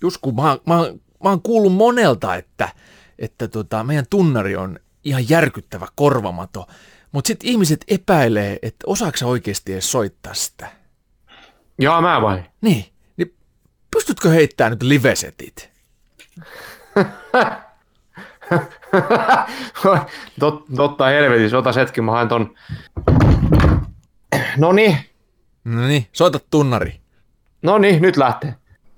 Jusku, mä oon kuullut monelta, että meidän tunnari on ihan järkyttävä korvamato, mutta sitten ihmiset epäilee, että osaako sä oikeasti edes soittaa sitä? Jaa, mä vai? Niin pystytkö heittämään nyt livesetit? Totta helvetis, otas hetki, mä haen ton. Noniin, soita tunnari. Noniin, nyt lähtee.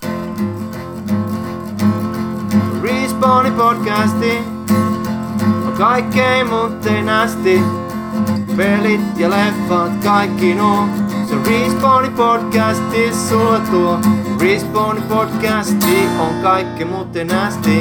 Respawni podcasti on kaikkein mut ei nästi. Pelit ja leffat kaikki nuo. Se Respawni podcasti sulla tuo. Respawni podcasti on kaikki mut ei nästi.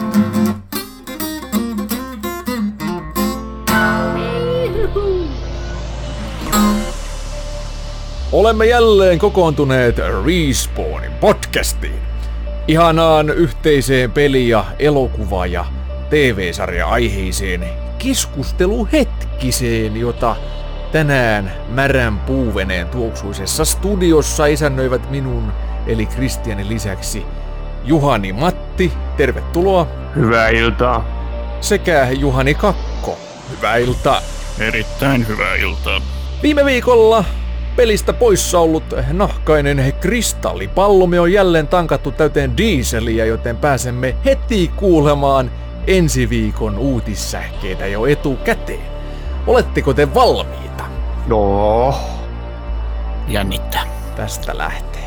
Olemme jälleen kokoontuneet Respawnin podcastiin. Ihanaan yhteiseen peli- ja elokuva- ja TV-sarja-aiheiseen keskusteluhetkiseen, jota tänään märän puuveneen tuoksuisessa studiossa isännöivät minun, eli Kristianin lisäksi Juhani Matti, tervetuloa. Hyvää iltaa. Sekä Juhani Kakko, hyvää iltaa. Erittäin hyvää iltaa. Viime viikolla pelistä poissa ollut nahkainen kristallipallomme on jälleen tankattu täyteen dieseliä, joten pääsemme heti kuulemaan ensi viikon uutissähkeitä jo etukäteen. Oletteko te valmiita? No. Jännittää. Tästä lähtee.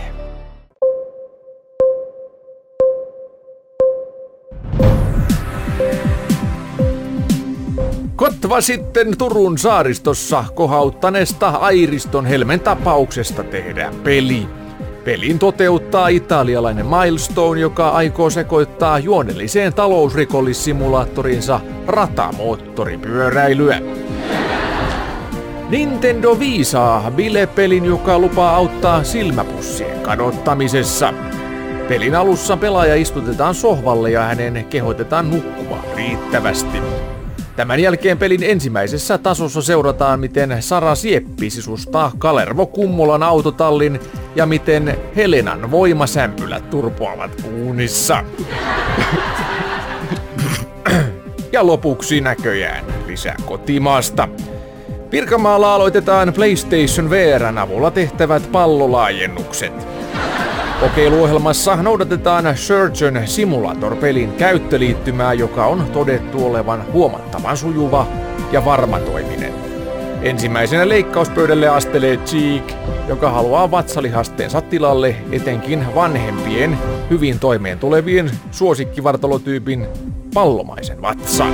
Kotva sitten Turun saaristossa kohauttaneesta Airiston Helmen tapauksesta tehdään peli. Pelin toteuttaa italialainen Milestone, joka aikoo sekoittaa juonelliseen talousrikollissimulaattorinsa ratamoottoripyöräilyä. Nintendo viisaa bilepelin, joka lupaa auttaa silmäpussien kadottamisessa. Pelin alussa pelaaja istutetaan sohvalle ja hänen kehotetaan nukkumaan riittävästi. Tämän jälkeen pelin ensimmäisessä tasossa seurataan, miten Sara Sieppi sisustaa Kalervo Kummolan autotallin ja miten Helenan voimasämpylät turpoavat uunissa. Ja lopuksi näköjään lisää kotimaasta. Pirkanmaalla aloitetaan PlayStation VR:n avulla tehtävät pallolaajennukset. Kokeiluohjelmassa noudatetaan Surgeon Simulator-pelin käyttöliittymää, joka on todettu olevan huomattavan sujuva ja varmatoiminen. Ensimmäisenä leikkauspöydälle astelee Cheek, joka haluaa vatsalihasteensa tilalle etenkin vanhempien, hyvin toimeen tulevien suosikkivartalotyypin pallomaisen vatsan.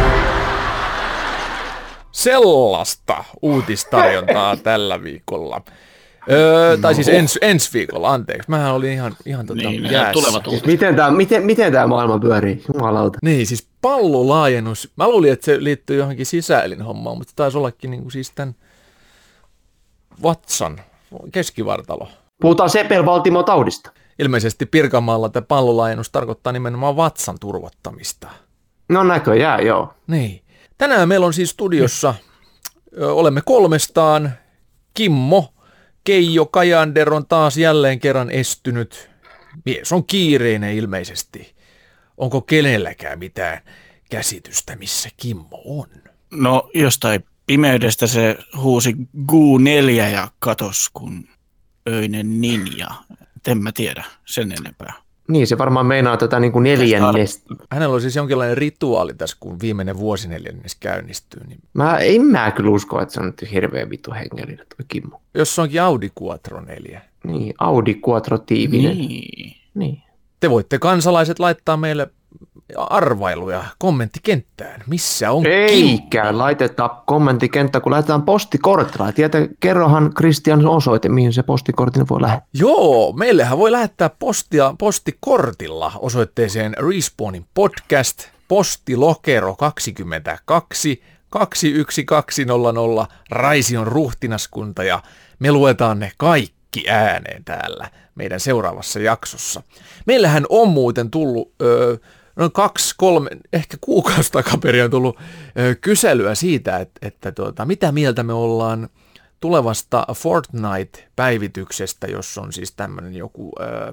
Sellaista uutistarjontaa tällä viikolla. Tai siis ensi viikolla, anteeksi. Mähän olin ihan jäässä. Miten tää maailma pyörii? Jumalauta. Niin, siis pallolaajennus. Mä luulin, että se liittyy johonkin sisäelinhommaan, mutta se taisi ollakin niin kuin siis tämän vatsan keskivartalo. Puhutaan sepelvaltimotaudista. Ilmeisesti Pirkanmaalla tämä pallolaajennus tarkoittaa nimenomaan vatsan turvottamista. No näköjään, joo. Niin. Tänään meillä on siis studiossa, olemme kolmestaan. Kimmo, Keijo Kajander on taas jälleen kerran estynyt. Mies on kiireinen ilmeisesti. Onko kenelläkään mitään käsitystä, missä Kimmo on? No jostain pimeydestä se huusi Gu4 ja katos kun öinen ninja. En mä tiedä sen enempää. Niin, se varmaan meinaa tätä niin kuin neljännestä. Hänellä on siis jonkinlainen rituaali tässä, kun viimeinen vuosineljännes käynnistyy. Niin En mä kyllä usko, että se on nyt hirveän vittu hengellinen tuo Kimmo. Jos se onkin Audi Quattro 4. Niin, Audi Quattro tiivinen. Niin. Te voitte kansalaiset laittaa meille arvailuja kommenttikenttään. Missä on Kimmo? Eikä laiteta kommenttikenttä, kun laitetaan postikortilla. Kerrohan Kristian osoite, mihin se postikortin voi lähettää. Joo, meillähän voi lähettää postia postikortilla osoitteeseen Respawnin podcast, postilokero 22 21200 Raision ruhtinaskunta, ja me luetaan ne kaikki ääneen täällä meidän seuraavassa jaksossa. Meillähän on muuten tullut noin 2-3, ehkä kuukausi takaperin on tullut kyselyä siitä, että mitä mieltä me ollaan tulevasta Fortnite-päivityksestä, jossa on siis tämmöinen joku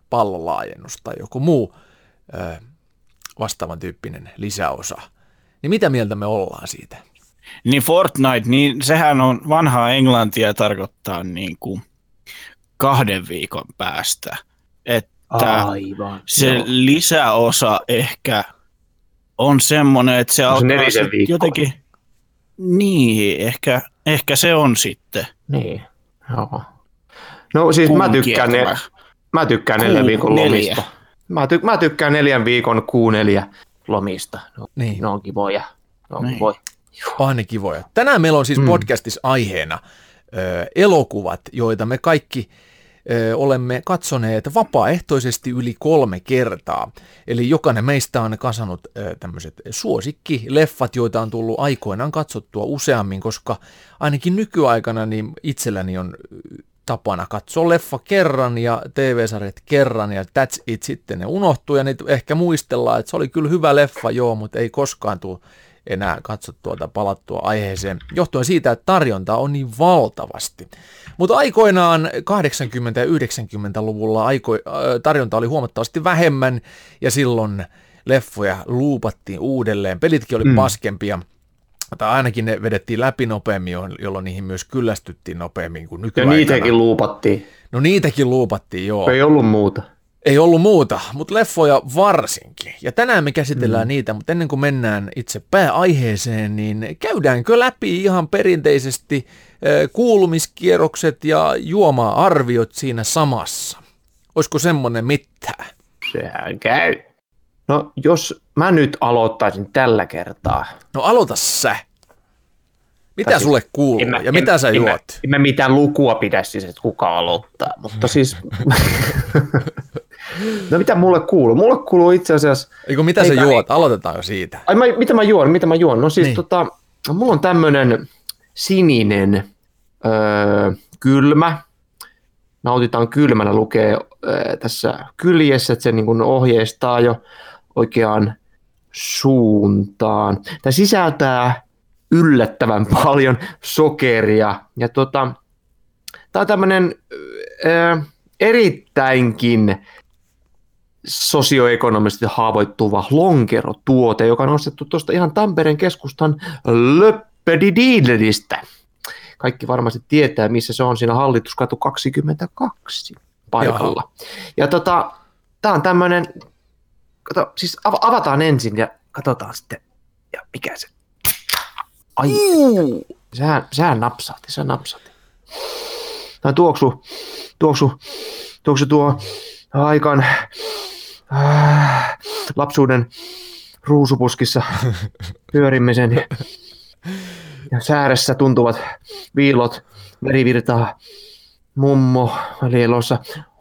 pallolaajennus tai joku muu vastaavan tyyppinen lisäosa. Niin mitä mieltä me ollaan siitä? Niin Fortnite, niin sehän on vanhaa englantia tarkoittaa niin kuin 2 viikon päästä. Että aivan, se lisäosa ehkä on semmoinen, että se alkaa 4 viikkoa. jotenkin, niin ehkä se on sitten. Niin, joo. No siis mä tykkään 4 viikon lomista. Mä tykkään 4 viikon Q4 lomista. No, niin. Ne on kivoja. Aina kivoja. Tänään meillä on siis podcastissa aiheena elokuvat, joita me kaikki olemme katsoneet vapaaehtoisesti yli 3 kertaa. Eli jokainen meistä on kasannut tämmöiset suosikkileffat, joita on tullut aikoinaan katsottua useammin, koska ainakin nykyaikana niin itselläni on tapana katsoa leffa kerran ja TV-sarjat kerran ja that's it, sitten ne unohtuu ja niitä ehkä muistellaan, että se oli kyllä hyvä leffa, joo, mutta ei koskaan tule enää katsottua tai palattua aiheeseen, johtuen siitä, että tarjontaa on niin valtavasti. Mutta aikoinaan 80- ja 90-luvulla tarjonta oli huomattavasti vähemmän ja silloin leffoja luupattiin uudelleen. Pelitkin oli paskempia, tai ainakin ne vedettiin läpi nopeammin, jolloin niihin myös kyllästyttiin nopeammin kuin nykyaikana. Ja niitäkin luupattiin. No niitäkin luupattiin, joo. Ei ollut muuta. Ei ollut muuta, mutta leffoja varsinkin. Ja tänään me käsitellään niitä, mutta ennen kuin mennään itse pääaiheeseen, niin käydäänkö läpi ihan perinteisesti kuulumiskierrokset ja juoma-arviot siinä samassa? Olisiko semmoinen mitään? Sehän käy. No jos mä nyt aloittaisin tällä kertaa. No aloita sä. Mitä sulle kuuluu ja mitä sä juot? En mä mitään lukua pidä siis, että kuka aloittaa, mutta siis... No mitä mulle kuuluu? Mulle kuuluu itse asiassa... Eikö mitä sä juot? Aloitetaanko siitä? Mitä mä juon? No siis niin. Mulla on tämmönen sininen kylmä. Nautitaan kylmänä, lukee tässä kyljessä, että se niin kuin ohjeistaa jo oikeaan suuntaan. Tämä sisältää yllättävän paljon sokeria. Ja tämä on tämmöinen erittäinkin sosioekonomisesti haavoittuva lonkerotuote, joka on ostettu tuosta ihan Tampereen keskustan Löppedidiileristä. Kaikki varmasti tietää, missä se on siinä Hallituskatu 22 paikalla. Jaha. Ja tämä on tämmöinen, siis avataan ensin ja katsotaan sitten, ja mikä se. Ai, sehän napsahti. Tämä tuoksu tuo aikaan lapsuuden ruusupuskissa pyörimisen ja sääressä tuntuvat viilot, verivirtaa, mummo lielossa.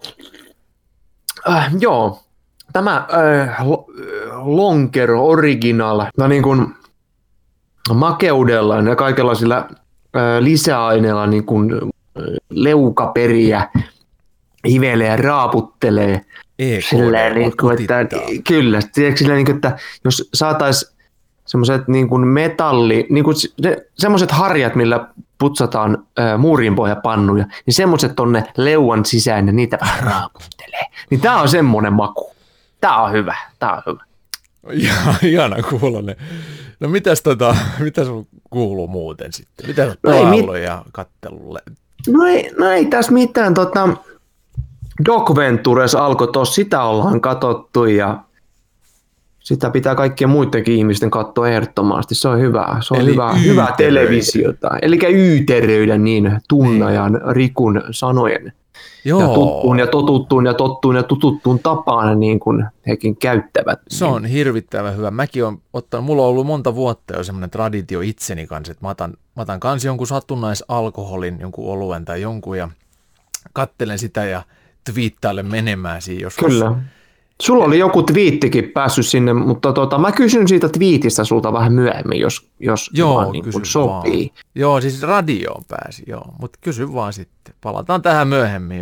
Joo, tämä lonkero original, niin kuin makeudellaan ja kaikenlaisilla lisäaineilla niin kuin leukaperiä hivelee ja raaputtelee. Silleen, niin kuin, että, kyllä, silleen, niin että jos saataisiin semmoiset niin kuin metalli, niin kuin semmoiset harjat, millä putsataan muurinpohjapannuja, niin semmoiset tonne leuan sisään ja niitä vähän raaputtelee. Niin tää on semmoinen maku. Tää on hyvä. Ihana kuulonen. No mitäs sun kuuluu muuten sitten? Mitä sä oot ja kattelulle? No ei tässä mitään. Doc Ventures alkoi tuossa, sitä ollaan katsottu ja sitä pitää kaikkien muidenkin ihmisten katsoa ehdottomasti. Se on hyvä. Se on hyvää televisiota. Eli yyteröidä niin Tunnajan Rikun sanojen. Joo. Ja totuttuun ja tututtuun tapaan niin kuin hekin käyttävät. Se on hirvittävän hyvä. Mäkin on ottanut, mulla on ollut monta vuotta jo semmoinen traditio itseni kanssa, että mä otan kanssa jonkun satunnaisalkoholin, jonkun oluen tai jonkun ja kattelen sitä ja twiittailen menemään siinä joskus. Kyllä. Sulla oli joku twiittikin päässyt sinne, mutta mä kysyn siitä twiitistä sulta vähän myöhemmin, jos vaan niin kuin sopii. Joo, siis radioon pääsi, joo, mutta kysy vaan sitten. Palataan tähän myöhemmin, joo.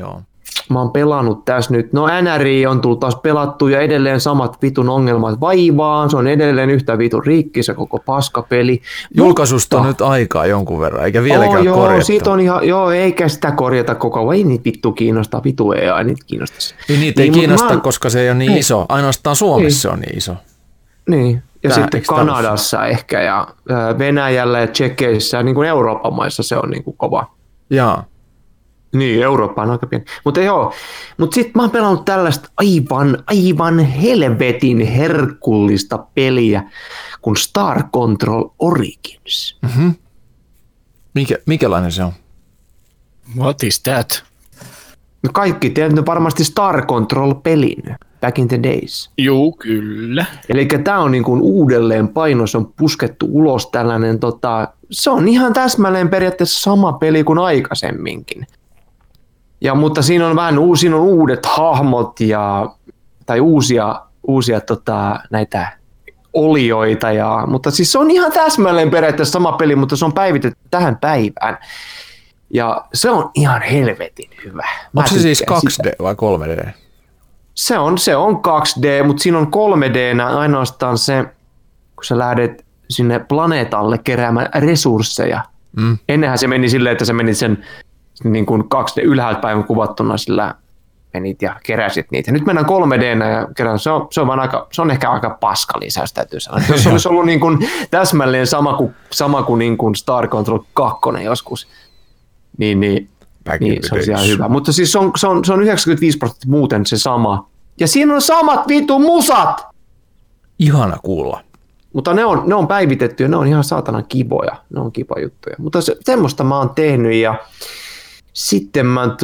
mä oon pelannut tässä nyt, no NRI on tullut taas pelattu ja edelleen samat vitun ongelmat vaivaan, se on edelleen yhtä vitun rikki se koko paskapeli. Julkaisusta on nyt aikaa jonkun verran, eikä vieläkään korjata. Siitä on ihan, eikä sitä korjata koko ajan, ei niitä vittu kiinnostaa, vitu ei niitä kiinnostaisi. Niitä ei kiinnosta, koska se ei ole niin iso, ainoastaan Suomessa se on niin iso. Niin, ja sitten Kanadassa ehkä ja Venäjällä ja Tšekeissä, niin kuin Euroopan maissa se on niin kuin kova. Jaa. Niin, Eurooppa on aika pieni. Mutta sitten mä oon pelannut tällaista aivan helvetin herkullista peliä kuin Star Control Origins. Mm-hmm. Mikälainen se on? What is that? No kaikki tiedät varmasti Star Control-pelin back in the days. Juu, kyllä. Eli tää on niin kuin uudelleen paino, se on puskettu ulos tällainen, se on ihan täsmälleen periaatteessa sama peli kuin aikaisemminkin. Mutta siinä on vähän uudet hahmot tai uusia näitä olioita, mutta siis se on ihan täsmälleen periaatteessa sama peli, mutta se on päivitetty tähän päivään. Ja se on ihan helvetin hyvä. Onko se siis 2D vai 3D? Se on 2D, mutta siinä on 3D:nä ainoastaan se, kun sä lähdet sinne planeetalle keräämään resursseja. Ennenhän se meni silleen, että sä menit sen niin kuin 2D ylhäältä päivän kuvattuna, sillä menit ja keräsit niitä. Nyt mennään 3D:nä ja kerään. Se on ehkä aika paska lisäys, täytyy sanoa. Jos se olisi ollut niin kuin täsmälleen sama kuin, niin kuin Star Control 2 joskus, niin se on ihan hyvä. Mutta siis se on 95% muuten se sama. Ja siinä on samat vitu musat! Ihana kuulla. Mutta ne on päivitetty ja ne on ihan saatanan kivoja. Ne on kiva juttuja. Mutta semmoista mä oon tehnyt ja sitten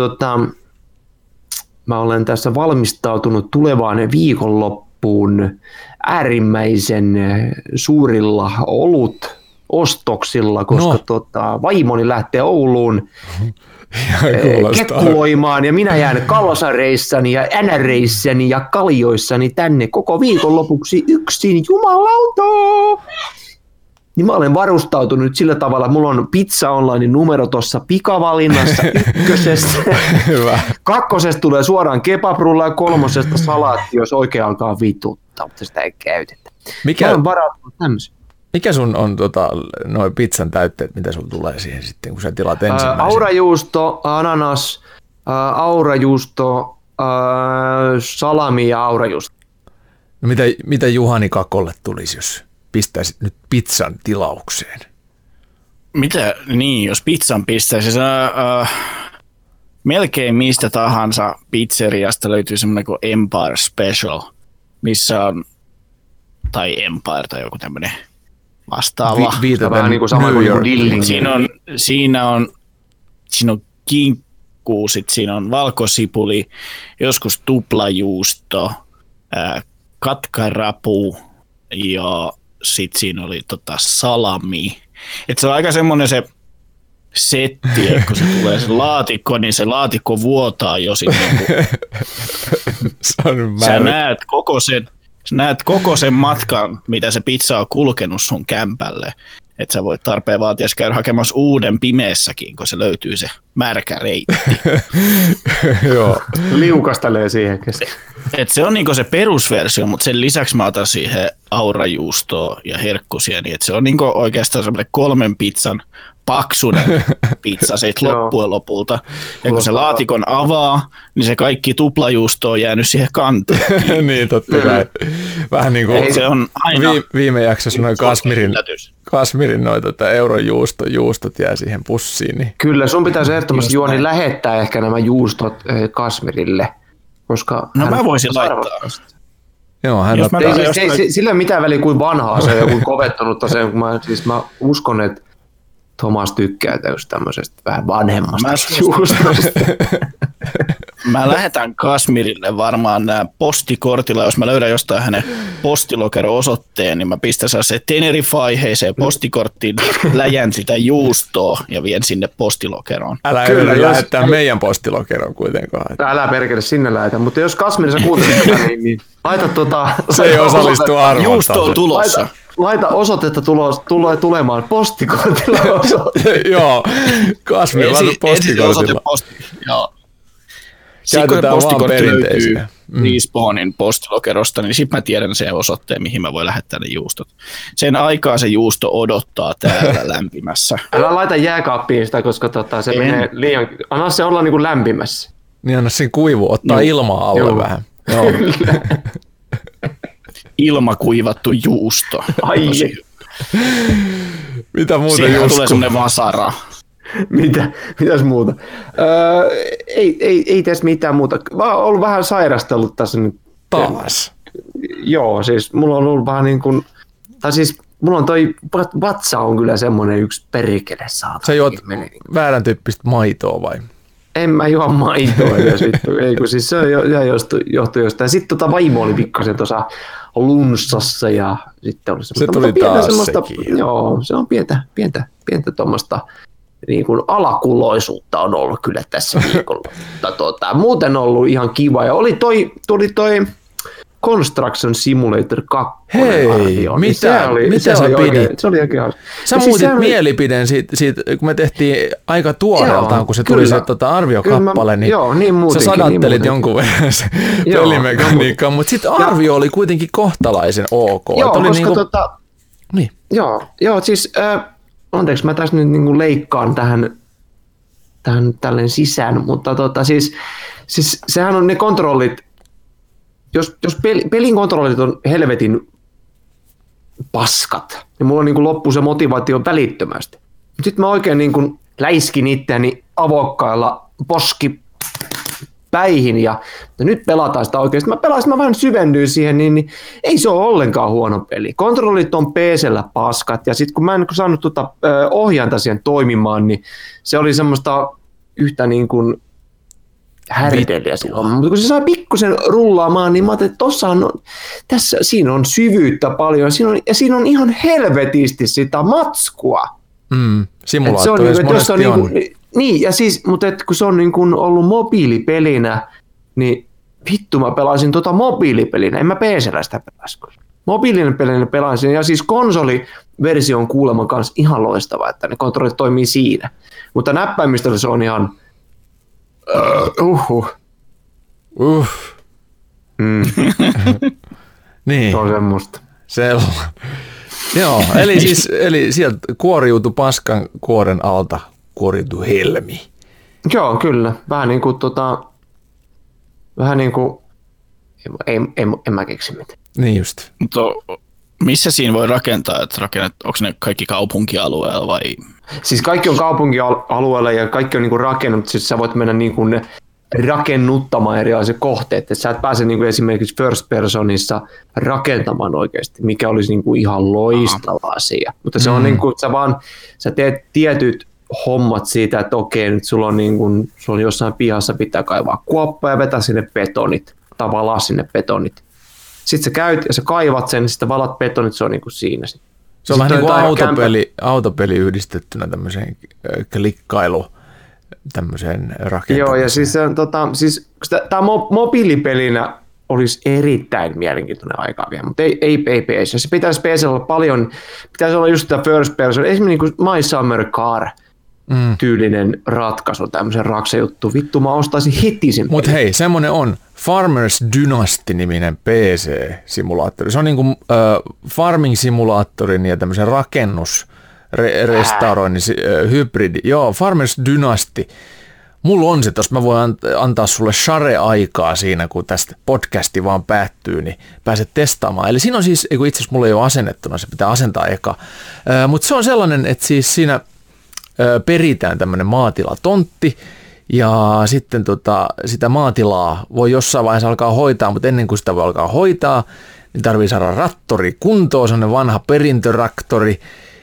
mä olen tässä valmistautunut tulevaan viikonloppuun äärimmäisen suurilla ostoksilla, koska vaimoni lähtee Ouluun kekkuloimaan ja minä jään kalsareissani ja NReissäni ja kaljoissani tänne koko viikonlopuksi yksin, jumalauta! Niin mä olen varustautunut nyt sillä tavalla, että mulla on Pizza Online numero tuossa pikavalinnassa 1. Hyvä. 2. tulee suoraan kebabrulla ja 3. salaatti, jos oikein alkaa vituttaa, mutta sitä ei käytetä. Mä olen varautunut tämmöisen. Mikä sun on noin pizzan täytteet, mitä sun tulee siihen sitten, kun sä tilaat ensimmäisen? Aurajuusto, ananas, aurajuusto, salami ja aurajuusto. No mitä Juhani Kakolle tulisi, jos pistäisit nyt pizzan tilaukseen? Mitä? Niin, jos pizzan pistäisi, melkein mistä tahansa pizzeriasta löytyy semmoinen kuin Empire Special, missä on, tai Empire tai joku tämmöinen vastaava. Vähän niin kuin sama kuin Dilling. Siinä on kinkkuu, siinä on valkosipuli, joskus tuplajuusto, katkarapu ja sitten siinä oli salami. Et se on aika semmoinen se setti, että kun se tulee se laatikko, niin se laatikko vuotaa jo sitten. Sä näet koko sen matkan, mitä se pizza on kulkenut sun kämpälle. Että sä voit tarpeen vaatiessa käydä hakemassa uuden pimeessäkin, kun se löytyy se märkä reitti. Joo. Liukastelee siihen kesken. Et se on niinku se perusversio, mutta sen lisäksi mä otan siihen aurajuustoa ja herkkusia, niin että se on niinku oikeastaan semmoinen 3 pizzan paksunen pizza siitä loppujen lopulta. Ja kun se laatikon avaa, niin se kaikki tuplajuusto on jäänyt siihen kanteen. Niin, totta kai. Vähän niin kuin se on aina viime jaksossa noin Kasmirin eurojuustot jää siihen pussiin. Niin. Kyllä, sun pitäisi ehdottomasti Juoni lähettää ehkä nämä juustot Kasmirille, koska mä voisin laittaa. Joo, sillä ei ole mitään väliä kuin vanhaa, se on joku kovettunutta se, kun mä uskon, että Thomas tykkää tämmöisestä vähän vanhemmasta juustosta. Mä lähetän Kasmirille varmaan nämä postikortilla, jos mä löydän jostain hänen postilokero-osoitteen, niin mä pistän se Tenerife-aiheeseen postikorttiin, läjän sitä juustoa ja vien sinne postilokeroon. Älä kyllä lähettää meidän postilokeroon kuitenkaan. Älä perkele sinne lähetä, mutta jos Kasmirissa kuuntelet sitä, niin laita se ei osallistu arvontaan. Juusto on tulossa. Laita osoitetta tulee tulemaan postikortilla osoite. Joo, Kasmir laita postikortilla. Joo. Sitten kun postikort löytyy Respawnin postilokerosta, niin sitten mä tiedän sen osoitteen, mihin mä voin lähettää ne juustot. Sen aikaa se juusto odottaa täällä lämpimässä. Älä laita jääkaappiin sitä, koska se menee liian... Anna se olla niin kuin lämpimässä. Niin anna sen kuivu, ottaa ilmaa alle vähän. Joo. Ilmakuivattu juusto. Ai. Mitä muuta siihen tulee semmoinen vasara. Mitäs muuta? Ei tässä mitään muuta. Mä oon ollut vähän sairastellut tässä nyt. Taas? Joo, siis mulla on ollut vähän niin kuin... Tai siis mulla on toi vatsa on kyllä semmoinen yksi perkele saatana. Sä juot väärän tyyppistä maitoa vai? En mä juo maitoa edes vittu. Ei kun siis se johtui jostain. Sitten vaimo oli pikkasen tuossa lunssassa ja sitten oli se tuli taas sekin. Joo, se on pientä tuommoista niin kuin alakuloisuutta on ollut kyllä tässä viikolla. Mutta muuten on ollut ihan kiva ja tuli toi Construction Simulator 2 arvio. Mitä sä pidit? Se oli oikein hauska. Sä muutit mielipiden siitä, kun me tehtiin aika tuoreeltaan, kun se tuli se arviokappale, niin sä sadattelit jonkun verran se pelimekaniikkaan, mutta sitten arvio oli kuitenkin kohtalaisen ok. Joo, oli koska niinku... niin. Joo, siis anteeksi, mä tässä nyt niinku leikkaan tähän tälleen sisään, mutta siis sehän on ne kontrollit. Jos pelin kontrollit on helvetin paskat, niin mulla on niin kuin loppu se motivaatio välittömästi. Sitten mä oikein niin kuin läiskin itseäni avokkailla poskipäihin ja nyt pelataan sitä oikeasti. Mä vähän syvennyin siihen, niin ei se ole ollenkaan huono peli. Kontrollit on PC:llä paskat ja sitten kun mä en saanut ohjainta siihen toimimaan, niin se oli semmoista yhtä niin kuin härdeliä silloin. Mutta kun se sai pikkusen rullaamaan, niin mä ajattelin, että siinä on syvyyttä paljon siinä on ihan helvetisti sitä matskua. Simulaattorissa monesti on. Niin, ja siis, mutta kun se on niin kuin ollut mobiilipelinä, niin vittu mä pelasin mobiilipelinä, en mä PC:llä sitä pelasin. Mobiilipelinä pelasin, ja siis konsoliversio on kuulemma kanssa ihan loistava, että ne kontrollit toimii siinä. Mutta näppäimistöllä se on ihan niin. Se on semmoista. Joo, eli sieltä kuoriutui paskan kuoren alta, kuoriutui helmi. Joo, kyllä. Vähän niin kuin en mä keksi mitään. Niin just. Mutta missä siinä voi rakentaa? Onko ne kaikki kaupunkialueella vai? Siis kaikki on kaupunkialueella ja kaikki on niinku rakennut. Siis sä voit mennä niinku rakennuttamaan erilaisia kohteita. Et sä et pääse niinku esimerkiksi first personissa rakentamaan oikeasti, mikä olisi niinku ihan loistava asia. Mutta se on niinku, sä teet tietyt hommat siitä, että okei, nyt sulla on jossain pihassa pitää kaivaa kuoppa ja vetää sinne betonit, tai valaa sinne betonit. Sitten sä käyt ja sä kaivat sen, sitten valat betonit, se on niinku siinä. Se on vähän niin kuin autopeli yhdistettynä tämmöiseen klikkailu, tämmöiseen rakentamiseen. Joo, ja siis tämä mobiilipelinä olisi erittäin mielenkiintoinen aikaa vielä, mutta ei PC. Se pitäisi PC olla paljon, pitäisi olla just tämä first person, esimerkiksi niin kuin My Summer Car tyylinen ratkaisu, tämmöisen raksajuttu. Vittu, mä ostaisin heti sen. Mutta hei, semmoinen on Farmers Dynasty-niminen PC-simulaattori. Se on niin kuin farming-simulaattorin ja tämmöisen restauroinnin hybridi. Joo, Farmers Dynasty. Mulla on se, jos mä voin antaa sulle share-aikaa siinä, kun tästä podcasti vaan päättyy, niin pääset testaamaan. Eli siinä on siis, itse asiassa mulla ei ole asennettuna, se pitää asentaa eka. Mutta se on sellainen, että siis siinä peritään tämmöinen maatilatontti, ja sitten sitä maatilaa voi jossain vaiheessa alkaa hoitaa, mutta ennen kuin sitä voi alkaa hoitaa, niin tarvii saada rattori kuntoon, sellainen vanha perintöraktori,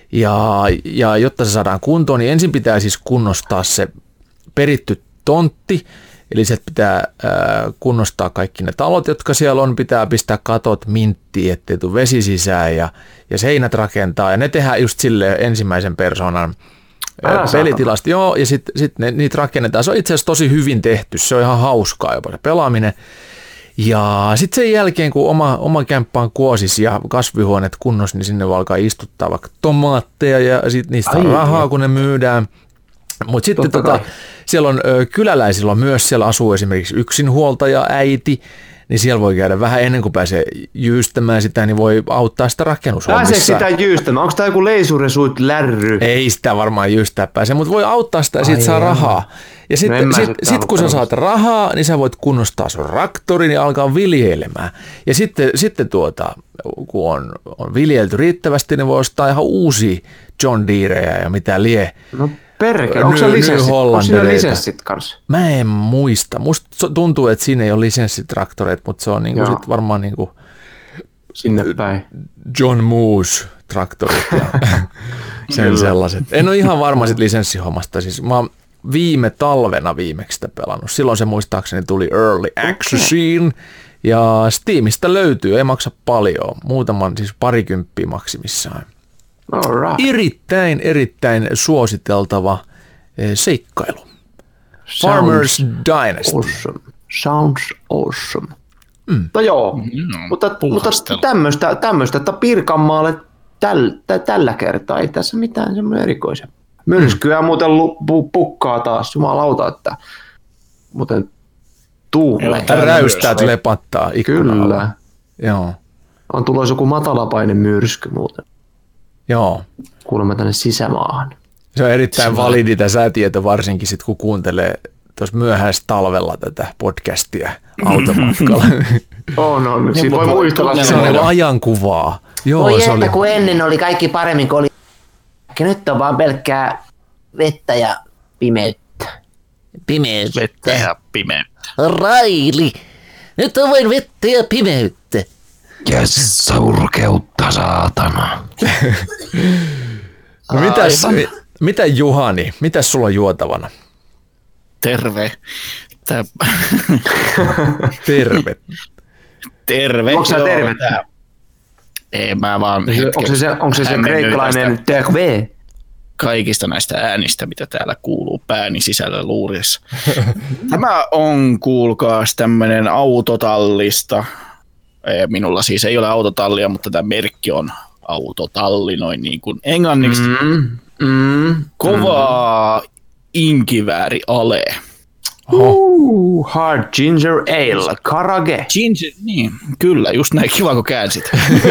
ja jotta se saadaan kuntoon, niin ensin pitää siis kunnostaa se peritty tontti, eli se pitää kunnostaa kaikki ne talot, jotka siellä on, pitää pistää katot minttiin, ettei tule vesi sisään, ja seinät rakentaa, ja ne tehdään just silleen ensimmäisen persoonan pelitilasta. Joo, ja sitten niitä rakennetaan. Se on itse asiassa tosi hyvin tehty, se on ihan hauskaa jopa se pelaaminen. Ja sitten sen jälkeen, kun oma kämppä on kuosis ja kasvihuoneet kunnossa, niin sinne voi alkaa istuttaa vaikka tomaatteja, ja sitten niistä on rahaa, kun ne myydään. Mutta sitten siellä on kyläläisillä on myös, siellä asuu esimerkiksi yksinhuoltaja äiti, niin siellä voi käydä vähän ennen kuin pääsee jyystämään sitä, niin voi auttaa sitä rakennushommissa. Pääseekö sitä jyystämään? Onko tämä joku leisuresuit lärry? Ei sitä varmaan jyystää pääse, mutta voi auttaa sitä ja siitä saa rahaa. Ja sitten kun sä saat rahaa, niin sä voit kunnostaa sun traktorin ja alkaa viljelemään. Ja sitten kun on viljelty riittävästi, niin voi ostaa ihan uusia John Deereja ja mitä lie. No perkele, onko siinä lisenssit kanssa? Mä en muista. Musta tuntuu, että siinä ei ole lisenssitraktoreita, mutta se on niinku sit varmaan niinku sinne päin. John Moose traktorit ja sen sellaiset. En ole ihan varma sit lisenssihommasta. Siis mä oon viime talvena viimeksi sitä pelannut. Silloin se muistaakseni tuli Early Accessiin ja Steamista löytyy, ei maksa paljon. Muutaman, siis 20 maksimissaan. Erittäin suositeltava seikkailu. Farmers Dynasty. Awesome. Sounds awesome. No joo, mutta tämmöistä, että Pirkanmaalle tällä kertaa ei tässä mitään semmoinen erikoisen. Myrskyä muuten pukkaa taas, jumalauta, että muuten tuulee. Räystäät lepattaa ikkunalla. Kyllä. Joo. On tulossa joku matalapaine myrsky muuten. Joo. Kuulemma tänne sisämaahan. Se on erittäin validi tämä säätieto, varsinkin sit, kun kuuntelee tuossa myöhäistalvella tätä podcastia automatkalla. On. Siitä voi muistella. Se on ajankuvaa. Joo, voi että kun ennen oli kaikki paremmin kuin oli. Nyt on vaan pelkkää vettä ja pimeyttä. Vettä ja pimeyttä. Raili, nyt on vain vettä ja pimeyttä. Ja surkeutta, saatana. No mitä Juhani, mitäs sulla on juotavana? Terve. Terve. Onko sä terve? Ei, mä vaan onko se kreikkalainen terve? Kaikista näistä äänistä, mitä täällä kuuluu pääni sisällä luurissa. Tämä on, kuulkaas, tämmöinen autotallista. Minulla siis ei ole autotallia, mutta tämä merkki on autotalli, noin niin kuin englanniksi. Kovaa inkivääri ale. Hard ginger ale, karage. Ginger, niin, kyllä, just näin, kiva kun käänsit.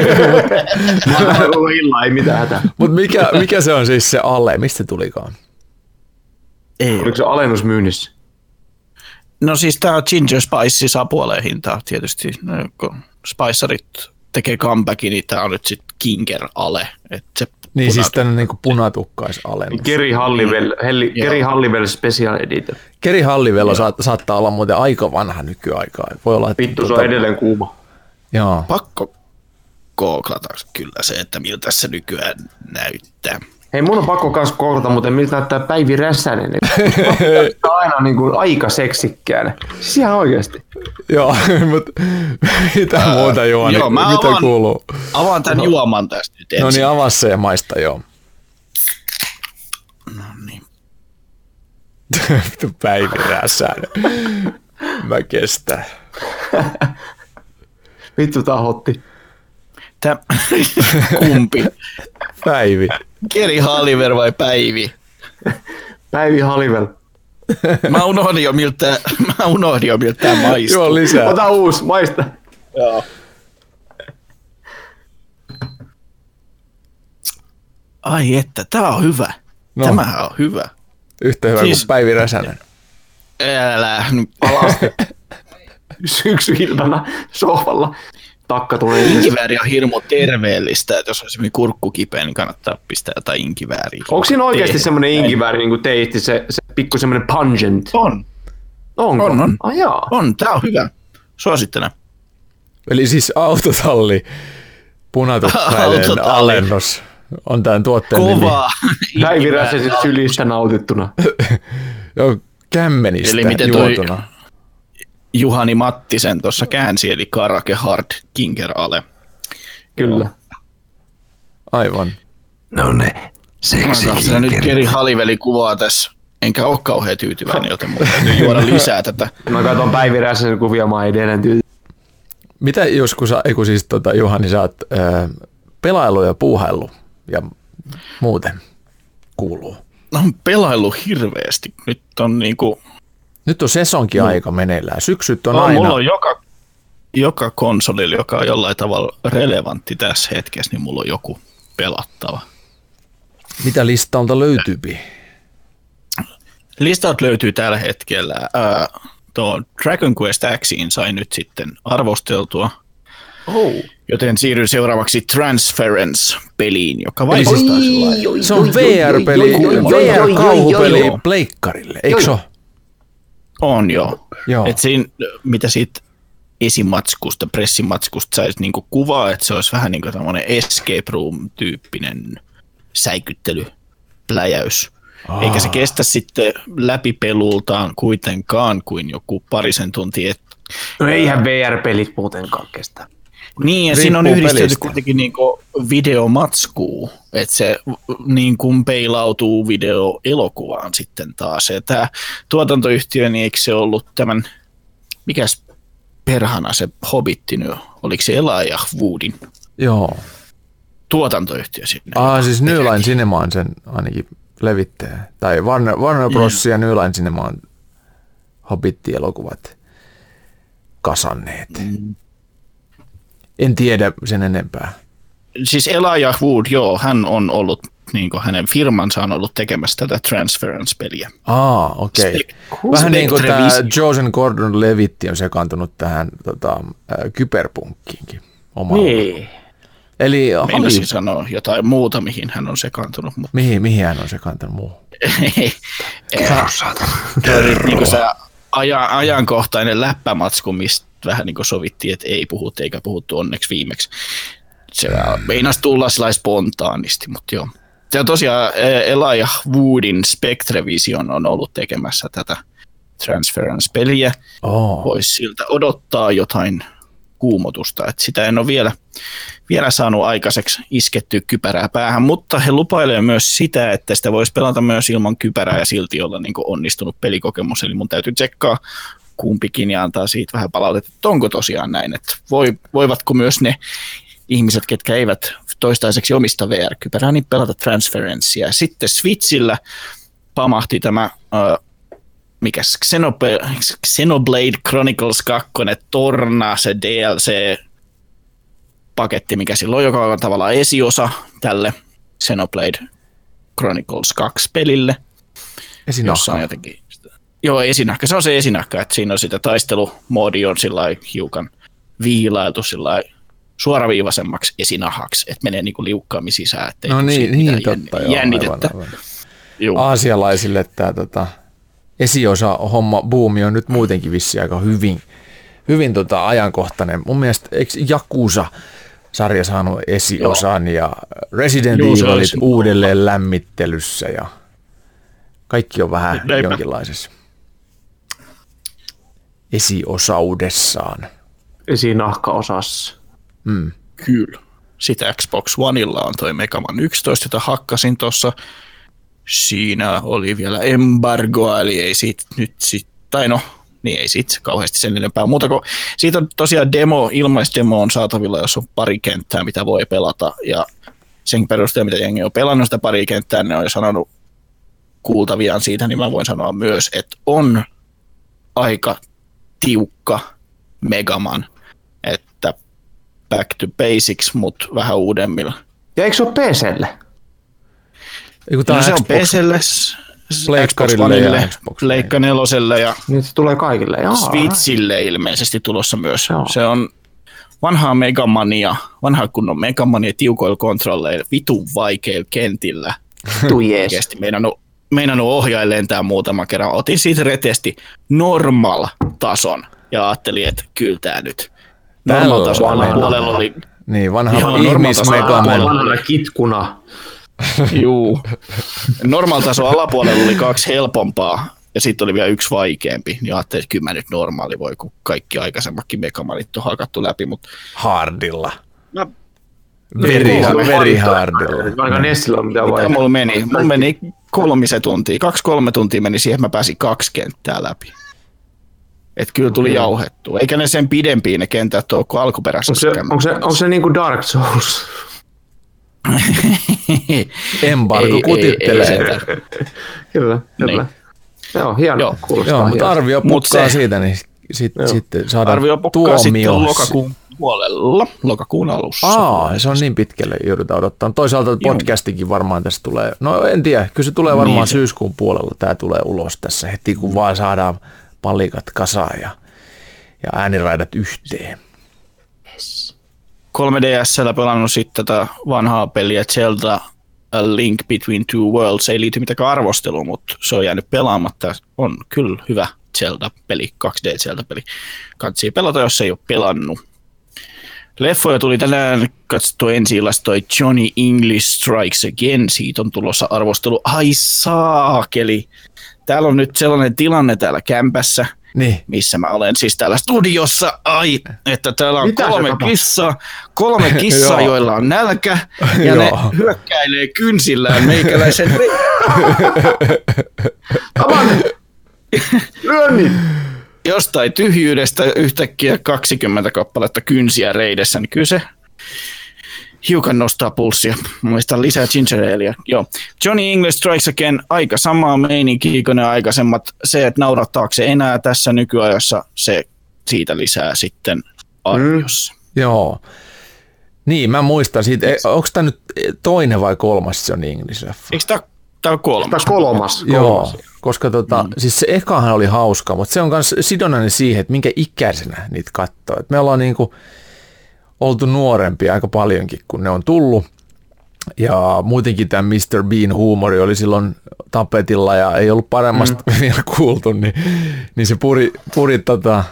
Illa ei mitään hätää. Mutta mikä se on siis se ale, mistä tulikaan? Ei. Oliko se alennusmyynnissä? No siis tämä Ginger Spice saa puoleen hintaa tietysti. Kun Spicerit tekee comebackin, niin tämä on nyt sitten Kinger Ale. Se niin siis tänne niinku punatukkaisalen. Keri Halliwell Special Edition. Keri Halliwell saattaa olla muuten aika vanha nykyaikaa. Voi olla, että vittu, se on edelleen kuuma. Joo. Pakko googlata kyllä se, että miltä se nykyään näyttää. Hei, mun on pakko kans kohdata, mutta miltä näyttää Päivi Räsänen. Aina niin kuin aika seksikkäänä. Siis ihan oikeasti. Joo, mutta mitä muuta Juhani? Joo, mitä kuuluu? Avaan tämän juoman tästä nyt ensin. No niin, avaa se ja maista, joo. No niin. Päivi Räsänen. Mä kestän. Vittu, tää hotti. Kumpi? Päivi. Keri Halliwell vai Päivi? Päivi Halliwell. Mä unohdin jo miltä maistuu. Joo, lisää. Ota uusi, maista. Joo. Ai että, tää on hyvä. No. Tämähän on hyvä. Yhtä hyvä siis, kuin Päivi Räsänen. Älä nyt. Alasti. Syksyiltana sohvalla. Takka tulee. Inkivääri on hirmu terveellistä, että jos on semmoinen kurkku kipeä, niin kannattaa pistää jotain inkivääriä. Onko siinä oikeasti semmoinen inkivääri, niin kuin teisti, se pikku semmoinen pungent? On. Onko? On. Ah, jaa. On, tää on hyvä. Suosittelen. Eli siis autotalli, punatukkainen alennus on tämän tuotteen Kovaa. Päivi Räsäsen sylistä nautittuna. Joo, kämmenistä eli miten juotuna. Juhani Mattisen tuossa käänsi, eli Karake Hard Ginger Ale. Kyllä. Aivan. No ne, seksi. Mä nyt Keri Halliwellin kuvaa tässä, enkä ole kauhean tyytyväinen, joten mun täytyy juoda lisää tätä. Mä katson Päivi Räsäsen kuvia, mä edelleen tyytyväinen. Mitä joskus, siis Juhani, sä oot pelailu ja puuhailu ja muuten kuuluu? on pelaillut hirveästi. Nyt on sesonkin aika meneillään. Syksyt on aina. Mulla on joka konsolilla, joka on jollain tavalla relevantti tässä hetkessä, niin mulla on joku pelattava. Mitä listalta löytyypi? Listalta löytyy tällä hetkellä. Tuo Dragon Quest Xin sai nyt sitten arvosteltua. Joten siirryn seuraavaksi Transference-peliin, joka vaikuttaa se on VR-peli, VR-kauhupeli pleikkarille, eikö se ole? On joo. Et siinä, mitä siitä esimatskusta, pressimatskusta saisi niinku kuvaa, että se olisi vähän niin kuin tämmöinen escape room-tyyppinen säikyttelypläjäys. Eikä se kestä sitten läpipelultaan kuitenkaan kuin joku parisen tuntia. No eihän VR-pelit muutenkaan kestä. Niin, ja siinä on yhdistetty kuitenkin niinku videomatskuu, että se niinku peilautuu videoelokuvaan sitten taas. Ja tämä tuotantoyhtiö, niin eikö se ollut tämän, mikäs perhana se Hobbitti nyt, oliko se Elijah Woodin tuotantoyhtiö sinne? Siis New Line Cinema on sen ainakin levittäjä. Tai Warner Bros. Ja New Line Cinema on Hobbit-elokuvat kasanneet. En tiedä sen enempää. Siis Elijah Wood, hän on ollut, niin kuin hänen firmansa on ollut tekemässä tätä Transference-peliä. Okei. Vähän niin kuin tämä Joseph Gordon-Levitt on sekaantunut tähän kyberpunkkiinkin. Niin. Eli meinasin sanoa jotain muuta, mihin hän on sekaantunut. Mutta... Mihin hän on sekaantunut muuhun? Niin se ajankohtainen läppämatsku, mistä vähän niin kuin sovittiin, että ei puhuttu eikä puhuttu onneksi viimeksi. Se meinasi tulla sellainen spontaanisti, mutta joo. Se on tosiaan Elijah Woodin Spectrevision on ollut tekemässä tätä Transference-peliä. Voisi siltä odottaa jotain kuumotusta, että sitä en ole vielä saanut aikaiseksi iskettyä kypärää päähän, mutta he lupailevat myös sitä, että sitä voisi pelata myös ilman kypärää ja silti olla niin kuin onnistunut pelikokemus, eli mun täytyy tsekkaa kumpikin ja antaa siitä vähän palautetta, että onko tosiaan näin, että voivatko myös ne ihmiset, ketkä eivät toistaiseksi omista VR-kypärää, niin pelata Transferencea. Sitten Switchillä pamahti tämä Xenoblade Chronicles 2 Torna, se DLC-paketti, mikä silloin joka on tavallaan esiosa tälle Xenoblade Chronicles 2-pelille. Esinahka. On jotenkin, esinahka. Se on se esinahka, että siinä on sitä taistelumodi on hiukan viilailtu suoraviivaisemmaksi esinahaksi, että menee niinku liukkaammin sisään, ettei totta, jännitettä. Aasialaisille tämä esiosa homma buumi on nyt muutenkin vissiin aika hyvin ajankohtainen. Mun mielestä eikö Yakuza-sarja saanut esiosan ja Resident Evilit uudelleen lämmittelyssä ja kaikki on vähän jonkinlaisessa esiosaudessaan. Esinahkaosassa. Kyllä. Sitten Xbox Oneilla on toi Mega Man 11, jota hakkasin tuossa. Siinä oli vielä embargoa, eli ei siitä nyt ei siitä kauheasti sen enempää muuta kuin siitä on tosiaan ilmaisdemo on saatavilla, jos on pari kenttää, mitä voi pelata, ja sen perusteella, mitä jengi on pelannut sitä pari kenttää, ne on jo sanonut kuultaviaan siitä, niin mä voin sanoa myös, että on aika tiukka Mega Man, että back to basics, mutta vähän uudemmilla. Ja eikö se ole PC:lle? Se on PC:lle, Pleikkarille ja Xbox. Pleikka 4 ja nyt se tulee kaikille. Switchille ilmeisesti tulossa myös. Joo. Se on vanhaa Megamania, vanha kunnon Megamania tiukoilla kontrolleilla, vitun vaikeilla kentillä. Jees. Meinannut ohjailla lentää muutaman kerran. Otin siitä retesti normal-tason ja ajattelin, että kyllä tää nyt. Normal-tason alapuolella oli... Niin, vanha ihmismegamon. Vanha kitkuna. Juu. Normal-tason alapuolella oli 2 helpompaa ja sitten oli vielä 1 vaikeampi. Niin ajattelin, että kyllä mä nyt normaali voi, kun kaikki aikaisemmatkin Megamanit on hakattu läpi. Hardilla. Very hardilla. Aika Nessillä on mitään vaikeaa. Mulla meni 3 tuntia. 2-3 tuntia meni siihen, että mä pääsin 2 kenttää läpi. Että kyllä tuli jauhettua. Eikä ne sen pidempiin ne kentät ole kuin alkuperäisessä. Onko se niin kuin Dark Souls? Embargo kutittelee. Kyllä. Niin. Joo, hieno. Joo, mutta arvio pukkaa siitä, niin sitten saadaan arvio pukkaa sitten tuomio. lokakuun puolella, lokakuun alussa. Se on niin pitkälle joudutaan odottaa. Toisaalta podcastikin varmaan tässä tulee, no en tiedä, kyllä se tulee varmaan syyskuun puolella, tämä tulee ulos tässä heti, kun vaan saadaan palikat kasaan ja ääniraidat yhteen. 3DS:llä pelannut sitten tätä vanhaa peliä Zelda A Link Between Two Worlds. Ei liity mitenkään arvosteluun, mutta se on jäänyt pelaamatta. On kyllä hyvä Zelda-peli, 2D-Zelda-peli. Kannattaa pelata, jos ei ole pelannut. Leffoja tuli tänään katsottu ensi illasta toi Johnny English Strikes Again. Siitä on tulossa arvostelu. Ai saakeli! Täällä on nyt sellainen tilanne täällä kämpässä, missä mä olen siis täällä studiossa. Ai, että täällä on kolme kissaa, joilla on nälkä, ja ne hyökkäilee kynsillään meikäläisen Lyönnin! Jostain tyhjyydestä yhtäkkiä 20 kappaletta kynsiä reidessä, niin kyllä se hiukan nostaa pulssia. Muistan lisää ginger alea. Joo. Johnny English Strikes Again, aika samaa meininkiä kuin ne aikaisemmat. Se, että naurattaako se enää tässä nykyajassa, se siitä lisää sitten arviossa. Joo. Niin, mä muistan siitä. Onko tämä nyt toinen vai kolmas Johnny English-leffa? Eikö tämä kolmas? Tämä kolmas. Joo, koska siis se ekahan oli hauska, mutta se on myös sidonnainen siihen, että minkä ikäisenä niitä katsoo. Et me ollaan niinku oltu nuorempia aika paljonkin, kun ne on tullut. Ja muutenkin tämä Mr. Bean huumori oli silloin tapetilla ja ei ollut paremmasta vielä kuultu, niin se puri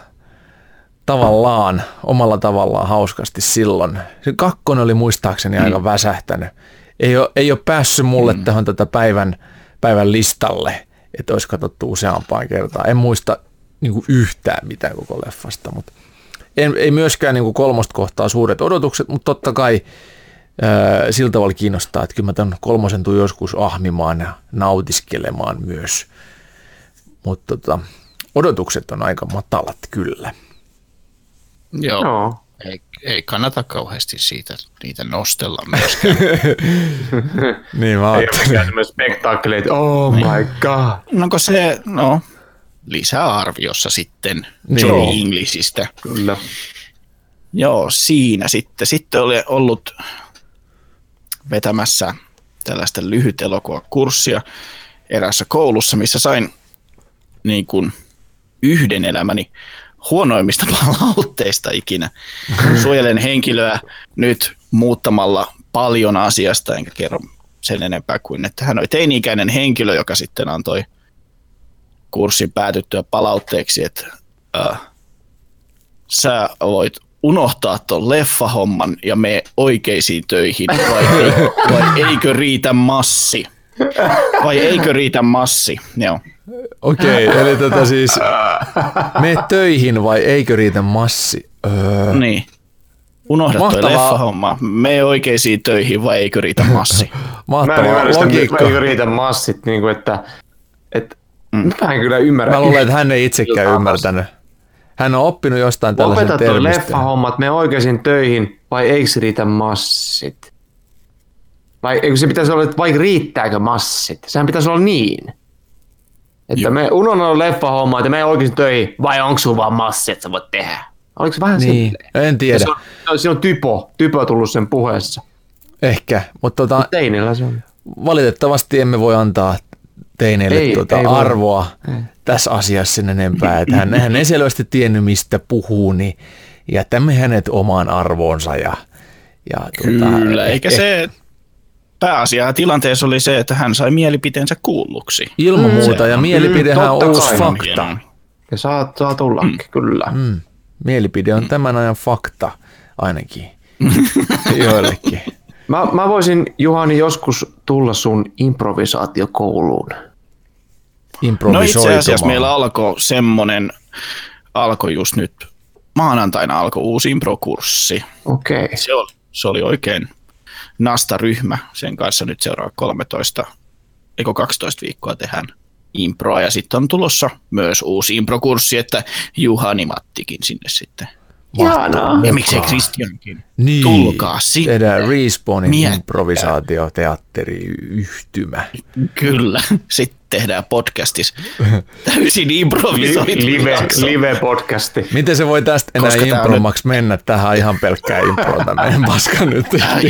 tavallaan, omalla tavallaan hauskasti silloin. Se kakkonen oli muistaakseni aika väsähtänyt. Ei ole päässyt mulle tähän tätä päivän listalle, että olisi katsottu useampaan kertaan. En muista niin yhtään mitään koko leffasta, mutta ei myöskään niin kolmosta kohtaa suuret odotukset, mutta totta kai sillä tavalla kiinnostaa, että kyllä mä tämän kolmosen tuun joskus ahmimaan ja nautiskelemaan myös. Mutta odotukset on aika matalat kyllä. Joo. Ei kannata kauheasti niitä nostella myöskään. Niin mä ajattelin. Ei ole mikään spektaakeli, että oh my god. Onko se, lisäarviossa sitten Johnny Englishistä. Kyllä. Joo, siinä sitten. Sitten oli ollut vetämässä tällaista lyhyt elokuvakurssia eräässä koulussa, missä sain niin kuin yhden elämäni huonoimmista palautteista ikinä. Suojelen henkilöä nyt muuttamalla paljon asiasta, enkä kerro sen enempää kuin, että hän oli teini-ikäinen henkilö, joka sitten antoi kurssin päätyttyä palautteeksi, että sä voit unohtaa ton leffahomman ja mene oikeisiin töihin, vai eikö riitä massi? Vai eikö riitä massi? Joo. Okei, eli siis mene töihin vai eikö riitä massi? Niin. Unohda toi leffahomma, mene oikeisiin töihin vai eikö riitä massi? Mahtavaa logiikka. Eikö riitä massit, niin kuin, että mä en kyllä ymmärrä. Mä luulen, että hän ei itsekään ymmärtänyt. Hän on oppinut jostain tällaisen termistä. Lopeta toi leffahommat, mene oikeisiin töihin vai eikö riitä massit? Vai eikö se pitäisi olla, että vai riittääkö massit? Sehän pitäisi olla niin. Että me unohdan leffahommaa, että mene oikeisiin töihin vai onko sulla vaan massi, että sä voit tehdä? Oliko se vähän niin, en tiedä. Se on typo tullut sen puheessa. Ehkä, mutta teinillä se on. Valitettavasti emme voi antaa teineille arvoa tässä asiassa sen enempää. Että hän ei selvästi tiennyt, mistä puhuu, niin jätämme hänet omaan arvoonsa. Kyllä, eikä se pääasia tilanteessa oli se, että hän sai mielipiteensä kuulluksi. Ilman muuta, ja mielipidehän on uusi fakta. Ja saa tullakin, kyllä. Mielipide on tämän ajan fakta ainakin joillekin. Mä voisin, Juhani, joskus tulla sun improvisaatiokouluun. No itse asiassa meillä alkoi just nyt, maanantaina alkoi uusi improkurssi. Okei. Se oli oikein nastaryhmä. Sen kanssa nyt seuraa 12 viikkoa tehdään improa. Ja sitten on tulossa myös uusi improkurssi, että Juhani Mattikin sinne sitten Ihanaa. Ja miksei Christiankin? Niin, Tulkaa sitten. tehdään Respawnin Miettikää. improvisaatioteatteriyhtymä. Kyllä, sitten tehdään podcastissa täysin improvisoitu. Live-podcasti. Miten se voi tästä enää Koska tää on impromaksi mennä? Tähän ihan pelkkää improta, meidän paska nyt.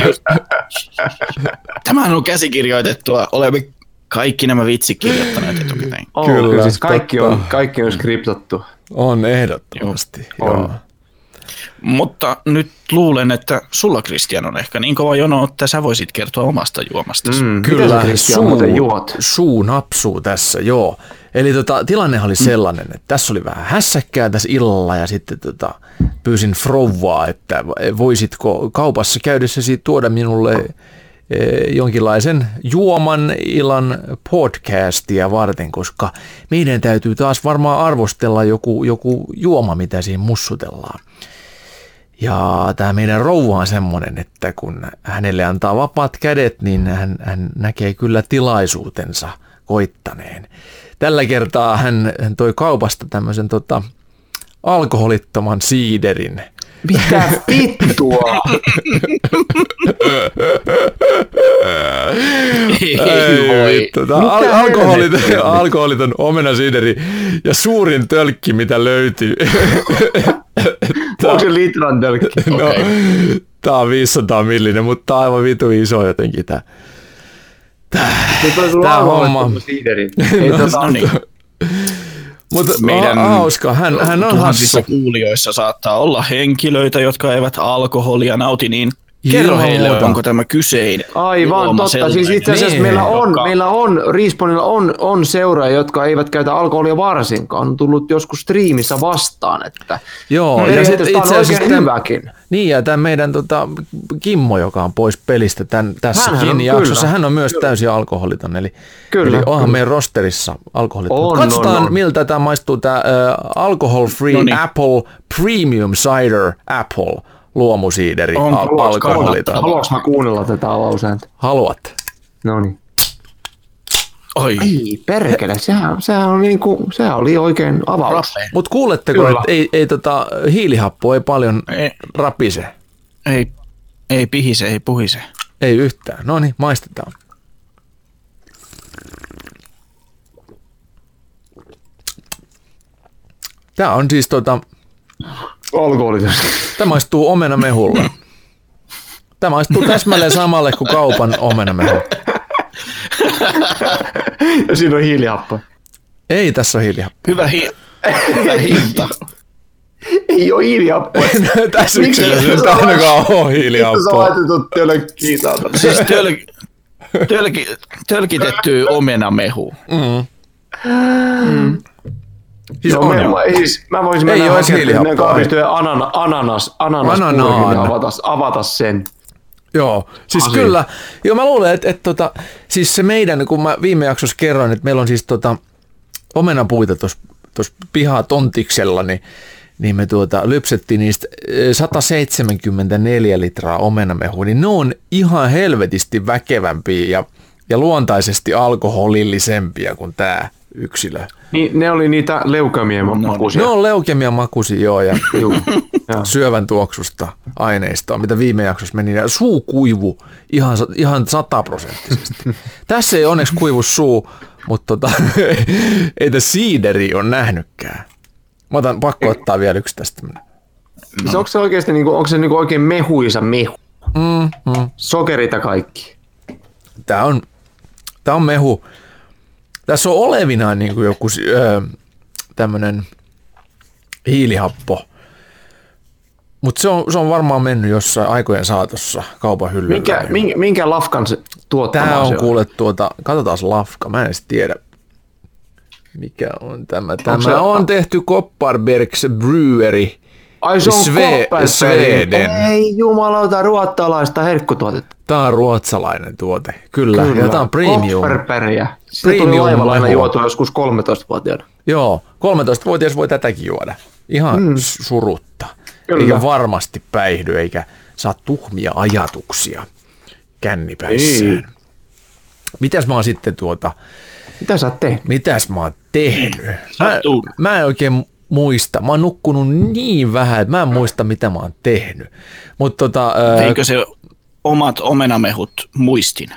Tämähän on käsikirjoitettua. Olemme kaikki nämä vitsit kirjoittaneet etukäteen. Kyllä, Siis kaikki totta. on skriptattu. On ehdottomasti. Joo. Mutta nyt luulen, että sulla, Christian, on ehkä niin kova jono, että sä voisit kertoa omasta juomastasi. Kyllä, Mitä sä, Christian, muuten juot? suu napsuu tässä, joo. Eli tilannehan oli sellainen, että tässä oli vähän hässäkkää tässä illalla ja sitten pyysin Frouvaa, että voisitko kaupassa käydessäsi tuoda minulle jonkinlaisen juoman illan podcastia varten, koska meidän täytyy taas varmaan arvostella joku juoma, mitä siinä mussutellaan. Ja tämä meidän rouva on semmoinen, että kun hänelle antaa vapaat kädet, niin hän näkee kyllä tilaisuutensa koittaneen. Tällä kertaa hän toi kaupasta tämmöisen alkoholittoman siiderin. Mitä vittua? Alkoholiton omenasiideri ja suurin tölkki, mitä löytyy. Onko se litran tölkki? No, tää on 500 millinen, mutta tää on aivan vitu iso jotenkin tää. Tää homma. No niin. Mutta Meidän hauska, hän on tuhansissa hassu. kuulijoissa saattaa olla henkilöitä, jotka eivät alkoholia nauti, niin kerro Joo, heille, muuta. onko tämä kyseinen Aivan juoma totta. sellainen. Siis itse asiassa Niin. meillä on Respawnilla on seuraajia, jotka eivät käytä alkoholia varsinkaan. On tullut joskus striimissä vastaan, että Joo, ja sit itse asiassa hyväkin. Niin, ja tämä meidän Kimmo, joka on pois pelistä Hänhän tässäkin on, jaksossa, kyllä. hän on myös täysin alkoholiton, eli onhan kyllä. meidän rosterissa alkoholiton. On, Katsotaan, on. miltä tämä maistuu, tämä Alcohol Free Noniin. Apple Premium Cider Apple luomusiideri alkoholiton. Haluatko mä kuunnella tätä avausääntö? Haluat? Noniin. Oi, Ei perkele, sehän on niinku, sehän oli oikein avaus. rapea. Mutta kuuletteko, Kyllä. että ei hiilihappoa ei paljon Ei. rapise? Ei pihise, ei puhise. Ei yhtään. No niin, maistetaan. Tää on siis Alkoholiton. tämä maistuu omenamehulle. Tämä maistuu täsmälleen samalle kuin kaupan omenamehu. Ja siinä on hiilihappo. Ei tässä ole hiilihappoa. Hyvä hinta. Ei oo hiilihappoa. Tässä Miksi yksilössä sä ainakaan ole Sä hiilihappoa. laitetut tölkkiin, saatana. Siis tölkitetty omenamehu. Siis Joo, on. mä voisin Ei mennä oo edes hakemaan hiilihappoa, ne kahvistyön ananas Ananaan. avata sen. Joo, siis Asia. kyllä. Joo, mä luulen, että siis se meidän, kun mä viime jaksossa kerroin, että meillä on siis omenapuita tuossa pihatontiksella, niin me lypsettiin niistä 174 litraa omenamehua, niin ne on ihan helvetisti väkevämpiä ja luontaisesti alkoholillisempia kuin tämä yksilö. Niin, ne oli niitä leukemien makuisia. Ne on leukemian makuisia, joo, ja Juu, joo. syövän tuoksusta aineistoa, mitä viime jaksossa meni, ja suu kuivu ihan 100%. Tässä ei onneksi kuivu suu, mutta ei tämä siideri ole nähnytkään. Mä otan pakko ottaa vielä yksi tästä. Siis onko se oikeasti onko se oikein mehuisa mehu? Sokerita kaikki. Tää on mehu. Tässä on olevinaan niin kuin joku tämmönen hiilihappo. Mutta se on varmaan mennyt jossain aikojen saatossa kaupan hyllyllä. Minkä lafkan se tuottama Tää on se kuule katsotaan lafka, mä en edes tiedä mikä on tämä. Tämä se- on tehty Kopparbergs Brewery. Ai se on Kopparberg. Sweden. Ei jumalauta, ruottalaista herkkutuotetta. Tää on ruotsalainen tuote, kyllä. Ja tää on premium. Kopparbergia. Se tuli Premium laivalla aina mehua. juotua joskus 13-vuotiaana. Joo, 13-vuotias voi tätäkin juoda. Ihan surutta. Kyllä. Eikä varmasti päihdy, eikä saa tuhmia ajatuksia kännipäissään. Ei. Mitäs mä oon sitten Mitä sä oot tehnyt? mitäs mä oon tehnyt? Sä oot Mä en oikein muista. Mä oon nukkunut niin vähän, että mä en muista, mitä mä oon tehnyt. Eikö se omat omenamehut muistin?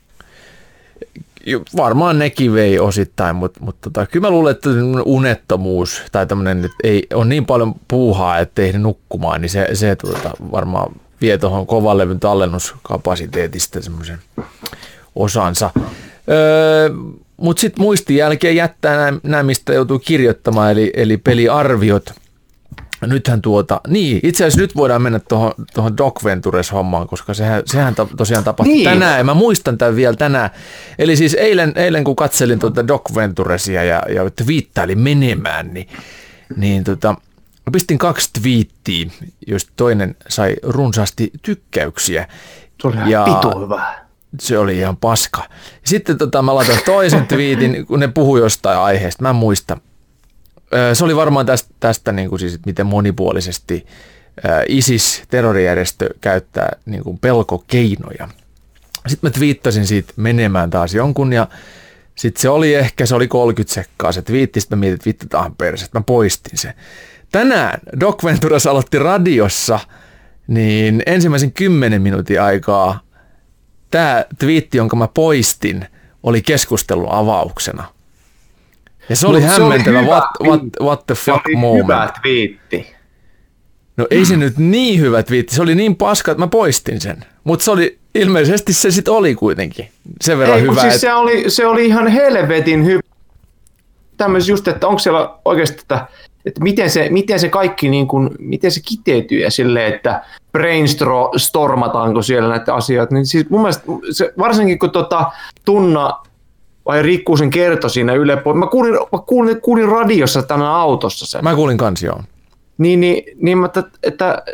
Varmaan nekin vei osittain, mutta kyllä mä luulen, että unettomuus tai tämmöinen, että ei ole niin paljon puuhaa, että ei ehdi nukkumaan, niin se varmaan vie tuohon kovan levyn tallennuskapasiteetista semmoisen osansa. Mutta sitten muistin jälkeen jättää nämä, mistä joutuu kirjoittamaan, eli peliarviot. Nythän itse asiassa nyt voidaan mennä tuohon Doc Ventures-hommaan, koska sehän tosiaan tapahtui tänään, ja mä muistan tämän vielä tänään. Eli siis eilen kun katselin Doc Venturesia ja twiittailin menemään, niin pistin 2 twiittiä, joista toinen sai runsaasti tykkäyksiä. Se oli ihan pitu hyvä. Se oli ihan paska. Sitten mä laitan toisen twiitin, kun ne puhui jostain aiheesta, mä en muista. Se oli varmaan tästä niin kuin siis, miten monipuolisesti ISIS-terrorijärjestö käyttää niin kuin pelkokeinoja. Sitten mä twiittasin siitä menemään taas jonkun ja sitten se oli 30 sekkaa se twiitti, sitten mä mietin, että vittatahan perseet, mä poistin sen. Tänään Doc Ventures aloitti radiossa, niin ensimmäisen 10 minuutin aikaa tämä twiitti, jonka mä poistin, oli keskustelun avauksena. Ja se oli hämmentävä what the fuck moment. Se oli hyvä twiitti. No ei se nyt niin hyvä twiitti, se oli niin paska, että mä poistin sen. Mutta se oli, ilmeisesti se sitten oli kuitenkin sen verran hyvä. Siis se oli ihan helvetin hyvä. Tämmöis just, että onko siellä oikeasti, että miten se kaikki, niin kun, miten se kiteytyy ja silleen, että brainstormataanko siellä näitä asioita. Niin siis mun mielestä, varsinkin kun Tunna vai Rikkusen kertoi siinä Yle, mä kuulin radiossa tänään autossa sen. Mä kuulin kans, joo. Niin että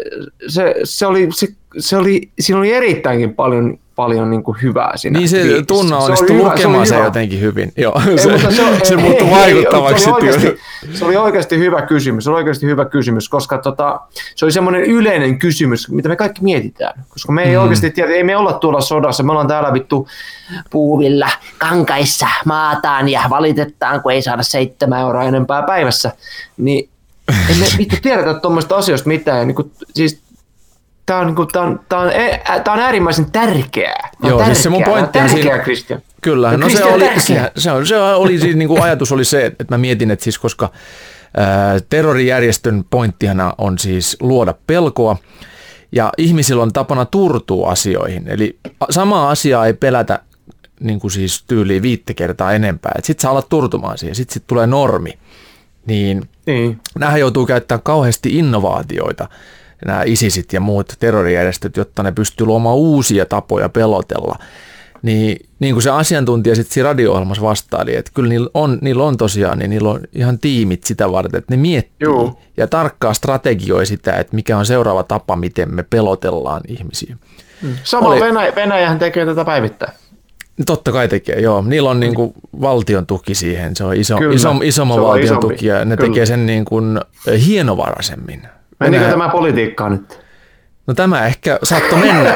siinä oli erittäinkin paljon niin kuin hyvää siinä. Niin se Tunna onnistui lukemaan se jotenkin hyvin. Joo, se muuttui vaikuttavaksi. Se oli oikeasti hyvä kysymys, koska se oli semmoinen yleinen kysymys, mitä me kaikki mietitään. Koska me ei oikeasti tiedä, ei me olla tuolla sodassa, me ollaan täällä vittu puuvilla kankaissa maataan ja valitetaan, kun ei saada 7 euroa enempää päivässä. Niin emme vittu tiedetä tuommoista asioista mitään. Niin kuin, siis Tämä on äärimmäisen tärkeää. Joo, siis se mun pointti on siinä. Christian. Kyllä, no se oli siis, niin kuin ajatus oli se, että mä mietin, että siis koska terrorijärjestön pointtihana on siis luoda pelkoa ja ihmisillä on tapana turtua asioihin. Eli samaa asiaa ei pelätä niin kuin siis tyyliin 5 kertaa enempää. Sitten sä alat turtumaan siihen, sitten tulee normi. Niin. Nämähän joutuu käyttämään kauheasti innovaatioita. Nämä ISISit ja muut terrorijärjestöt, jotta ne pystyy luomaan uusia tapoja pelotella. Niin kuin se asiantuntija sitten siinä radio-ohjelmassa vastaili, että kyllä niillä on tosiaan, niin niillä on ihan tiimit sitä varten, että ne miettii ja tarkkaan strategioi sitä, että mikä on seuraava tapa, miten me pelotellaan ihmisiä. Venäjähän tekee tätä päivittäin. Totta kai tekee, joo. Niillä on niin kuin valtion tuki siihen, se on isomman valtion tuki ja ne tekee sen niin kuin hienovaraisemmin. Menikö tämä politiikkaa nyt? No tämä ehkä saattoi mennä,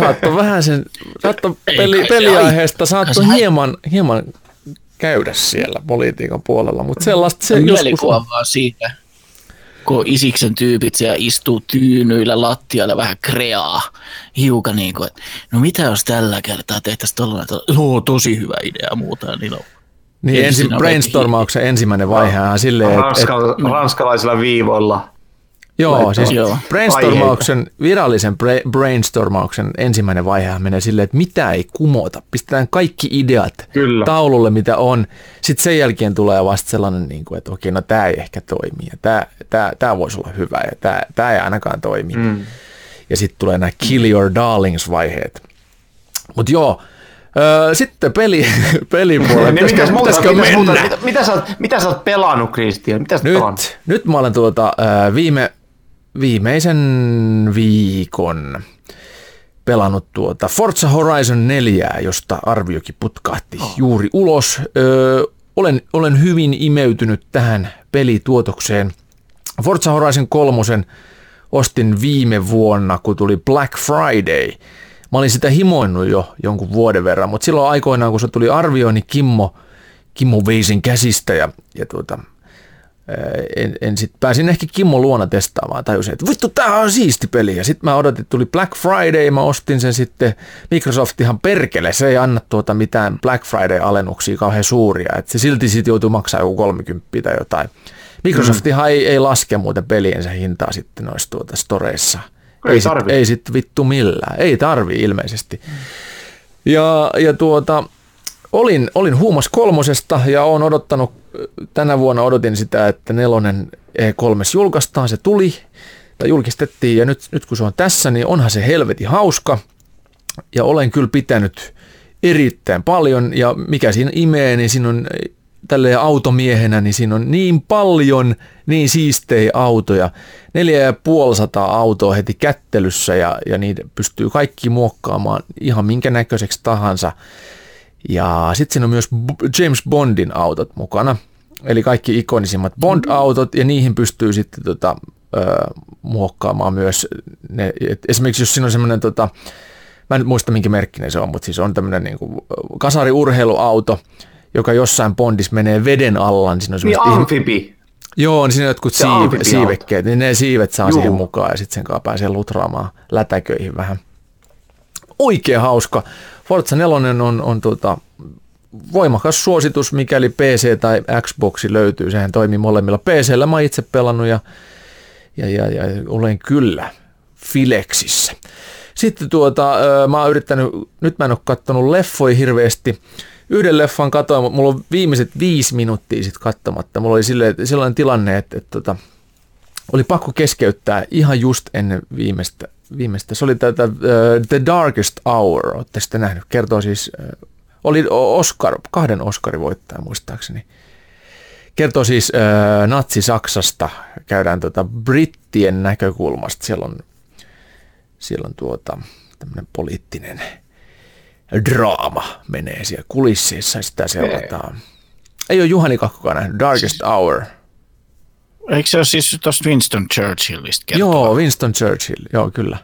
peliaiheesta saattoi hieman käydä siellä politiikan puolella, mutta sellaista se joskus on. Vaan siitä, kun Isiksen tyypit siellä istuu tyynyillä lattialla vähän kreaa hiukan niin kuin, että no mitä jos tällä kertaa tehtäisiin tollainen, tosi hyvä idea ja muuta. Niin brainstormauksen ensimmäinen vaihehan silleen, ranskalaisilla viivoilla. Joo, siis virallisen brainstormauksen ensimmäinen vaihe menee silleen, että mitä ei kumota. Pistetään kaikki ideat taululle, mitä on. Sitten sen jälkeen tulee vasta sellainen, että okei, no tämä ei ehkä toimi. Ja tämä voisi olla hyvä ja tämä ei ainakaan toimi. Ja sitten tulee nämä kill your darlings -vaiheet. Mutta joo, sitten pelipuolella. Mitä sä oot pelannut, Christian? Nyt mä olen viimeisen viikon pelannut Forza Horizon 4, josta arviokin putkahti juuri ulos. Olen hyvin imeytynyt tähän pelituotokseen. Forza Horizon 3 ostin viime vuonna, kun tuli Black Friday. Mä olin sitä himoinnut jo jonkun vuoden verran, mutta silloin aikoinaan, kun se tuli arvioon, niin Kimmo vei sen käsistä ja pääsin ehkä Kimmo luona testaamaan, tajusin, että vittu, tää on siisti peli. Ja sitten mä odotin, että tuli Black Friday, mä ostin sen sitten, Microsoft ihan perkele, se ei anna mitään Black Friday-alennuksia kauhean suuria, että se silti sitten joutuu maksaa joku 30 tai jotain. Microsoftihan ei laske muuten peliensä hintaa sitten noissa storeissa. Ei sitten vittu millään, ei tarvii ilmeisesti. Ja olin huumas 3 ja olen odottanut, tänä vuonna odotin sitä, että 4 E3 julkaistaan, se tuli tai julkistettiin ja nyt kun se on tässä, niin onhan se helvetin hauska ja olen kyllä pitänyt erittäin paljon ja mikä siinä imee, niin siinä on tälleen automiehenä, niin siinä on niin paljon niin siistejä autoja, 450 autoa heti kättelyssä ja niitä pystyy kaikki muokkaamaan ihan minkä näköiseksi tahansa. Ja sitten siinä on myös James Bondin autot mukana, eli kaikki ikonisimmat Bond-autot, ja niihin pystyy sitten muokkaamaan myös ne. Esimerkiksi jos siinä on semmoinen, mä en nyt muista minkä merkkinen se on, mutta siis on tämmöinen niin kuin kasariurheiluauto, joka jossain Bondissa menee veden alla. Niin, niin amfibi. Joo, niin siinä on jotkut siivekkeet, niin ne siivet saa siihen mukaan, ja sitten sen kanssa pääsee lutraamaan lätäköihin vähän. Oikein hauska. Forza 4 on voimakas suositus, mikäli PC tai Xboxi löytyy. Sehän toimii molemmilla. PC:llä mä oon itse pelannut ja olen kyllä fileksissä. Sitten mä oon yrittänyt, nyt mä en ole katsonut leffoja hirveästi. Yhden leffan katoin, mutta mulla on viimeiset 5 minuuttia sitten katsomatta. Mulla oli sellainen tilanne, että oli pakko keskeyttää ihan just ennen viimeistä. Se oli The Darkest Hour, olette sitten nähnyt. Kertoo siis, oli 2 Oscarin-voittaja muistaakseni. Kertoo siis natsi-Saksasta, käydään brittien näkökulmasta. Siellä on tämmöinen poliittinen draama menee siellä kulisseissa, sitä seurataan. Ei ole Juhani Kakkokaan nähnyt, Darkest Hour. Eikö se ole siis tuosta Winston Churchillista kertoo? Joo, Winston Churchill, joo kyllä.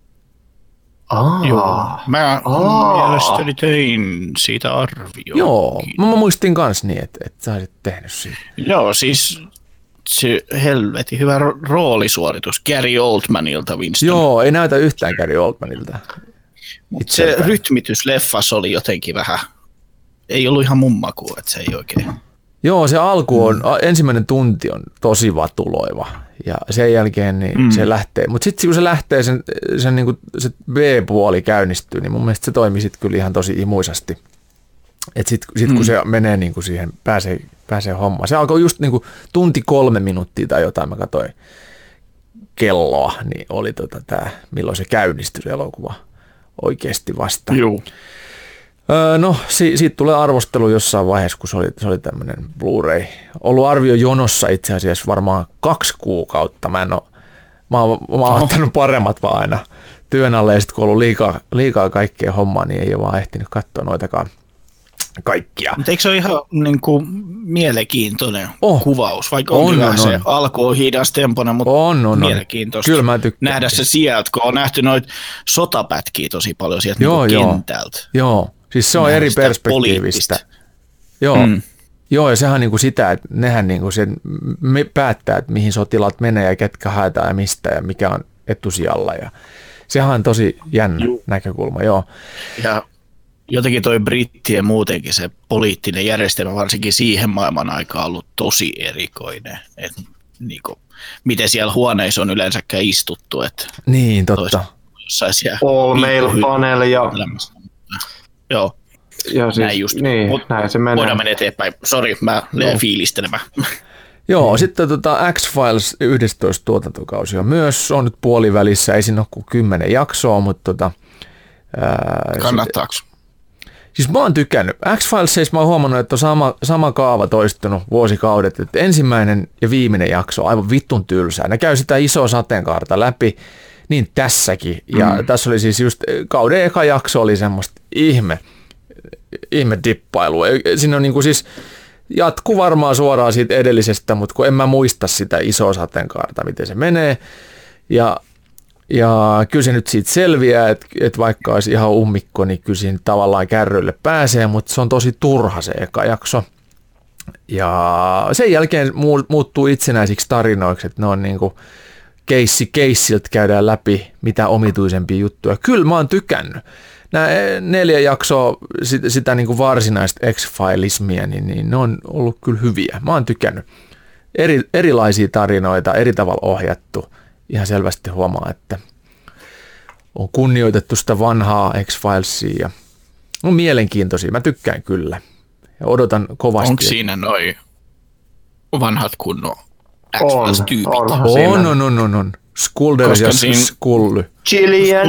Joo, mä mielestäni tein siitä arvioon. Joo, mä muistin kans niin, että sä olisit tehnyt siitä. Joo, siis se helvetin hyvä roolisuoritus Gary Oldmanilta Winston. Joo, ei näytä yhtään Gary Oldmanilta. Mutta se rytmitys leffassa oli jotenkin vähän, ei ollut ihan mun maku, että se ei oikein. Joo, se alku on, ensimmäinen tunti on tosi vatuloiva ja sen jälkeen niin se lähtee. Mutta sitten kun se lähtee, sen niinku, se B-puoli käynnistyy, niin mun mielestä se toimii sitten kyllä ihan tosi imuisasti. Että sitten kun se menee niinku siihen, pääsee hommaan. Se alkoi just niinku tunti 3 minuuttia tai jotain, mä katsoin kelloa, niin oli tää, milloin se käynnistyi se elokuva oikeasti vasta. Joo. No, siitä tulee arvostelu jossain vaiheessa, kun se oli tämmöinen Blu-ray. Ollut arvio jonossa itse asiassa varmaan 2 kuukautta. Mä oon ottanut paremmat vaan aina työn alle, ja sitten kun on ollut liikaa kaikkea hommaa, niin ei ole vaan ehtinyt katsoa noitakaan kaikkia. Mutta eikö se ole ihan niin kuin mielenkiintoinen kuvaus, vaikka on. Se alku on hidastempoinen, mutta on mielenkiintoista kyllä mä nähdä se sieltä, kun on nähty noita sotapätkiä tosi paljon sieltä niin kentältä. Joo. Siis se on eri perspektiivistä. Joo, ja sehän on niinku sitä, että nehän niinku päättää, että mihin sotilaat menee ja ketkä haetaan ja mistä ja mikä on etusijalla. Ja sehän on tosi jännä näkökulma, joo. Ja jotenkin toi brittien muutenkin se poliittinen järjestelmä varsinkin siihen maailman aikaan ollut tosi erikoinen. Että niinku, miten siellä huoneissa on yleensäkään istuttu. Että niin, totta. All mail panel ja... Joo, ja siis, näin just. Niin, näin se menee. Voidaan mennä eteenpäin. Sori, mä leen fiilistelemään. Joo, sitten X-Files 11 tuotantokausi on myös, on nyt puolivälissä, ei siinä ole kuin 10 jaksoa, mutta kannattaako? Siis mä oon tykännyt. X-Files, mä oon huomannut, että on sama kaava toistunut vuosikaudet, että ensimmäinen ja viimeinen jakso on aivan vittun tylsää. Ne käy sitä isoa sateenkaarta läpi, niin tässäkin. Ja tässä oli siis just kauden eka jakso oli semmoista ihme dippailua. Siinä on niinku siis jatku varmaan suoraan siitä edellisestä, mutta kun en mä muista sitä isoa sateenkaarta, miten se menee. Ja kyllä se nyt siitä selviää, että vaikka olisi ihan ummikko, niin kyllä siinä tavallaan kärryille pääsee, mutta se on tosi turha se eka jakso. Ja sen jälkeen muuttuu itsenäisiksi tarinoiksi, että ne on niin kuin keissiltä käydään läpi mitä omituisempia juttuja. Kyllä mä oon tykännyt. Nämä 4 jaksoa sitä niin kuin varsinaista X-Filesmia, niin ne on ollut kyllä hyviä. Mä oon tykännyt. Erilaisia tarinoita, eri tavalla ohjattu. Ihan selvästi huomaa, että on kunnioitettu sitä vanhaa X-Filesia ja on mielenkiintoisia. Mä tykkään kyllä ja odotan kovasti. Onko siinä noi vanhat kunnon X-Files-tyypit? On. Skulder ja Skully. Gillian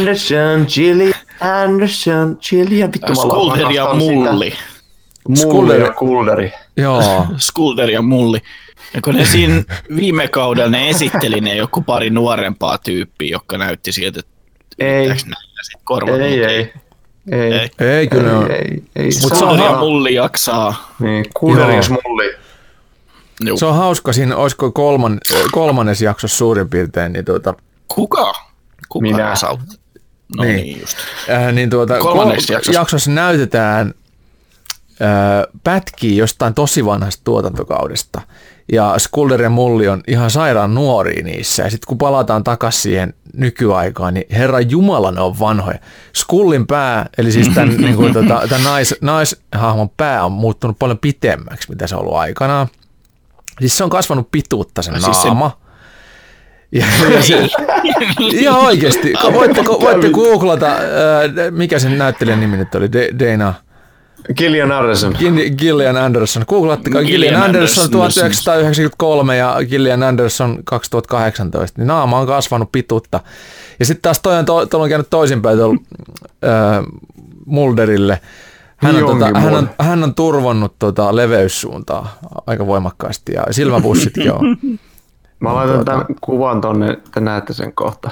Anderson. Skulder ja Mulli. Mulli ja Kulderi. Joo. Skulder ja Mulli. Ja kun ne siinä viime kaudella ne esitteli ne joku pari nuorempaa tyyppiä, jotka näytti sieltä, että pitääkö näillä sit korvat. Ei kyllä on. Mutta Skulder ja Mulli jaksaa. Niin, Kulder ja Mulli. Se on hauska, siinä olisiko kolmannes jaksossa suurin piirtein. Niin Kuka minä? No niin just. Kolmanneksi jaksossa näytetään pätkiä jostain tosi vanhasta tuotantokaudesta. Ja Skulder ja Mulli on ihan sairaan nuoria niissä. Ja sitten kun palataan takaisin siihen nykyaikaan, niin herran jumala ne on vanhoja. Skullin pää, eli siis tämän, niin kuin, tämän naishahmon pää on muuttunut paljon pitemmäksi, mitä se on ollut aikanaan. Siis se on kasvanut pituutta sen naama. Ihan oikeasti. Voitte googlata, mikä sen näyttelijän nimi nyt oli, Dana. Gillian Anderson. Googlattakaa Gillian Anderson 1993 ja Gillian Anderson 2018. Niin naama on kasvanut pituutta. Ja sitten taas toi on käynyt toisinpäin tuolla Mulderille. Hän on turvannut leveyssuuntaa aika voimakkaasti ja silmäpussitkin on. Mä laitan tämän kuvan tonne, että näette sen kohta.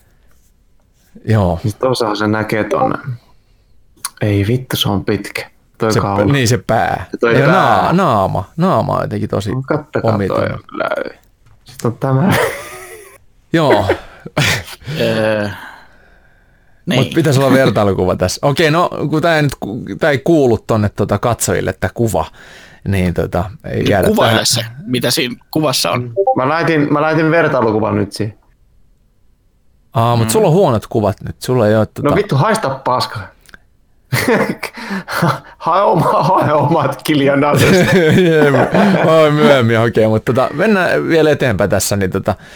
Joo. Tuossahan se näkee tonne. Ei vittu, se on pitkä. Niin se pää. Ja naama on jotenkin tosi omituinen. Sitten on tämä. Joo. Mutta pitäisi olla vertailukuva tässä. Okei, no kun tämä ei kuulu tonne katsojille, tämä kuva, niin ei jäädä kuvaile se, mitä siinä kuvassa on. Mä laitin vertailukuvan nyt siihen. Mutta sulla on huonot kuvat nyt. Sulla ei ole, No vittu, haista paska. Hae omat Gillian Anderson. Myöhemmin okei, mutta mennään vielä eteenpäin tässä. Niin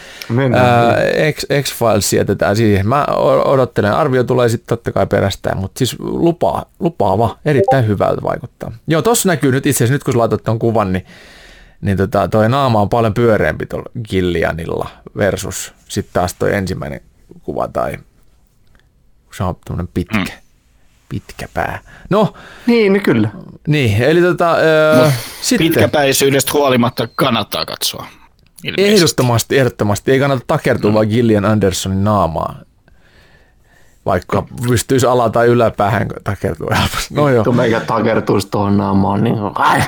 X-Files jätetään siihen. Mä odottelen, arvio tulee sitten totta kai perästään, mutta siis lupaava, erittäin hyvältä vaikuttaa. Joo, tossa näkyy nyt itse asiassa, nyt kun sä laitat ton kuvan, niin toi naama on paljon pyöreämpi tuolla Gillianilla versus sitten taas toi ensimmäinen kuva tai se on tämmönen pitkä pää. No. Niin, kyllä. Niin, eli sitten. Pitkäpäisyydestä huolimatta kannattaa katsoa. Ilmeisesti. Ehdottomasti. Ei kannata takertua vaan Gillian Andersonin naamaa. Vaikka pystyisi ala- tai yläpäähän takertua. No joo. Vittu meikä takertuisi tuohon naamaan. Niin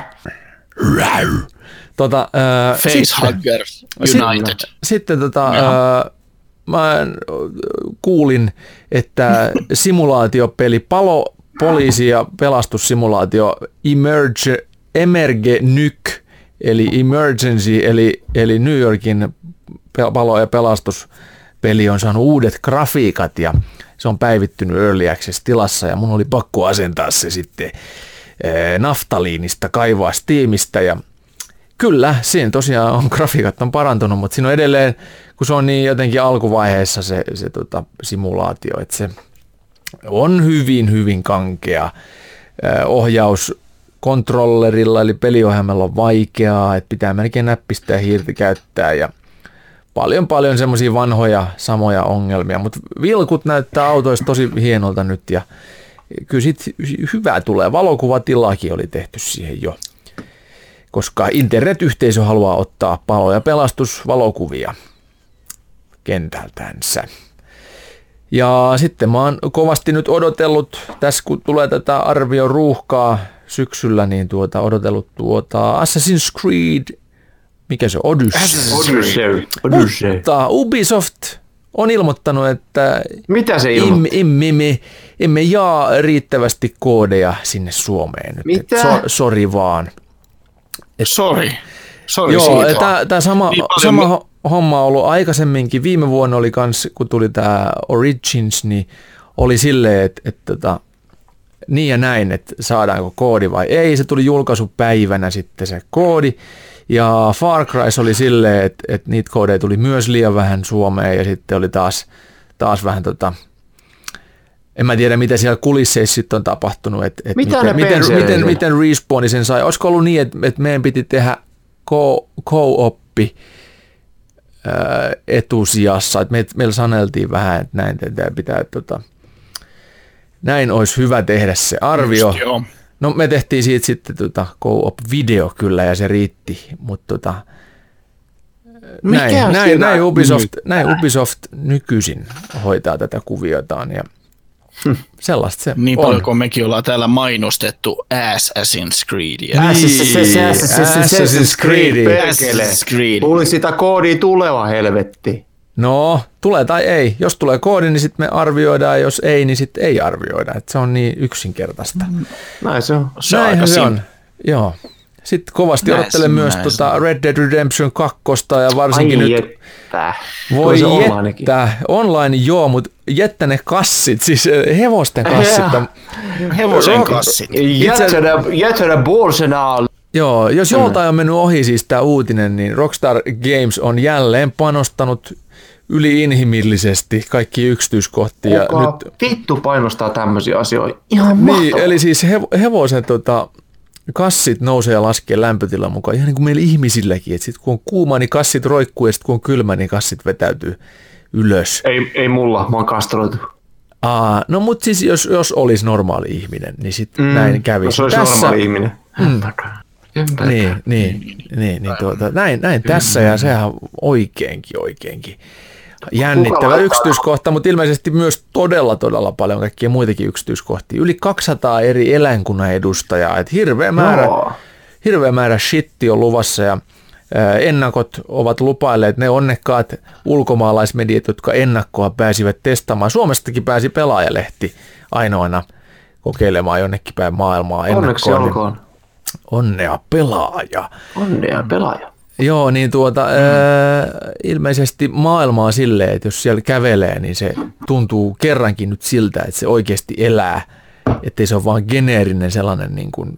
Facehuggers United. Sitten mä nyk, simulaatiopeli poliisi- ja pelastussimulaatio Emerge Nyk, eli Emergency, eli New Yorkin palo- ja pelastuspeli on saanut uudet grafiikat ja se on päivittynyt Early Access-tilassa ja mun oli pakko asentaa se sitten naftaliinista kaivaa Steamista ja kyllä, siinä tosiaan on grafiikat on parantunut, mutta siinä on edelleen, kun se on niin jotenkin alkuvaiheessa se simulaatio, että se on hyvin kankea. Ohjaus kontrollerilla eli peliohjelmalla on vaikeaa, että pitää melkein näppistä ja hiirtä käyttää ja paljon semmoisia vanhoja samoja ongelmia, mutta vilkut näyttää autoista tosi hienolta nyt ja kyllä sitten hyvää tulee. Valokuvatilaakin oli tehty siihen jo, koska internetyhteisö haluaa ottaa palo- ja pelastusvalokuvia kentältänsä. Ja sitten mä oon kovasti nyt odotellut, tässä kun tulee tätä arvioruuhkaa syksyllä, niin odotellut Assassin's Creed, mikä se on? Odyssey. Mutta Ubisoft on ilmoittanut, että mitä se emme jaa riittävästi koodeja sinne Suomeen nyt. Mitä? Sori vaan. Sorry Joo, siitä. tämä sama homma on ollut aikaisemminkin. Viime vuonna oli kans, kun tuli tämä Origins, niin oli silleen, että niin ja näin, että saadaanko koodi vai ei. Se tuli julkaisupäivänä sitten se koodi. Ja Far Cry oli silleen, että niitä koodeja tuli myös liian vähän Suomeen ja sitten oli taas vähän en mä tiedä, mitä siellä kulisseissa sitten on tapahtunut, että miten Respawn sen sai. Olisiko ollut niin, että meidän piti tehdä co-oppi etusijassa, että meillä saneltiin vähän, että näin pitää, näin olisi hyvä tehdä se arvio. Just, joo. No me tehtiin siitä sitten co-op-video kyllä ja se riitti, mutta näin Ubisoft nykyisin hoitaa tätä kuviotaan ja sellaista se niin on. paljon kuin mekin ollaan täällä mainostettu Assassin's Creedia. Assassin's Creed. Assassin's Creed. Tuli sitä koodia tuleva helvetti. No, tulee tai ei. Jos tulee koodi, niin sitten me arvioidaan, jos ei, niin sitten ei arvioida. Et se on niin yksinkertaista. Näin se on. Näinhän se on. Joo. Sitten kovasti odottelen myös Red Dead Redemption 2 ja varsinkin Ai nyt... Jettä. Voi jettä. Online joo, mutta jettä ne kassit, siis hevosten kassit. Hevosen kassit. Jätänä bolsenaa. Joo, jos joltain on mennyt ohi siis tämä uutinen, niin Rockstar Games on jälleen panostanut yliinhimillisesti kaikki yksityiskohtia. Nyt vittu painostaa tämmöisiä asioita. Ihan mahtavaa. Niin, eli siis hevosen kassit nousee ja laskee lämpötilan mukaan, ihan niin kuin meillä ihmisilläkin. Että sit kun on kuuma, niin kassit roikkuu, ja sitten kun on kylmä, niin kassit vetäytyy ylös. Ei mulla, mä oon kastroitu. No mutta siis jos olisi normaali ihminen, niin sitten näin kävisi. Jos olisi normaali ihminen. Näin tässä, ja sehän on oikeinkin jännittävä yksityiskohta, mutta ilmeisesti myös todella paljon kaikkia muitakin yksityiskohtia. Yli 200 eri eläinkunnan edustajaa, että hirveä määrä shitti on luvassa ja ennakot ovat lupailleet ne onnekkaat ulkomaalaismediat, jotka ennakkoa pääsivät testaamaan. Suomestakin pääsi Pelaajalehti ainoana kokeilemaan jonnekin päin maailmaa ennakkoon. Onneksi olkoon. Onnea pelaaja. Onnea pelaaja. Joo, niin ilmeisesti maailma on silleen, että jos siellä kävelee, niin se tuntuu kerrankin nyt siltä, että se oikeasti elää, ettei se ole vaan geneerinen sellainen niin kuin,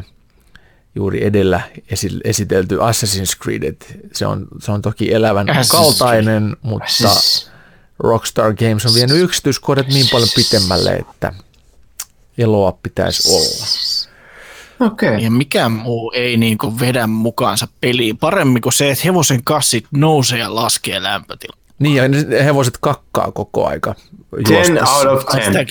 juuri edellä esitelty Assassin's Creed. Että se on toki elävän kaltainen, mutta Rockstar Games on vienyt yksityiskohdat niin paljon pitemmälle, että eloa pitäisi olla. Okay. Ja mikään muu ei niinku vedä mukaansa peliin paremmin kuin se, että hevosen kassit nousee ja laskee lämpötila. Niin, ja hevoset kakkaa koko aika. 10 out of 10.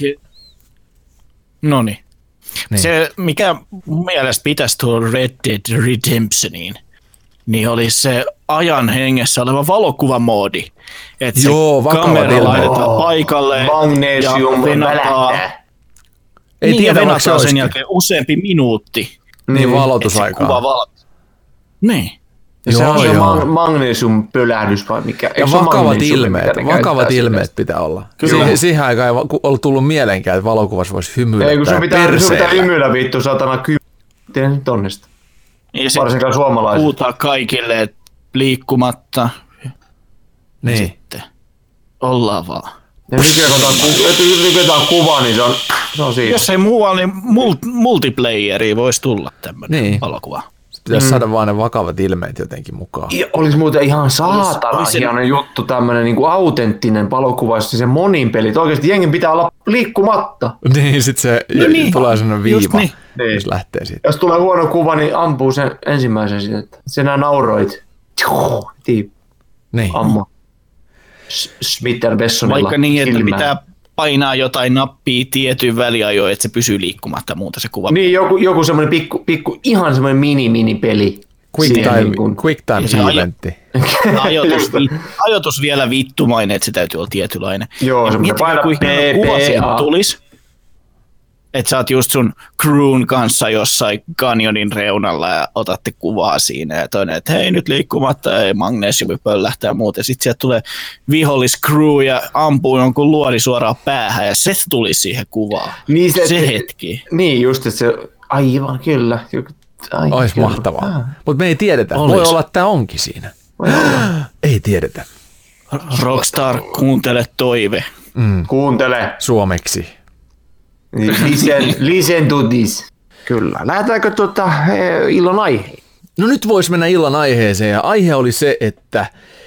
Noniin. Se, mikä mun mielestä pitäisi tuoda Red Dead Redemptioniin, niin oli se ajan hengessä oleva valokuvamoodi. Että se kamera laitetaan paikalle Magnesium venataan. Ei tiedä, venataan sen jälkeen useampi minuutti. Niin valotusaika. Niin. Ja se on se magnesiumpölähdys vai mikä? Ja vakavat ilmeet pitää olla. Siihen aikaan ei ollut tullut mielenkään, että valokuvassa voisi hymyillä. Ei, kun sun pitää hymyillä vittu satana kymmenen tonnista. Varsinkaan suomalaisille. Puhutaan kaikille, että liikkumatta. Niin. Sitten ollaan vaan. Ja nykyään kuva, niin se on siinä. Jos ei muualla, niin multiplayeri voisi tulla tämmöinen valokuva. Pitäisi saada vaan ne vakavat ilmeet jotenkin mukaan. Ja olisi muuten ihan saatana hieno juttu, tämmöinen niin kuin autenttinen valokuva, jos se monin pelit. Oikeasti jengin pitää olla liikkumatta. Niin, sitten se tulee sellainen viiva, jos lähtee siitä. Jos tulee huono kuva, niin ampuu sen ensimmäisen siitä. Senä nauroit. Niin. Ammo. Smith & Wessonilla. Vaikka niin, että pitää painaa jotain nappia tietyn väliajoin, että se pysyy liikkumatta muuta se kuva. Niin, joku semmoinen pikku, ihan semmoinen mini-peli. Quick time eventti. Ajoitus vielä vittumainen, että se täytyy olla tietynlainen. Joo, semmoinen paina kuva siitä tulisi. Että sä oot just sun crewn kanssa jossain kanjonin reunalla ja otatte kuvaa siinä ja toinen, että hei nyt liikkumatta, ei magnesiumi pöllähtää ja muuta. Sitten sieltä tulee viholliscrew ja ampuu jonkun luodi suoraan päähän ja se tuli siihen kuvaan. Niin se hetki. Niin just, että se aivan kyllä. Ois mahtavaa. Mutta me ei tiedetä. Voi olla, että tämä onkin siinä. Ei tiedetä. Rockstar, kuuntele toive. Kuuntele. Suomeksi. Listen to this. Kyllä. Lähdetäänkö illan aiheeseen? No nyt voisi mennä illan aiheeseen. Ja aihe oli se, että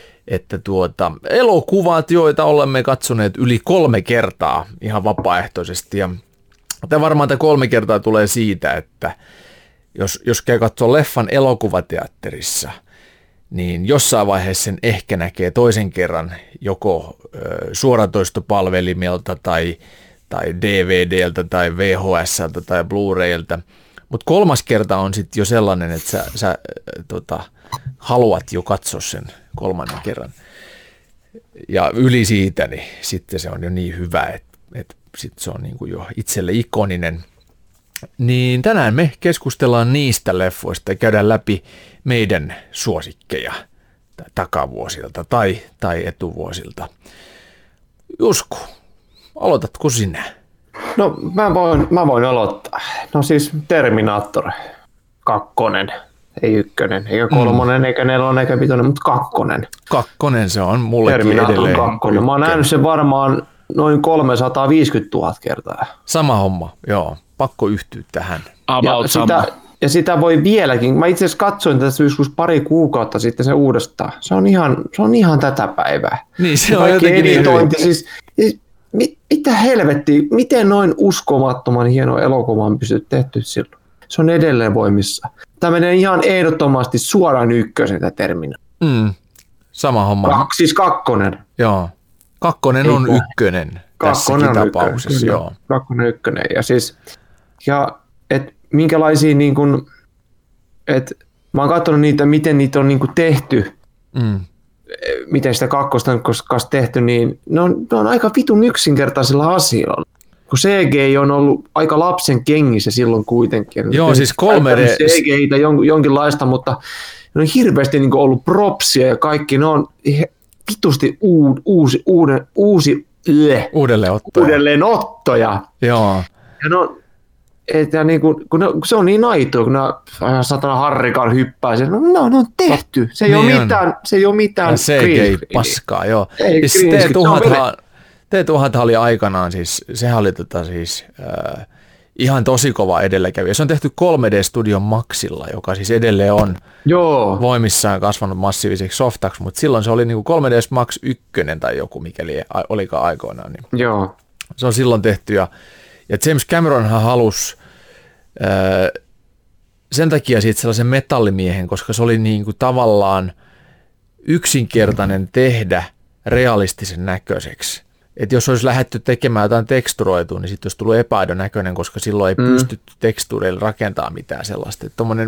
elokuvat, joita olemme katsoneet yli 3 kertaa ihan vapaaehtoisesti. Ja tämä varmaan 3 kertaa tulee siitä, että jos käy katsoa leffan elokuvateatterissa, niin jossain vaiheessa sen ehkä näkee toisen kerran joko suoratoistopalvelimelta tai DVDltä tai VHSltä tai Blu-rayltä. Mutta 3. kerta on sitten jo sellainen, että sä haluat jo katsoa sen 3. kerran. Ja yli siitä, niin sitten se on jo niin hyvä, että sitten se on niinku jo itselle ikoninen. Niin tänään me keskustellaan niistä leffoista ja käydään läpi meidän suosikkeja takavuosilta tai etuvuosilta. Jusku, aloitatko sinä? No mä voin aloittaa. No siis Terminator 2, ei 1, eikä 3, eikä 4, eikä 5, mutta 2. 2 se on mullekin Terminator edelleen. 2. Mä oon nähnyt sen varmaan noin 350 000 kertaa. Sama homma, joo. Pakko yhtyä tähän. Ja sitä voi vieläkin. Mä itse asiassa katsoin tässä joskus pari kuukautta sitten se uudestaan. Se on ihan tätä päivää. Niin, se on jotenkin editointi. Siis, mitä helvettiä, miten noin uskomattoman hieno elokuva on pystytty tehty silloin? Se on edelleen voimissa. Tämä menee ihan ehdottomasti suoraan 1 tämä Terminator. Sama homma. Siis 2. Joo. 2 on 1 tässäkin tapauksessa. Joo. 2 on 1. Ja siis, minkälaisia niin kuin, mä oon katsonut niitä, miten niitä on niin kuin tehty, miten sitä 2 on kanssa tehty, niin ne on aika vitun yksinkertaisilla asioilla. Kun CGI on ollut aika lapsen kengissä silloin kuitenkin. Joo, siis 3D. CGI jonkinlaista, mutta ne on hirveästi niin kuin ollut propsia ja kaikki. Ne on vitusti uudelleenottoja. Joo. Ja kun se on niin aitoa, kun satana Harrikaan hyppää, ne on tehty. Se ei ole mitään CGI-paskaa, joo. T-1000 oli aikanaan, siis sehän oli ihan tosi kova edelläkävijä. Se on tehty 3D-studion Maxilla, joka siis edelleen on voimissaan kasvanut massiiviseksi softaksi, mutta silloin se oli niin kuin 3ds Max 1 tai joku, mikäli olikaan aikoinaan. Niin joo. Se on silloin tehty ja James Cameronhan halusi sen takia siitä sellaisen metallimiehen, koska se oli niin kuin tavallaan yksinkertainen tehdä realistisen näköiseksi. Että jos olisi lähdetty tekemään jotain teksturoitua, niin sitten olisi tullut epäidonäköinen, koska silloin ei pystytty tekstuureille rakentamaan mitään sellaista. Että tuommoinen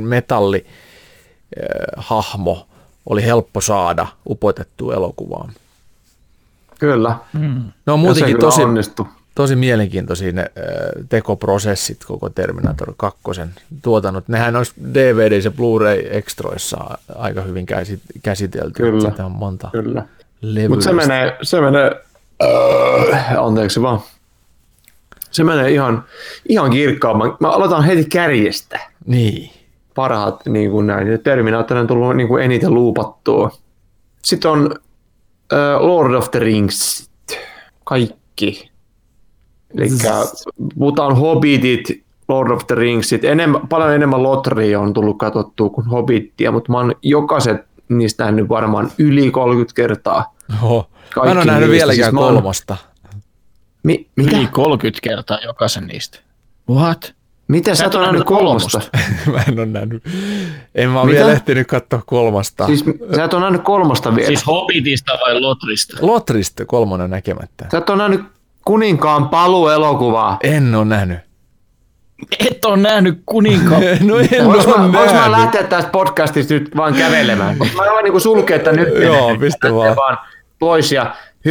metallihahmo oli helppo saada upotettua elokuvaan. Kyllä. No on muutenkin tosi mielenkiintoisia ne tekoprosessit koko Terminator 2 tuotannut. Nehän olisi DVD- ja Blu-ray-extroissa aika hyvin käsitelty. Kyllä. Sitä on monta levyä. Mutta se menee anteeksi vaan. Se menee ihan kirkkaamman. Mä aloitan heti kärjestä. Niin. Parhaat niin kuin näin. Terminator on tullut niin kuin eniten luupattua. Sitten on Lord of the Rings. Kaikki. Eli puhutaan Hobbitit, Lord of the Ringsit. Paljon enemmän Lotria on tullut katsottua kuin Hobbittia, mutta mä oon jokaiset niistä nähnyt varmaan yli 30 kertaa. Oho. Mä en ole nähnyt vieläkään siis 3. Mitä? Yli 30 kertaa jokaisen niistä. What? Mitä sä oot nähnyt 3? Mä en ole nähnyt. En mä vielä ehtinyt katsoa 3. Siis sä et ole nähnyt 3 vielä. Siis Hobbitista vai Lotrista? Lotrista 3 näkemättä. Sä et ole nähnyt Kuninkaan paluu-elokuvaa. En ole nähnyt. Et ole nähnyt Kuninkaan. No en Vois mä lähteä tästä podcastista nyt vaan kävelemään. Mä voin niinku sulkea tän nyt. Joo, pistä vaan pois ja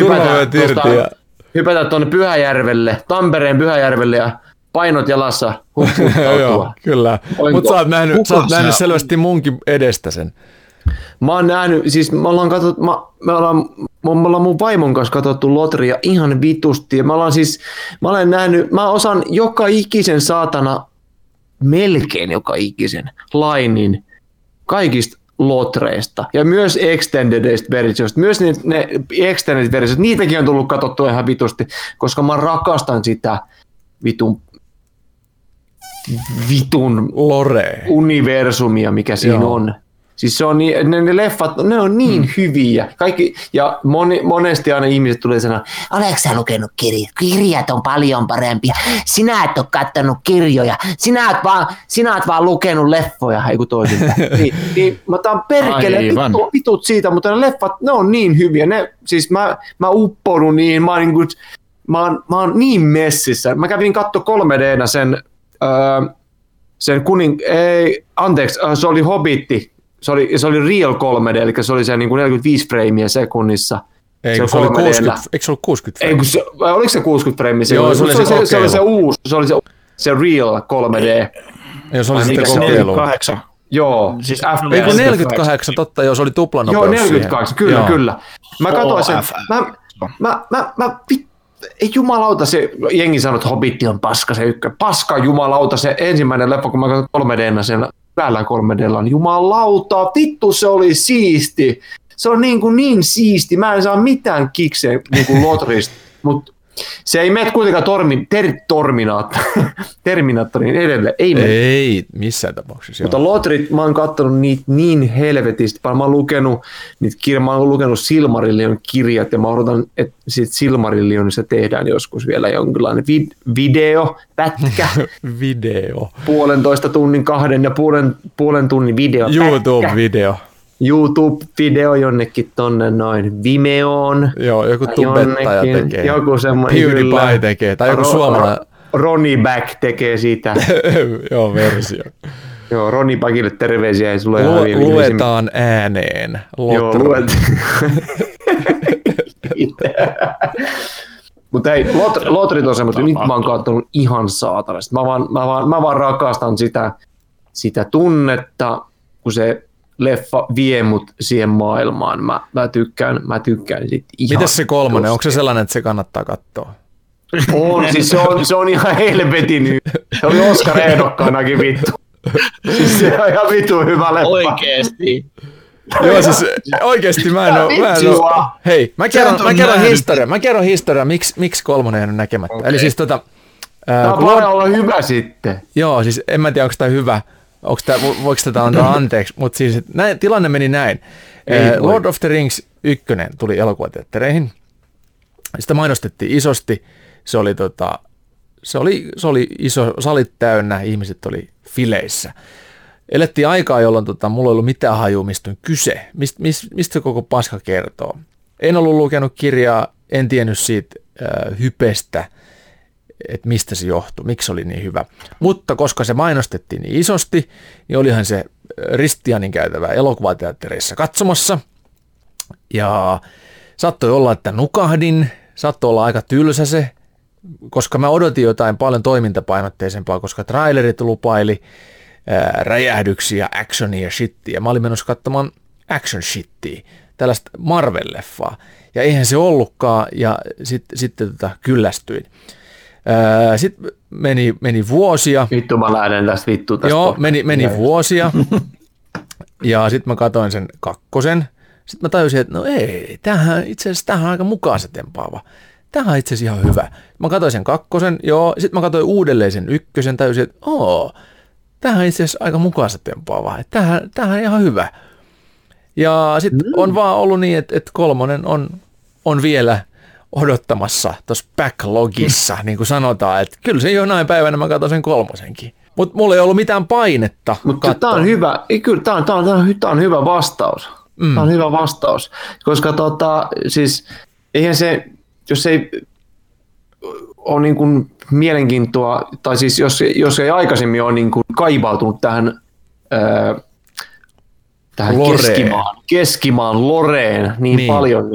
hypätä tuonne Pyhäjärvelle, Tampereen Pyhäjärvelle ja painot jalassa huppuuttautua. Joo, kyllä. Mutta sä oot nähnyt selvästi munkin edestä sen. Mä oon nähnyt, siis me ollaan mun vaimon kanssa katsottu Lotria ihan vitusti. Mä osaan joka ikisen saatana melkein joka ikisen lainin kaikista lotreista ja myös extendedistä versioista. Myös ne extended versiot, niitäkin on tullut katsottua ihan vitusti, koska mä rakastan sitä vitun lore universumia, mikä siinä on. Siis se on ne leffat, ne on niin hyviä. Kaikki, ja monesti aina ihmiset tulee sanoa, oletko sä lukenut kirjat? Kirjat on paljon parempia. Sinä et ole katsonut kirjoja. Sinä oot vaan lukenut leffoja, ei kun toisinpäin. niin, mä otan perkele vitut siitä, mutta ne leffat, ne on niin hyviä. Siis mä uppoudun niihin, mä oon niin messissä. Mä kävin katto 3D:nä sen se oli Hobbitti. Se oli Real 3D, eli se oli se niin kuin 45 freimiä sekunnissa. Eikö se ollut 60 freimiä? Oliko se 60 freimiä? Joo, se oli se uusi, se Real 3D. Joo, se oli sitten kokeilu. 48. Joo. Siis Eikö 48, totta, joo, se oli tuplanopeus. Joo, 48, kyllä. Mä katsoin sen, ei jumalauta, se jengi sanoi, että Hobbitti on paska, se paska jumalauta, se ensimmäinen leffa, kun mä katsoin 3D:nä sen päällä 3D:llä, niin jumalauta, vittu se oli siisti. Se on niin siisti, mä en saa mitään kikseä niin Lotrista, mutta se ei mene kuitenkaan Terminaattoriin edelleen. Ei missään tapauksessa. Mutta Lotrit, mä oon katsonut niitä niin helvetisti. Mä oon lukenut niitä mä oon lukenut Silmarillion kirjat ja mä odotan, että siitä Silmarillionissa tehdään joskus vielä jonkinlainen videopätkä. Video. 1,5 tunnin, 2,5 tunnin videopätkä. YouTube-video. YouTube-video jonnekin tonne noin Vimeoon. Joo, joku tubettaja tekee. Joku semmoinen. PewDiePie tekee, tai joku suomalainen. Ronnie Back tekee siitä. Joo, versio. Joo, Ronnie Backille terveisiä. Ei sulla luetaan ääneen. Joo, Mutta hei, Lotrit on semmoista, nyt mä oon katsonut ihan saatanasti. Mä vaan rakastan sitä tunnetta, kun se leffa vie mut siihen maailmaan. Mä tykkään siitä ihan. Mites se 3? Onko se sellainen, että se kannattaa katsoa? On, siis se on ihan helvetin. Se oli Oscar-ehdokkaanakin vittu. Siis se on ihan vittu hyvä leffa. Oikeesti. Joo, siis oikeesti mä en oo. Hei, mä kerron historiaa, miksi 3 ei ole näkemättä. Okay. Eli siis tää voi olla hyvä sitten. Joo, siis en mä tiedä, onko tää hyvä. Voiko tätä antaa anteeksi, mutta siis tilanne meni näin. Lord of the Rings 1 tuli elokuvateattereihin. Sitä mainostettiin isosti. Se oli iso, salit täynnä, ihmiset oli fileissä. Elettiin aikaa, jolloin mulla ei ollut mitään hajua, mistä on kyse. Mistä koko paska kertoo. En ollut lukenut kirjaa, en tiennyt siitä hypestä, että mistä se johtui, miksi se oli niin hyvä. Mutta koska se mainostettiin niin isosti, niin olihan se Ristianin käytävä elokuvateattereissa katsomassa. Ja saattoi olla, että nukahdin, saattoi olla aika tylsä se, koska mä odotin jotain paljon toimintapainotteisempaa, koska trailerit lupaili räjähdyksiä, actionia ja shittiä. Mä olin menossa katsomaan action shittiä, tällaista Marvel-leffaa. Ja eihän se ollutkaan, ja sitten kyllästyin. Sitten meni vuosia. Vittu, mä lähden tästä tästä. Joo, meni vuosia. Ja sitten mä katsoin sen 2. Sitten mä tajusin, että no ei, itse asiassa tämähän on aika mukaansa tempaava. Tämähän on itse asiassa ihan hyvä. Mä katsoin sen 2, joo. Sitten mä katsoin uudelleen sen 1, tajusin, että tämähän on itse asiassa aika mukaansa tempaava. Tämähän on ihan hyvä. Ja sitten on vaan ollut niin, että 3 on vielä odottamassa tuossa backlogissa, niin kuin sanotaan, että kyllä se jonain päivänä mä katson sen 3. Mutta mulla ei ollut mitään painetta. Mutta tämä on hyvä, kyllä tämä on hyvä vastaus. Tämä on hyvä vastaus, koska siis eihän se, jos ei ole niin kuin mielenkiintoa, tai siis jos ei aikaisemmin ole niin kuin kaivautunut tähän keskimaan loreen niin paljon,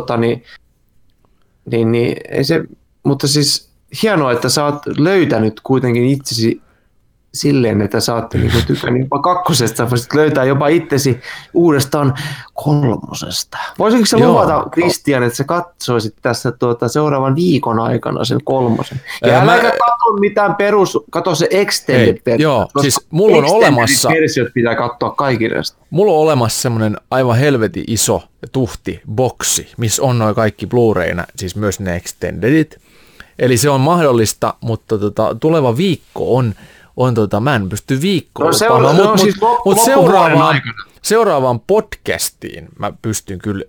niin ei se, mutta siis hienoa, että sä oot löytänyt kuitenkin itsesi silleen, että saatte niinku tykännyt jopa 2, voisit löytää jopa itsesi uudestaan 3. Voisitko sä luvata, Kristian, että sä katsoisit tässä seuraavan viikon aikana sen 3? Ja älä katso mitään kato se extended versio. Joo, siis mulla on olemassa versiot pitää katsoa kaikille. Mulla on olemassa semmoinen aivan helvetin iso tuhti boksi, missä on noin kaikki Blu-rayna, siis myös ne extendedit. Eli se on mahdollista, mutta tuleva viikko on mä en pysty viikkoon lupaamaan, mutta seuraavaan podcastiin mä pystyn kyllä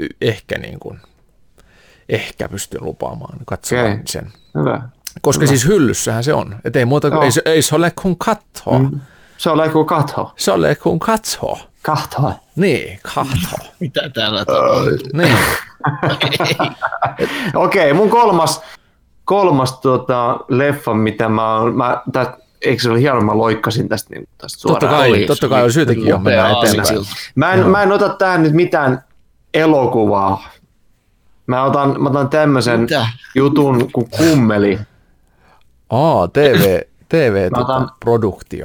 ehkä pystyn lupaamaan katsomaan sen. Hyvä. Koska siis hyllyssähän se on, et ei muuta, ei se ole kuin katsoa. Se on kuin katsoa. Se on kuin katsoa. Katsoa. Niin, katsoa. Mitä täällä tapahtuu? Niin. Okei, mun kolmas leffa, mitä eikö se ole hieno, mä loikkasin tästä suoraan. Totta kai on syytäkin jo mennä eteenpäin. Mä en ota tähän nyt mitään elokuvaa. Mä otan tämmöisen jutun kuin kummeli. TV-produktio.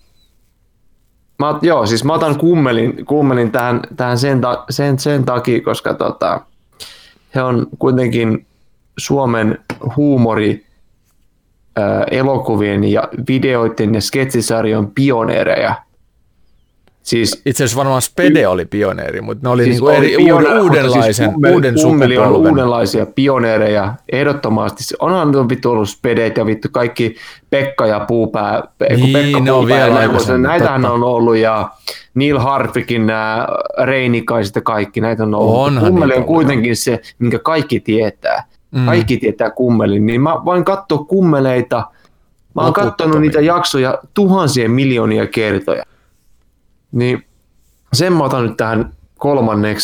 Siis mä otan kummelin tähän sen takia, koska he on kuitenkin Suomen huumori elokuvien ja videoiden ja sketsisarjojen pioneereja. Siis, itse asiassa varmaan Spede oli pioneeri, mutta ne oli siis uuden sukupolven. On uudenlaisia pioneereja, ehdottomasti. Onhan on vittu ollut Spedeet ja vittu kaikki Pekka ja Puupää. Niin, ne on vielä aikaisemmin. Näitähän on ollut ja Neil Hartwickin nämä Reinikaiset ja kaikki, näitä on ollut. Kummeli on kuitenkin se, minkä kaikki tietää. Kaikki tietää kummelin, niin mä voin katsoa kummeleita. Mä oon katsonut niitä jaksoja tuhansia miljoonia kertoja. Niin sen mä otan nyt tähän 3.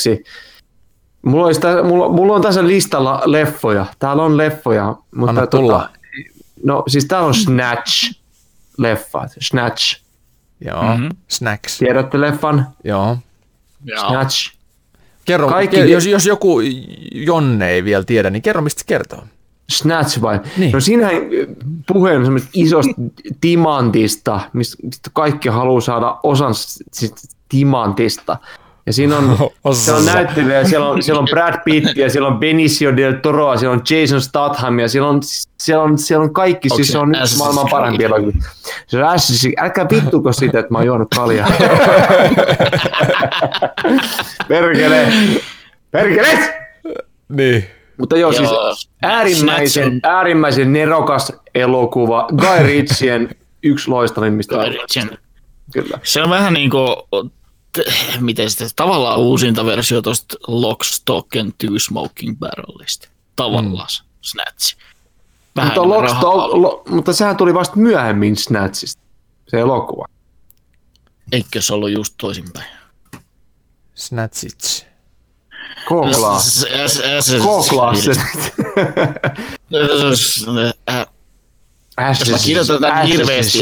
Mulla on tässä listalla leffoja. Täällä on leffoja. Mutta anna tulla. No siis täällä on Snatch-leffa. Snatch. Joo, Snacks. Tiedätte leffan? Joo. Snatch. Kerro, jos joku Jonne ei vielä tiedä, niin kerro, mistä se kertoo. Snatch vai? Niin. No siinähän puhe on semmoista isosta timantista, mistä kaikki haluaa saada osan timantista. Ja siinä on näyttelijä, siellä on Brad Pitt ja siellä on Benicio del Toroa, siellä on Jason Statham ja siellä on kaikki, siis se on yksi maailman parempi elokuva. Älkää vittuko siitä, että mä oon juonut kaljaa. Perkele! Niin. Mutta siis äärimmäisen nerokas elokuva. Guy Ritchien yksi loistavimmista. Kyllä. Se on vähän niin kuin, miten sitä, tavallaan uusinta versio tuosta Lock, Stock and Two Smoking Barrelista. Tavallaan Snatch. Mutta sehän tuli vasta myöhemmin Snatchista, se elokuva. Eikö se ollut just toisinpäin? Snatchits. Googlaa se. Jos mä kirjoitan tämän hirveästi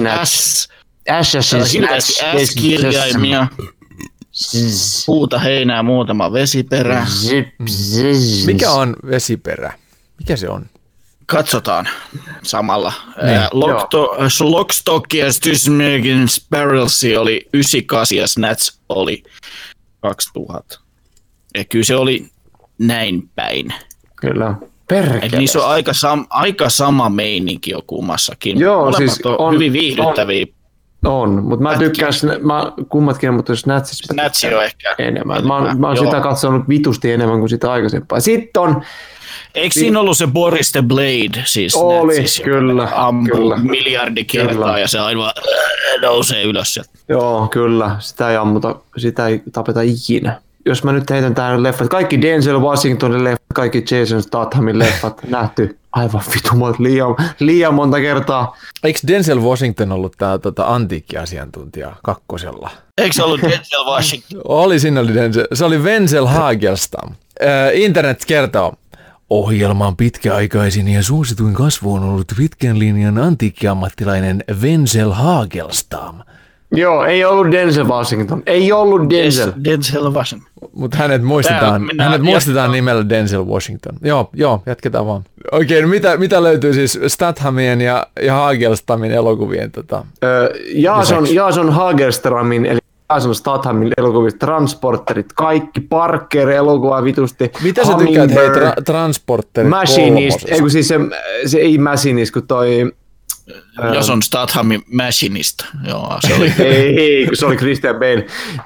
S-kirjaimia, puuta, heinää, muutama vesiperä. Mikä on vesiperä? Mikä se on? Katsotaan samalla. Lock, Stock ja Two Smoking Barrels oli 98 ja Snatch oli 2000. Ja kyllä se oli näin päin. Kyllä. Perkele. Niissä on aika sama meininki jo kummassakin. Joo, siis on hyvin viihdyttäviä. On, mutta mä tykkään kummatkin, mutta Snatch on ehkä enemmän. Mä oon sitä katsonut vitusti enemmän kuin sitä aikaisempaa. Sitten on... Eikö siinä ollut se Boris the Blade, siis oli, Snatchis, kyllä, ampuu miljardi kertaa ja se aivan nousee ylös. Joo, kyllä. Sitä ei tapeta ikinä. Jos mä nyt heitän tähän leffat, kaikki Denzel Washingtonin leffat, kaikki Jason Stathamin leffat nähty aivan vitumat liian monta kertaa. Eikö Denzel Washington ollut tämä antiikkiasiantuntija kakkosella? Eikö se ollut Denzel Washington? Siinä oli Denzel. Se oli Wenzel Hagelstam. Internet kertoo. Ohjelman pitkäaikaisin ja suosituin kasvu on ollut pitkän linjan antiikkiammattilainen Wenzel Hagelstam. Joo, ei ollut Denzel Washington. Ei ollut Denzel. Denzel Washington. Mutta hänet muistetaan nimellä Denzel Washington. Joo, jatketaan vaan. Okei, no mitä löytyy siis Stathamien ja Hagelstamin elokuvien Jason Hagelstramin, eli Jason Stathamin elokuvista, Transporterit, kaikki, Parker-elokuva vitusti. Mitä sä tykkäät, Transporterit Machinist, se ei Machinist, kun toi... Jason Stathamin Machinist. Joo, se oli. ei, kun se oli Christian Bale.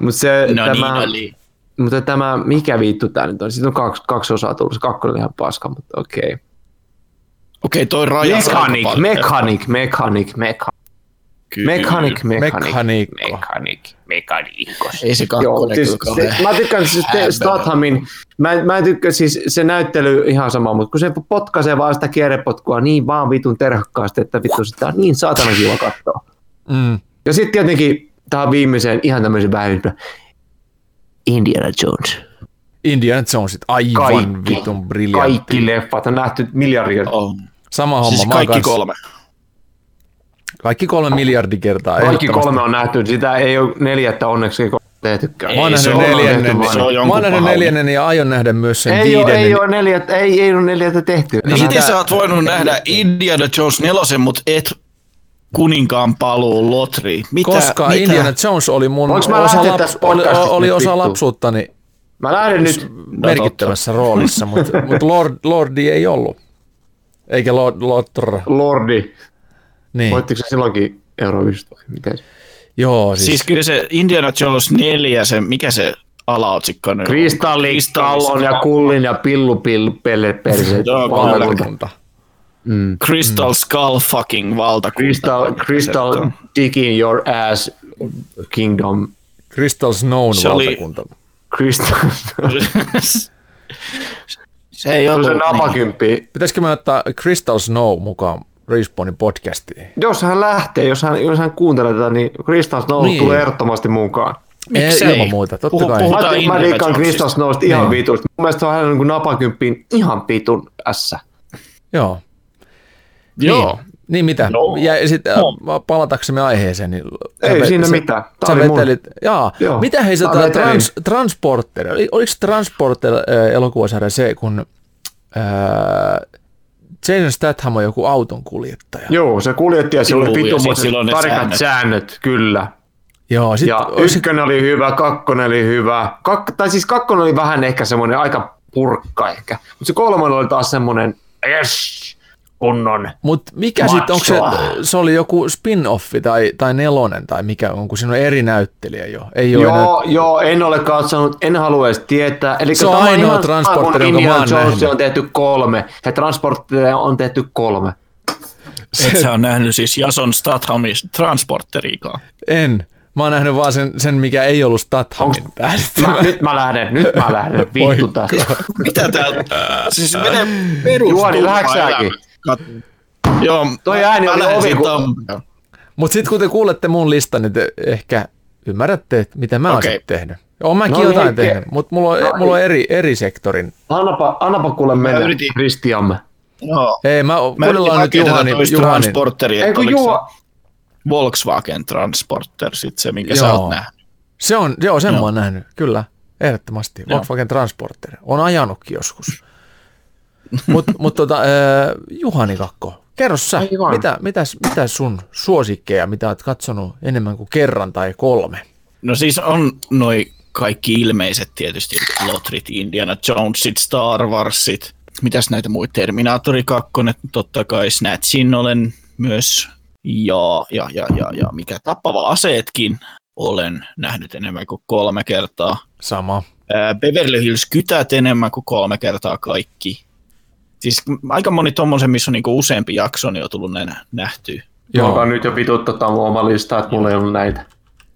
Mutta tämä, mikä vittu tää nyt on? Siitä on kaksi osaa tullut. Se kakkonen on ihan paska, mutta okei. Okei, toi raja. Mekanikkos. Ei se kakkonen kyllä. Mä tykkään siis Stathamin, mä tykkään siis se näyttely ihan sama, mutta kun se potkaisee vaan sitä kierrepotkua niin vaan vitun terhakkaasti, että vittu sitä on niin saatana kiva katsoa. Ja sitten tietenkin tähän viimeiseen ihan tämmöisen vähemmän Indiana Jones. Indiana Jonesit, aivan vitun briljantti. Kaikki leffat on nähty miljardia. Sama homma. Siis kaikki 3. Kaikki 3 miljardia kertaa. Kaikki 3 on nähty, sitä ei ole 4 onneksi tehtykään. Mä oon nähnyt 4. ja aion nähdä myös sen 5. Ei ole 4 tehty. Miten sä oot voinut nähdä Indiana Jones 4, mutta et Kuninkaan paluu Lotri? Koska Indiana Jones oli mun osa lapsuuttani. Mä lähden nyt merkittävässä roolissa, mutta Lordi ei ollut. Eikä Lordi. Niin. Voittiko se silloinkin Euroviisut vai miten? Joo, siis kyllä se Indiana Jones 4, se, mikä se alaotsikko nyt? Kristallikallon ja kullin ja pillupelle-perseet valtakunta. Crystal Skull fucking valtakunta. Crystal digging your ass kingdom. Crystal Snown valtakunta. Crystal se ei ollut se napakymppi. Pitäisikö mä ottaa Crystal Snow mukaan Respawnin podcastiin? Jos hän lähtee, jos hän kuuntelee tätä, niin Crystal Snow tulee ehdottomasti mukaan. Miksei? Ilman muuta, totta kai. Mä liikkaan Crystal Snowsta ihan vitusti. Mun mielestä se on hänen napakymppiin ihan vitun ässä. Joo. Niin mitä? Ja sitten palataksemme aiheeseen. Niin ei siinä mitään. Sä vetelit. Mitä hei se Transporter? Oliko Transporter elokuvasarja se, kun Jason Statham on joku auton kuljettaja? Joo, se kuljetti ja sillä oli vitumaiset tarikat säännöt, kyllä. Joo, ja ykkönen oli hyvä, kakkonen oli hyvä. Tai siis kakkonen oli vähän ehkä semmoinen aika purkka ehkä. Mutta se kolmonen oli taas semmoinen kunnon. Mutta mikä sitten, onko se oli joku spin-offi tai 4 tai mikä on, kun siinä on eri näyttelijä jo? Ei joo, en ole katsonut, en halua edes tietää. Eli se on ainoa Transporter, jonka mä oon nähnyt. On tehty 3 ja Transporter on tehty 3. Et sä on nähnyt siis Jason Stathamin Transporteriikaan? En. Mä oon nähnyt vaan sen mikä ei ollut Stathamin päästä. Nyt mä lähden. Vittu tästä. Mitä täältä? Siis menee perustuu. Juoni, lähdekö säkin? Joo, toi ääni oli ovi. Mutta sitten kun te kuulette mun listan, niin te ehkä ymmärrätte, että mitä mä oon tehnyt. Oon mäkin jotain tehnyt, mutta mulla on eri sektorin. Annapa kuule mennä Kristiamme. Joo. Ei, mä kuunnellaan nyt Juhanin. Transporteri, että oliko se Volkswagen Transporter, sit se, minkä sä oot nähnyt. Sen mä oon nähnyt, kyllä, ehdottomasti. Volkswagen Transporter. On ajanutkin joskus. Mutta Juhani Kakko, kerro sä, mitä sun suosikkeja, mitä oot katsonut enemmän kuin kerran tai 3? No siis on noi kaikki ilmeiset tietysti, Lotrit, Indiana Jonesit, Star Warsit, mitäs näitä muita, Terminaattori 2, totta kai Snatchin olen myös, ja mikä Tappava aseetkin olen nähnyt enemmän kuin 3 kertaa. Sama. Beverly Hills Kytät enemmän kuin 3 kertaa kaikki. Siis aika moni tommosen, missä on niinku useampi jakso, niin on tullut nähtyä. Joo, nyt jo vituttaa mun oma lista, että mulla ei ollut näitä.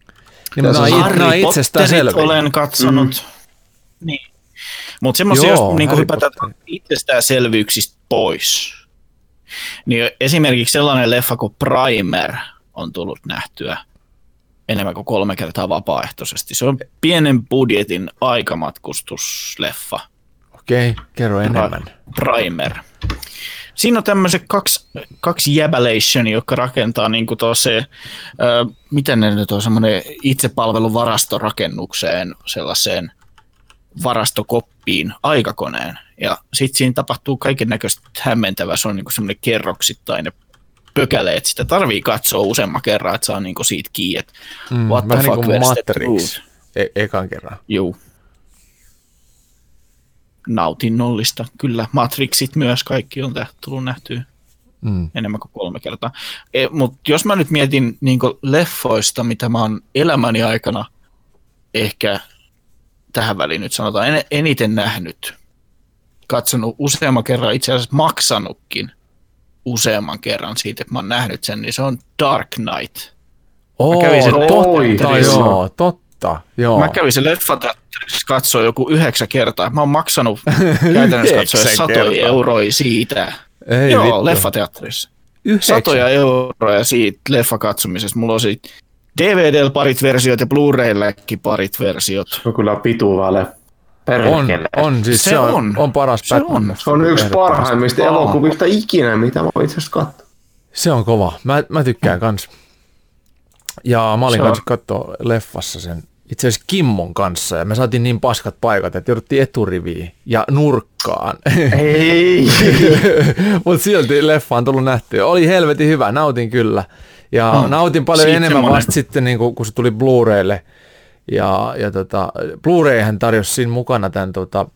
Harry Potterit olen katsonut. Niin. Mutta semmoisia, jos niinku hypätään itsestäänselvyyksistä pois, niin esimerkiksi sellainen leffa kuin Primer on tullut nähtyä enemmän kuin 3 kertaa vapaaehtoisesti. Se on pienen budjetin aikamatkustusleffa. Okei, kerro enemmän. Primer. Siinä on tämmöiset kaksi jäbälation, jotka rakentaa niin kuin miten ne nyt on, semmoinen itsepalveluvarastorakennukseen, sellaiseen varastokoppiin aikakoneen. Ja sitten siinä tapahtuu kaiken näköistä hämmentävää, se on niin kuin semmoinen kerroksittainen pökäleet. Sitä tarvii katsoa useamman kerran, että saa niin kuin siitä kiinni, että what the vähän fuck, niin kuin where's the Matrix, truth? ekan kerran. Joo. Nautinnollista. Kyllä, Matrixit myös, kaikki on tullut nähtyä enemmän kuin 3 kertaa. Mutta jos mä nyt mietin niin kuin leffoista, mitä mä oon elämäni aikana ehkä tähän väliin nyt sanotaan eniten nähnyt, katsonut useamman kerran, itse asiassa maksanutkin useamman kerran siitä, että mä oon nähnyt sen, niin se on Dark Knight. Totta. Joo. Mä kävin sen leffateatterissa katsoa joku 9 kertaa. Mä oon maksanut käytännössä katsoa 100 euroja siitä. Ei joo, vittu. leffateatterissa. 9. 100 euroja siitä leffakatsomisesta. Mulla on siitä DVD:llä parit versiot ja Blu-raylläkin parit versiot. Se on kyllä pituva leffa. On, siis se on paras Batman. Se on yksi parhaimmista elokuvista ikinä, mitä mä oon itse asiassa katsonut. Se on kova. Mä tykkään kans. Ja mä olin kanssa katsoa leffassa sen itse asiassa Kimmon kanssa ja me saatiin niin paskat paikat, että jouduttiin eturiviin ja nurkkaan. Ei! Mutta silti leffa on tullut nähtyä. Oli helvetin hyvä, nautin kyllä. Ja nautin paljon enemmän vasta sitten, niin kun se tuli Blu-raylle. Ja Blu-rayhän tarjosi siinä mukana tämän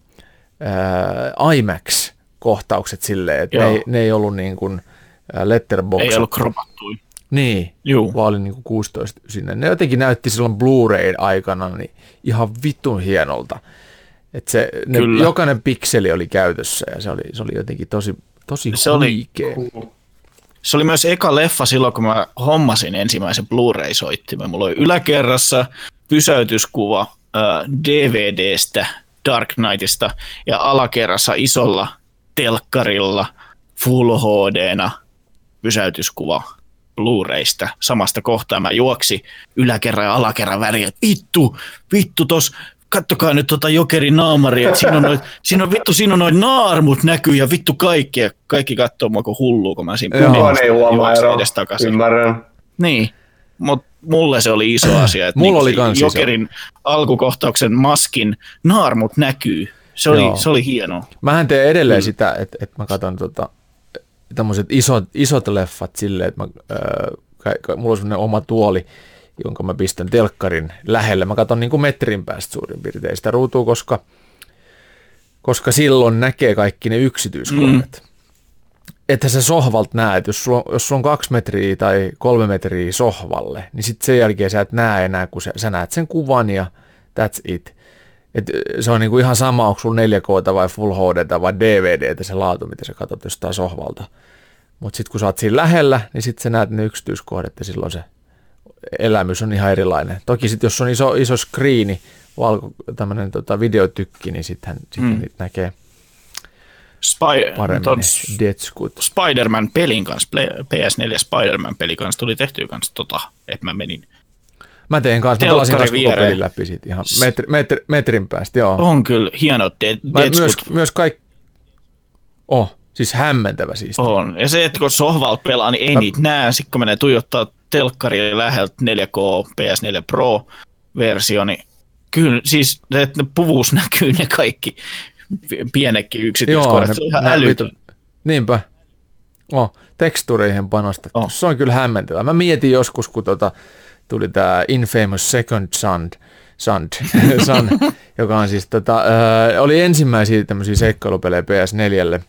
IMAX-kohtaukset silleen, että ne ei ollut niin kuin letterbox. Ei ollut kropattuja. Niin, vaan oli niin kuin 16 sinne. Ne jotenkin näytti silloin Blu-ray-aikana niin ihan vitun hienolta. Että jokainen pikseli oli käytössä ja se oli jotenkin tosi huikea. Se oli myös eka leffa silloin, kun mä hommasin ensimmäisen Blu-ray-soittimen. Mulla oli yläkerrassa pysäytyskuva DVDstä, Dark Knightista, ja alakerrassa isolla telkkarilla Full HD:na pysäytyskuva Blu-raysta samasta kohtaa. Mä juoksi yläkerran ja alakerran väliin, että vittu tos, kattokaa nyt Jokerin naamaria, että siinä on noin naarmut näkyy ja vittu kaikki kattoo mua kuin hullua, kun mä siinä juoksin edestakaisin. Ymmärrän. Niin, mutta mulle se oli iso asia, että mulla oli Jokerin alkukohtauksen maskin naarmut näkyy. Se oli hienoa. Mähän teen edelleen sitä, että mä katson tämmöiset isot leffat silleen, että mulla on semmoinen oma tuoli, jonka mä pistän telkkarin lähelle. Mä katson niin kuin metrin päästä suurin piirtein sitä ruutua, koska silloin näkee kaikki ne yksityiskohdat. Että sä sohvalta näet, jos sulla on 2 metriä tai 3 metriä sohvalle, niin sitten sen jälkeen sä et näe enää, kun sä näet sen kuvan ja that's it. Et se on niinku ihan sama, onko sulla 4K vai Full HD vai DVD se laatu, mitä sä katsot jostain sohvalta. Mutta sitten kun sä oot siinä lähellä, niin sitten sä näet ne yksityiskohdat ja silloin se elämys on ihan erilainen. Toki sitten jos on iso screeni, tämmöinen videotykki, niin sitten niitä näkee paremmin. Spider-Man-pelin kanssa, PS4 Spider-Man-pelin kanssa tuli tehtyä kanssa että mä menin. Mä tein kanssa, mä pelasin kanssa koko pelin läpi siitä ihan metrin päästä, joo. On kyllä hieno myös kaikki, siis hämmentävä siisti. On, ja se, että kun sohvalta pelaa, niin ei niitä näe. Sitten kun menee tuijottaa telkkaria läheltä 4K PS4 Pro-versio, niin kyllä siis että puvuus näkyy ne kaikki pienekin yksityiskohdat. Se on ihan älytön. Niinpä. Tekstureihin panostettu. Se on kyllä hämmentävää. Mä mietin joskus, kun tuli tämä Infamous Second Son, joka on siis oli ensimmäisiä tämmöisiä seikkailupelejä PS4:lle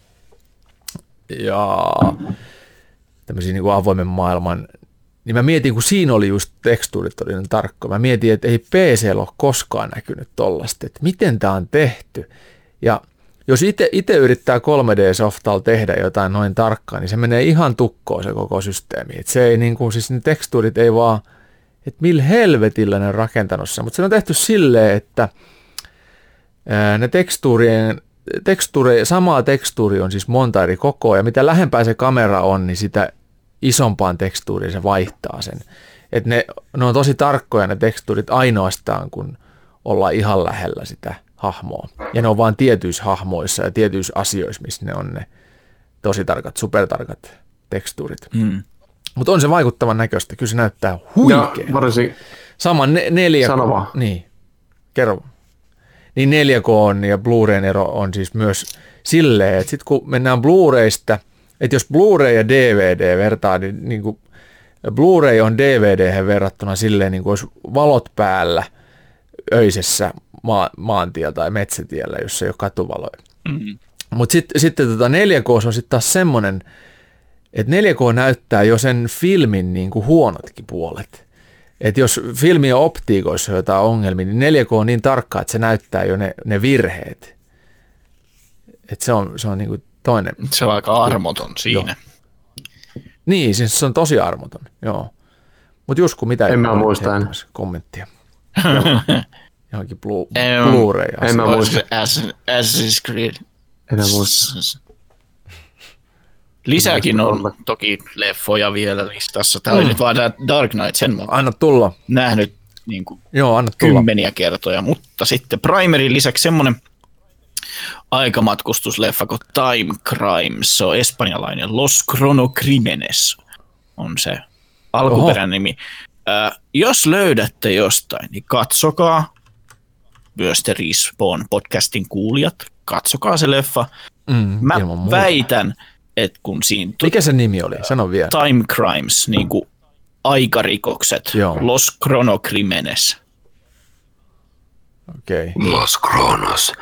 ja tämmöisiä niin kuin avoimen maailman, niin mä mietin, kun siinä oli just tekstuurit oli niin tarkka, mä mietin, että ei PC:llä ole koskaan näkynyt tollaista, että miten tämä on tehty. Ja jos itse yrittää 3D-softalla tehdä jotain noin tarkkaa, niin se menee ihan tukkoon se koko systeemi. Et se ei niin kuin, siis ne tekstuurit ei vaan, että millä helvetillä ne on rakentanut sen, mutta se on tehty silleen, että ne samaa tekstuuri on siis monta eri kokoa, ja mitä lähempää se kamera on, niin sitä isompaan tekstuuriin se vaihtaa sen. Että ne on tosi tarkkoja ne tekstuurit ainoastaan, kun ollaan ihan lähellä sitä hahmoa. Ja ne on vaan tietyissä hahmoissa ja tietyissä asioissa, missä ne on tosi tarkat, supertarkat tekstuurit. Mutta on se vaikuttavan näköistä, kyllä se näyttää huikea. Sama 4K. Sano vaan. Niin, kerro. Niin 4K on ja Blu-rayn ero on siis myös silleen, että sitten kun mennään Blu-raysta, että jos Blu-ray ja DVD vertaa, niin kuin Blu-ray on DVD:hen verrattuna silleen, niin kuin olisi valot päällä öisessä maantiellä tai metsätiellä, jossa ei ole katuvaloja. Mutta sitten 4K on sitten taas semmoinen, että 4K näyttää jo sen filmin niin kuin huonotkin puolet. Että jos filmi on optiikoissa jotain ongelmia, niin 4K on niin tarkkaa, että se näyttää jo ne virheet. Että se on niin kuin toinen. Se on aika armoton siinä. Joo. Niin, siis se on tosi armoton, joo. Mutta Jusku, mitä en mä muista kommenttia? Johonkin Blu-ray. En mä muista. Assassin's Creed. En mä muista. Lisääkin on toki leffoja vielä listassa. Tämä oli nyt vaan Dark Knight, sen mä anna tulla. Nähnyt niin kuin anna tulla. Kymmeniä kertoja, mutta sitten Primerin lisäksi semmoinen aikamatkustusleffa kuin Time Crimes, se on espanjalainen, Los Cronocrímenes on se alkuperäinen nimi. Jos löydätte jostain, niin katsokaa, myös te Respawn podcastin kuulijat, katsokaa se leffa. Mä väitän, että kun siinä... Mikä se nimi oli? Sano vielä. Time Crimes, niin kuin aikarikokset, Los Cronocrímenes. Okei. Los Cronos.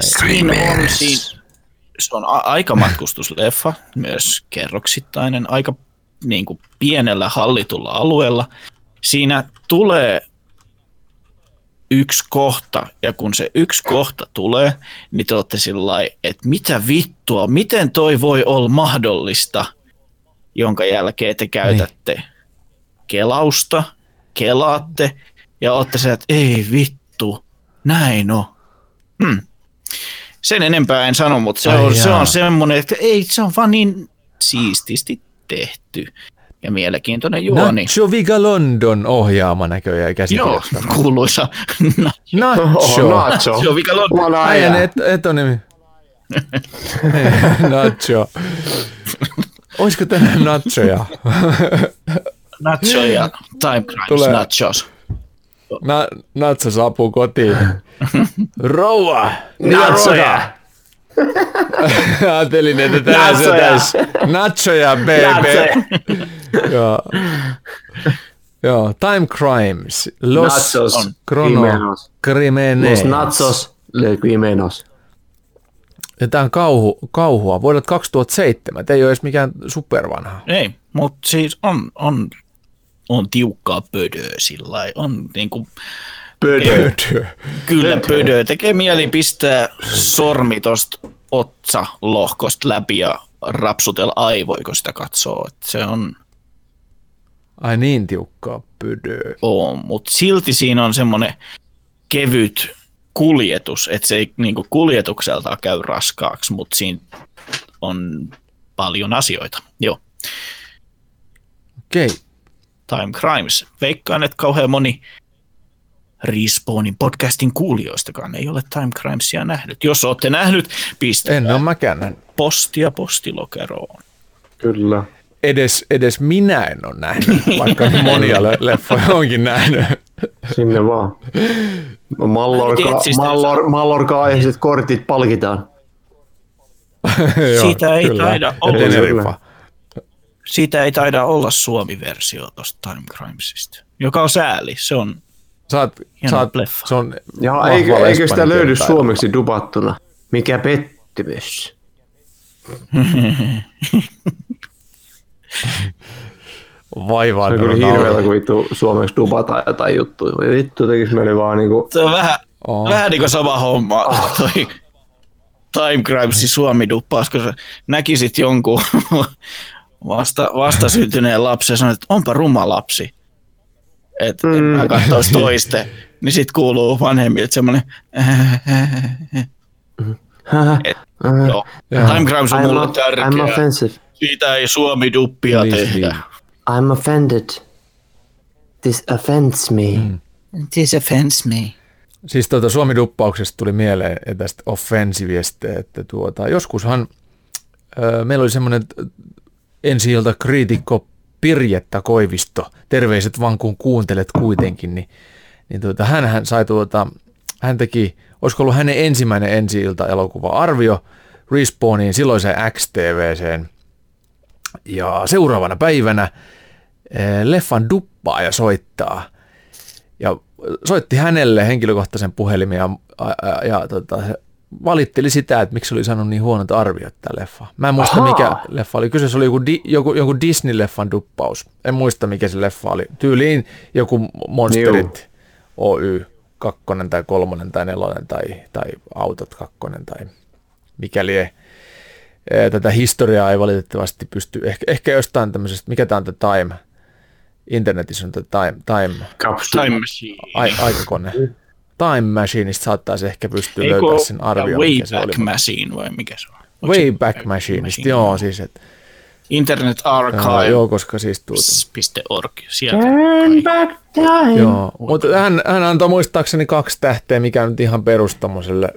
Se on aikamatkustusleffa, myös kerroksittainen, aika niin kuin pienellä hallitulla alueella. Siinä tulee yksi kohta, ja kun se yksi kohta tulee, niin te olette sillä lailla, että mitä vittua, miten toi voi olla mahdollista, jonka jälkeen te käytätte kelausta, kelaatte, ja olette se, että ei vittu, näin on. Sen enempää en sano, mutta se on semmoinen, että ei, se on vaan niin siististi tehty. Ja mielenkiintoinen juoni. Nacho Vigaloндon ohjaama näköjään käsikirjasta. Joo, kuuluisa Nacho. Nacho Vigalondo. Äijän etonimi. Nacho. Olisiko tänään nachoja? Nachoja, Time Crimes, nachos. Natso saapuu kotiin. Rouva! Nachoja! Ajattelin, että tänään se täys nachoja, baby. Joo, Time Crimes. Los Cronocrímenes. Los Nachos le Crimenos. Ja tämä on kauhua vuodelta 2007. Ei ole edes mikään supervanha. Ei, mutta siis on tiukkaa pödöä sillä lailla. On niinku... Pödö. Kyllä pödö. Tekee mieli pistää sormi tosta otsalohkosta läpi ja rapsutella aivoja, kun sitä katsoo. Et se on... Ai niin tiukkaa pödöä. On, mutta silti siinä on semmoinen kevyt kuljetus, että se ei niinku kuljetukseltaan käy raskaaksi, mutta siinä on paljon asioita. Joo. Okei. Time Crimes. Veikkaan, että kauhean moni Respawnin podcastin kuulijoistakaan ei ole Time Crimesia nähnyt. Jos olette nähnyt, pistäkää en ole mäkään nähnyt. Postia postilokeroon. Kyllä. Edes minä en ole nähnyt, vaikka monia leffoja onkin nähnyt. Sinne vaan. Mallorca-aiheiset kortit palkitaan. Siitä ei taida olla Suomi-versio tuosta Time Crimesista, joka on sääli. Se on leffa. Se on ja eikö sitä löydy suomeksi dubattuna? Mikä pettymys. Vaivaa. Se on kyllä hirveätä, kun vittu suomeksi dubataan jotain juttuja. Vittu tekis meille vaan niinku... Se on vähän niin kuin sama homma. Toi Time Crimesin Suomi-duppaus, kun sä näkisit jonkun vastasyntyneen lapsen ja sanoit, että onpa ruma lapsi. Että mä katsois toiste. Niin sit kuuluu vanhemmilta semmonen... Joo. Time Crimes on mulle tärkeä. I'm offensive. Siitä ei Suomi-duppia tehdä. I'm offended. This offends me. This offends me. Siis Suomi-duppauksesta tuli mieleen tästä offensivista, että joskushan meillä oli semmoinen ensi-ilta kriitikko Pirjetta Koivisto, terveiset vaan kun kuuntelet kuitenkin, niin hän sai hän teki, olisiko ollut hänen ensimmäinen ensi-ilta elokuva-arvio Respawniin silloiseen XTV:seen. Ja seuraavana päivänä leffan duppaaja soittaa ja soitti hänelle henkilökohtaisen puhelimen ja valitteli sitä, että miksi oli saanut niin huonot arviot tämä leffa. Mä en muista mikä leffa oli. Kyseessä oli joku Disney-leffan duppaus. En muista mikä se leffa oli. Tyyliin joku Monsterit Oy 2 tai 3 tai 4 tai Autot 2 tai mikäli tätä historiaa ei valitettavasti pysty. Ehkä jostain tämmöisestä, mikä tämä on Time. Internetissä on Time Machine. Aikakone. Time Machineista saattaisi ehkä pystyä löytämään sen arvion. Wayback Machine vai mikä se on? Wayback Machineista, joo siis. Internet Archive. Joo, koska siis .org. Sieltä. Joo, mutta hän antoi muistaakseni 2 tähteä, mikä on nyt ihan perus tommoselle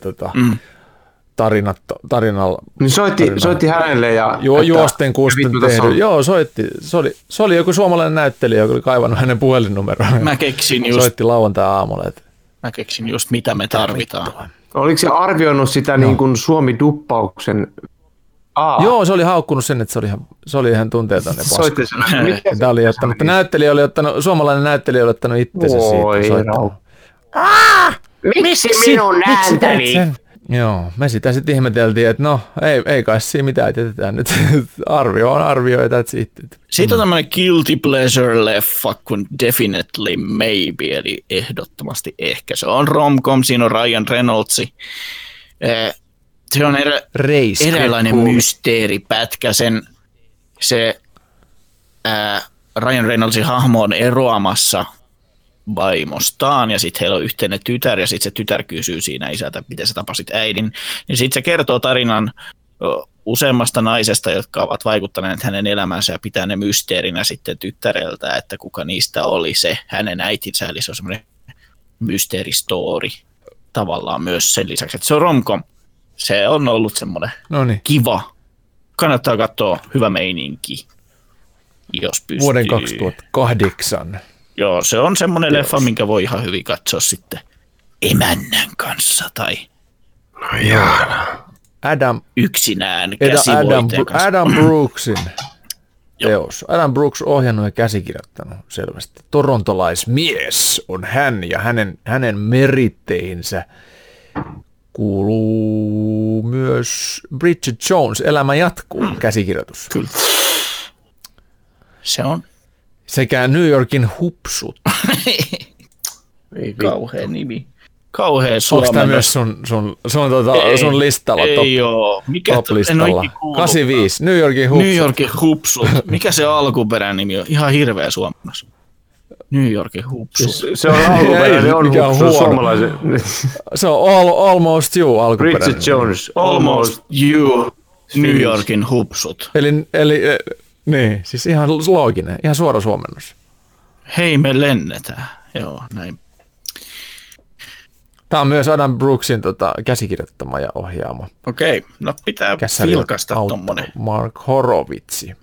tarinalla. Niin soitti hänelle ja... Juosten kusten tehdy. Joo, soitti. Se oli joku suomalainen näyttelijä, joka oli kaivannut hänen puhelinnumeroon. Mä keksin just... Soitti lauantai-aamulla. Mä keksin just mitä me tarvitaan. Oliko se arvioinut sitä niin kuin Suomi-duppauksen... Joo, se oli haukkunut sen, että se oli ihan tunteeton ja paska. Tämä oli jättänyt, suomalainen näyttelijä oli ottanut itsensä siitä. Miksi minun ääntäni? Joo, me sitä sitten ihmeteltiin, että no, ei kai siinä mitään, jätetään nyt arvio on arvio ja that's it. Siitä on tämmöinen guilty pleasure-leffa kuin Definitely Maybe, eli ehdottomasti ehkä. Se on rom-com, siinä on Ryan Reynoldsi. Se on eräänlainen mysteeripätkä. Se Ryan Reynoldsin hahmo on eroamassa vaimostaan ja sitten heillä on yhteinen tytär ja sitten se tytär kysyy siinä isältä, miten sä tapasit äidin. Ja sitten se kertoo tarinan useammasta naisesta, jotka ovat vaikuttaneet hänen elämänsä ja pitää ne mysteerinä sitten tyttäreltä, että kuka niistä oli se hänen äitinsä. Eli se on semmoinen mysteeristory tavallaan myös sen lisäksi, että se on romcom. Se on ollut semmoinen kiva. Kannattaa katsoa, hyvä meininki, jos pystyy. Vuoden 2008. Joo, se on semmoinen leffa, minkä voi ihan hyvin katsoa sitten emännän kanssa tai yksinään käsivoiten kanssa. Adam Brooksin teos. Adam Brooks ohjannut ja käsikirjoittanut selvästi. Torontolaismies on hän ja hänen meritteihinsä kuuluu myös Bridget Jones, Elämä jatkuu, käsikirjoitus. Kyllä. Se on. Sekä New Yorkin hupsut. Kauhea nimi. Kauhea suomalainen. Onko tämä myös sun listalla? Ei joo. Mikä top-listalla? 85. New Yorkin hupsut. New Yorkin hupsut. Mikä se alkuperäinen nimi on? Ihan hirveä suomalainen. New Yorkin hupsut. Se on alkuperäinen, on hupsut suomalaisen. Se on Almost You alkuperäinen. Bridget Jones. Almost You. New Yorkin hupsut. Eli niin, siis ihan looginen, ihan suora suomennos. Hei, me lennetään. Joo, näin. Tämä on myös Adam Brooksin käsikirjoittama ja ohjaama. Okei, no pitää vilkasta tommonen. Mark Horovitsi.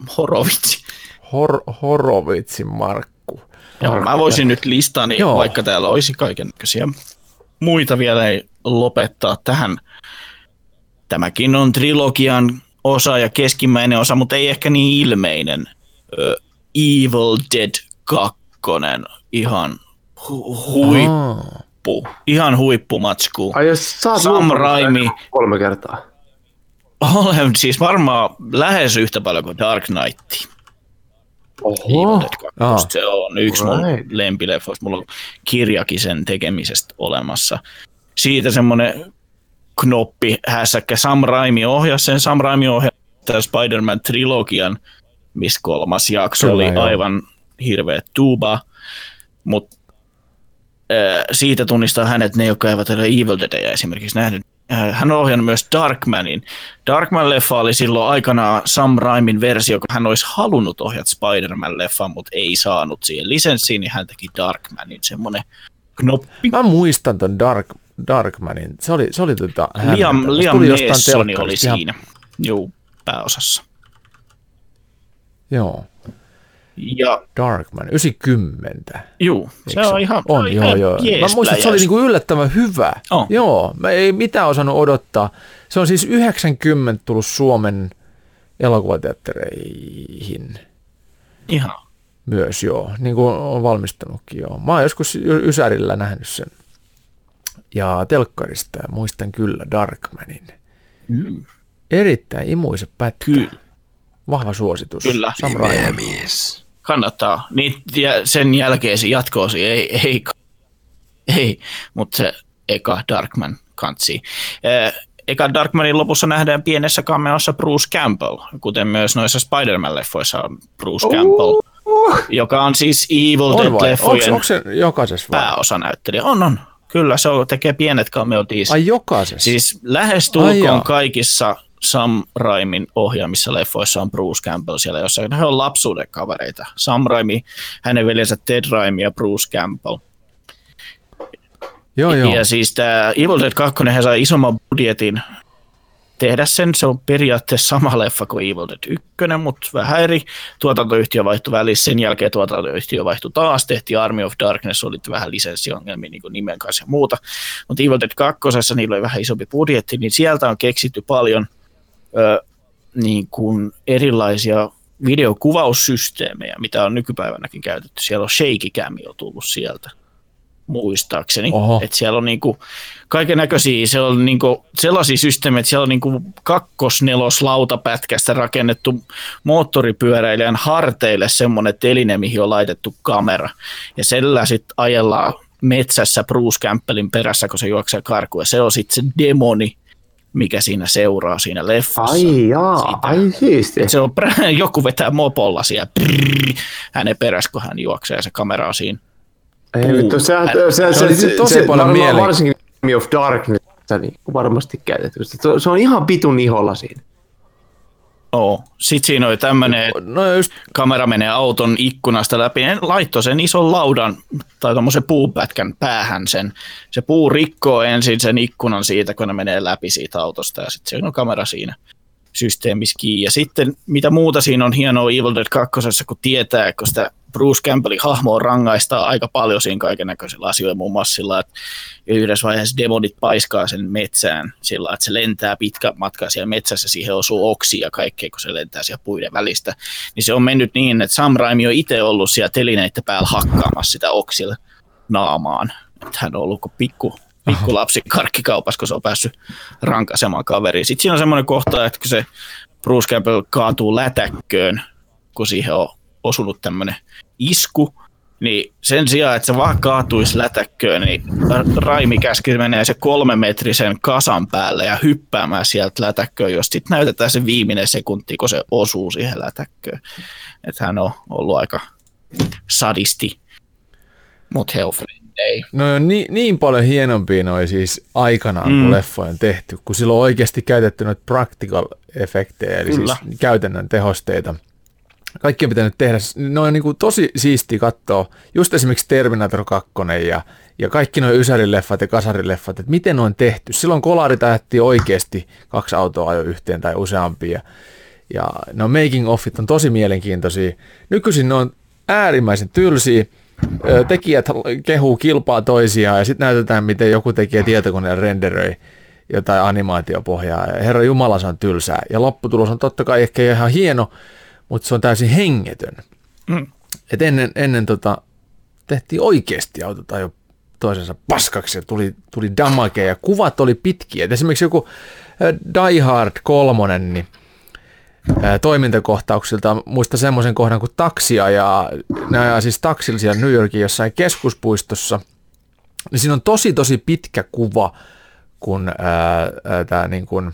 Horovitsi Markku. Joo, mä voisin nyt listani, vaikka täällä olisi kaikennäköisiä muita vielä ei lopettaa tähän. Tämäkin on trilogian osa ja keskimmäinen osa, mutta ei ehkä niin ilmeinen. Evil Dead 2, ihan huippu. Ihan huippumatsku. Ai jos sä oot Sam Raimi 3 kertaa. Olen siis varmaan lähes yhtä paljon kuin Dark Knight. Evil Dead 2. Se on yksi mun lempileffoista. Mulla on kirjakin sen tekemisestä olemassa. Siitä semmoinen knoppi hässäkkä. Sam Raimi ohjasi sen. Sam Raimi ohjasi tämän Spider-Man-trilogian, missä 3. jakso oli aivan hirveä tuuba. Mutta siitä tunnistaa hänet ne, jotka eivät ole Evil Deadia esimerkiksi nähnyt. Hän on ohjannut myös Darkmanin. Darkman-leffa oli silloin aikanaan Sam Raimin versio, kun hän olisi halunnut ohjata Spider-Man-leffan, mutta ei saanut siihen lisenssiin, niin hän teki Darkmanin, semmoinen knoppi. Mä muistan ton Darkmanin. Se oli Liam Neeson oli siinä. Joo, pääosassa. Joo. Ja Darkman, 90. Juu, se on ihan joo. Mä muistan, että se oli niinku yllättävän hyvä. Oh. Joo, mä ei mitään osannut odottaa. Se on siis 90 tullut Suomen elokuvateattereihin. Ihan. Myös, joo. Niin kuin on valmistunutkin, joo. Mä oon joskus Ysärillä nähnyt sen. Ja telkkarista muistan kyllä Darkmanin. Erittäin imuisa pätkä. Kyllä. Vahva suositus. Kyllä. Sam Raimi. Kannattaa. Niin, ja sen jälkeen se jatkoosi ei, mutta se eka Darkman kantsii. Eka Darkmanin lopussa nähdään pienessä cameossa Bruce Campbell, kuten myös noissa Spider-Man-leffoissa on Bruce Campbell, joka on siis Evil Dead-leffojen onko se jokaisessa pääosanäyttelijä. On. Kyllä, se tekee pienet cameot. Ai jokaisessa? Siis lähestulkoon kaikissa Sam Raimin ohjaamissa leffoissa on Bruce Campbell siellä jossain. He on lapsuuden kavereita. Sam Raimi, hänen veljensä Ted Raimi ja Bruce Campbell. Joo. Ja siis tämä Evil Dead 2, he sai isomman budjetin tehdä sen. Se on periaatteessa sama leffa kuin Evil Dead 1, mutta vähän eri. Tuotantoyhtiö vaihtui välissä, sen jälkeen tuotantoyhtiö vaihtui taas. Tehtiin Army of Darkness, oli vähän lisenssiongelmia niin kuin nimen kanssa ja muuta. Mutta Evil Dead 2, niillä oli vähän isompi budjetti, niin sieltä on keksitty paljon niin kuin erilaisia videokuvaussysteemejä, mitä on nykypäivänäkin käytetty. Siellä on shaky camio tullut sieltä, muistaakseni. Että siellä on niinku kaiken näköisiä, se on niinku sellaisia systeemejä, että siellä on niinku 2/4 lautapätkästä rakennettu moottoripyöräilijän harteille semmoinen teline, mihin on laitettu kamera. Ja sellä sitten ajellaan metsässä Bruce Campbellin perässä, kun se juoksee karkuun. Ja se on sitten se demoni, mikä siinä seuraa siinä leffassa. Ai siisti. Se on, joku vetää mopolla siellä hänen perässä, kun hän juoksee ja se kamera on siinä. Se oli tosi paljon mieleen. Varsinkin Army of Darkness niin varmasti käytetty. Se on ihan pitun iholla siinä. Sitten siinä oli tämmöinen, kamera menee auton ikkunasta läpi, ja laittoi sen ison laudan tai tommosen puupätkän päähän sen. Se puu rikkoo ensin sen ikkunan siitä, kun ne menee läpi siitä autosta, ja sitten se on kamera siinä systeemissä kiinni. Ja sitten mitä muuta siinä on hienoa Evil Dead 2, kun tietää, kun sitä Bruce Campbellin hahmoa rangaistaa aika paljon siinä kaikennäköisillä asioilla, muun muassa sillä, että yhdessä vaiheessa demonit paiskaa sen metsään sillä, että se lentää pitkä matka siellä metsässä, siihen osuu oksia ja kaikkea, kun se lentää siellä puiden välistä. Niin se on mennyt niin, että Sam Raimi on itse ollut siellä telineiden päällä hakkaamassa sitä oksilla naamaan. Että hän on ollut kuin pikkulapsi karkkikaupassa, kun se on päässyt rankaisemaan kaveriin. Sitten siinä on semmoinen kohta, että kun se Bruce Campbell kaatuu lätäkköön, kun siihen on osunut tämmöinen isku, niin sen sijaan, että se vaan kaatuisi lätäkköön, niin Raimi käski menee se 3-metrisen kasan päälle ja hyppäämään sieltä lätäkköön, jos sitten näytetään se viimeinen sekunti, kun se osuu siihen lätäkköön. Että hän on ollut aika sadisti, mutta ei. No niin paljon hienompia noi siis aikanaan, kun leffoja on tehty, kun silloin on oikeasti käytetty noita practical-efektejä, eli siis käytännön tehosteita. Kaikki on pitänyt tehdä, ne on niin kuin tosi siistiä katsoa, just esimerkiksi Terminator 2 ja kaikki nuo Ysäri-leffat ja Kasari-leffat, että miten ne on tehty. Silloin kolarit ajettiin oikeasti 2 autoa ajo yhteen tai useampia, ja no making-offit on tosi mielenkiintoisia. Nykyisin ne on äärimmäisen tylsiä, tekijät kehuu kilpaa toisiaan ja sitten näytetään, miten joku tekijä tietokoneen renderöi jotain animaatiopohjaa. Ja Herra Jumala, se on tylsää. Ja lopputulos on totta kai ehkä ihan hieno, mutta se on täysin hengetön. Et ennen tehtiin oikeasti autot ajo toisensa paskaksi ja tuli damagea ja kuvat oli pitkiä. Et esimerkiksi joku Die Hard 3, niin toimintakohtauksilta muista semmoisen kohdan kuin taksia ja nämä siis taksilla siellä New Yorkin jossain keskuspuistossa. Niin siinä on tosi pitkä kuva, kun tää niin kuin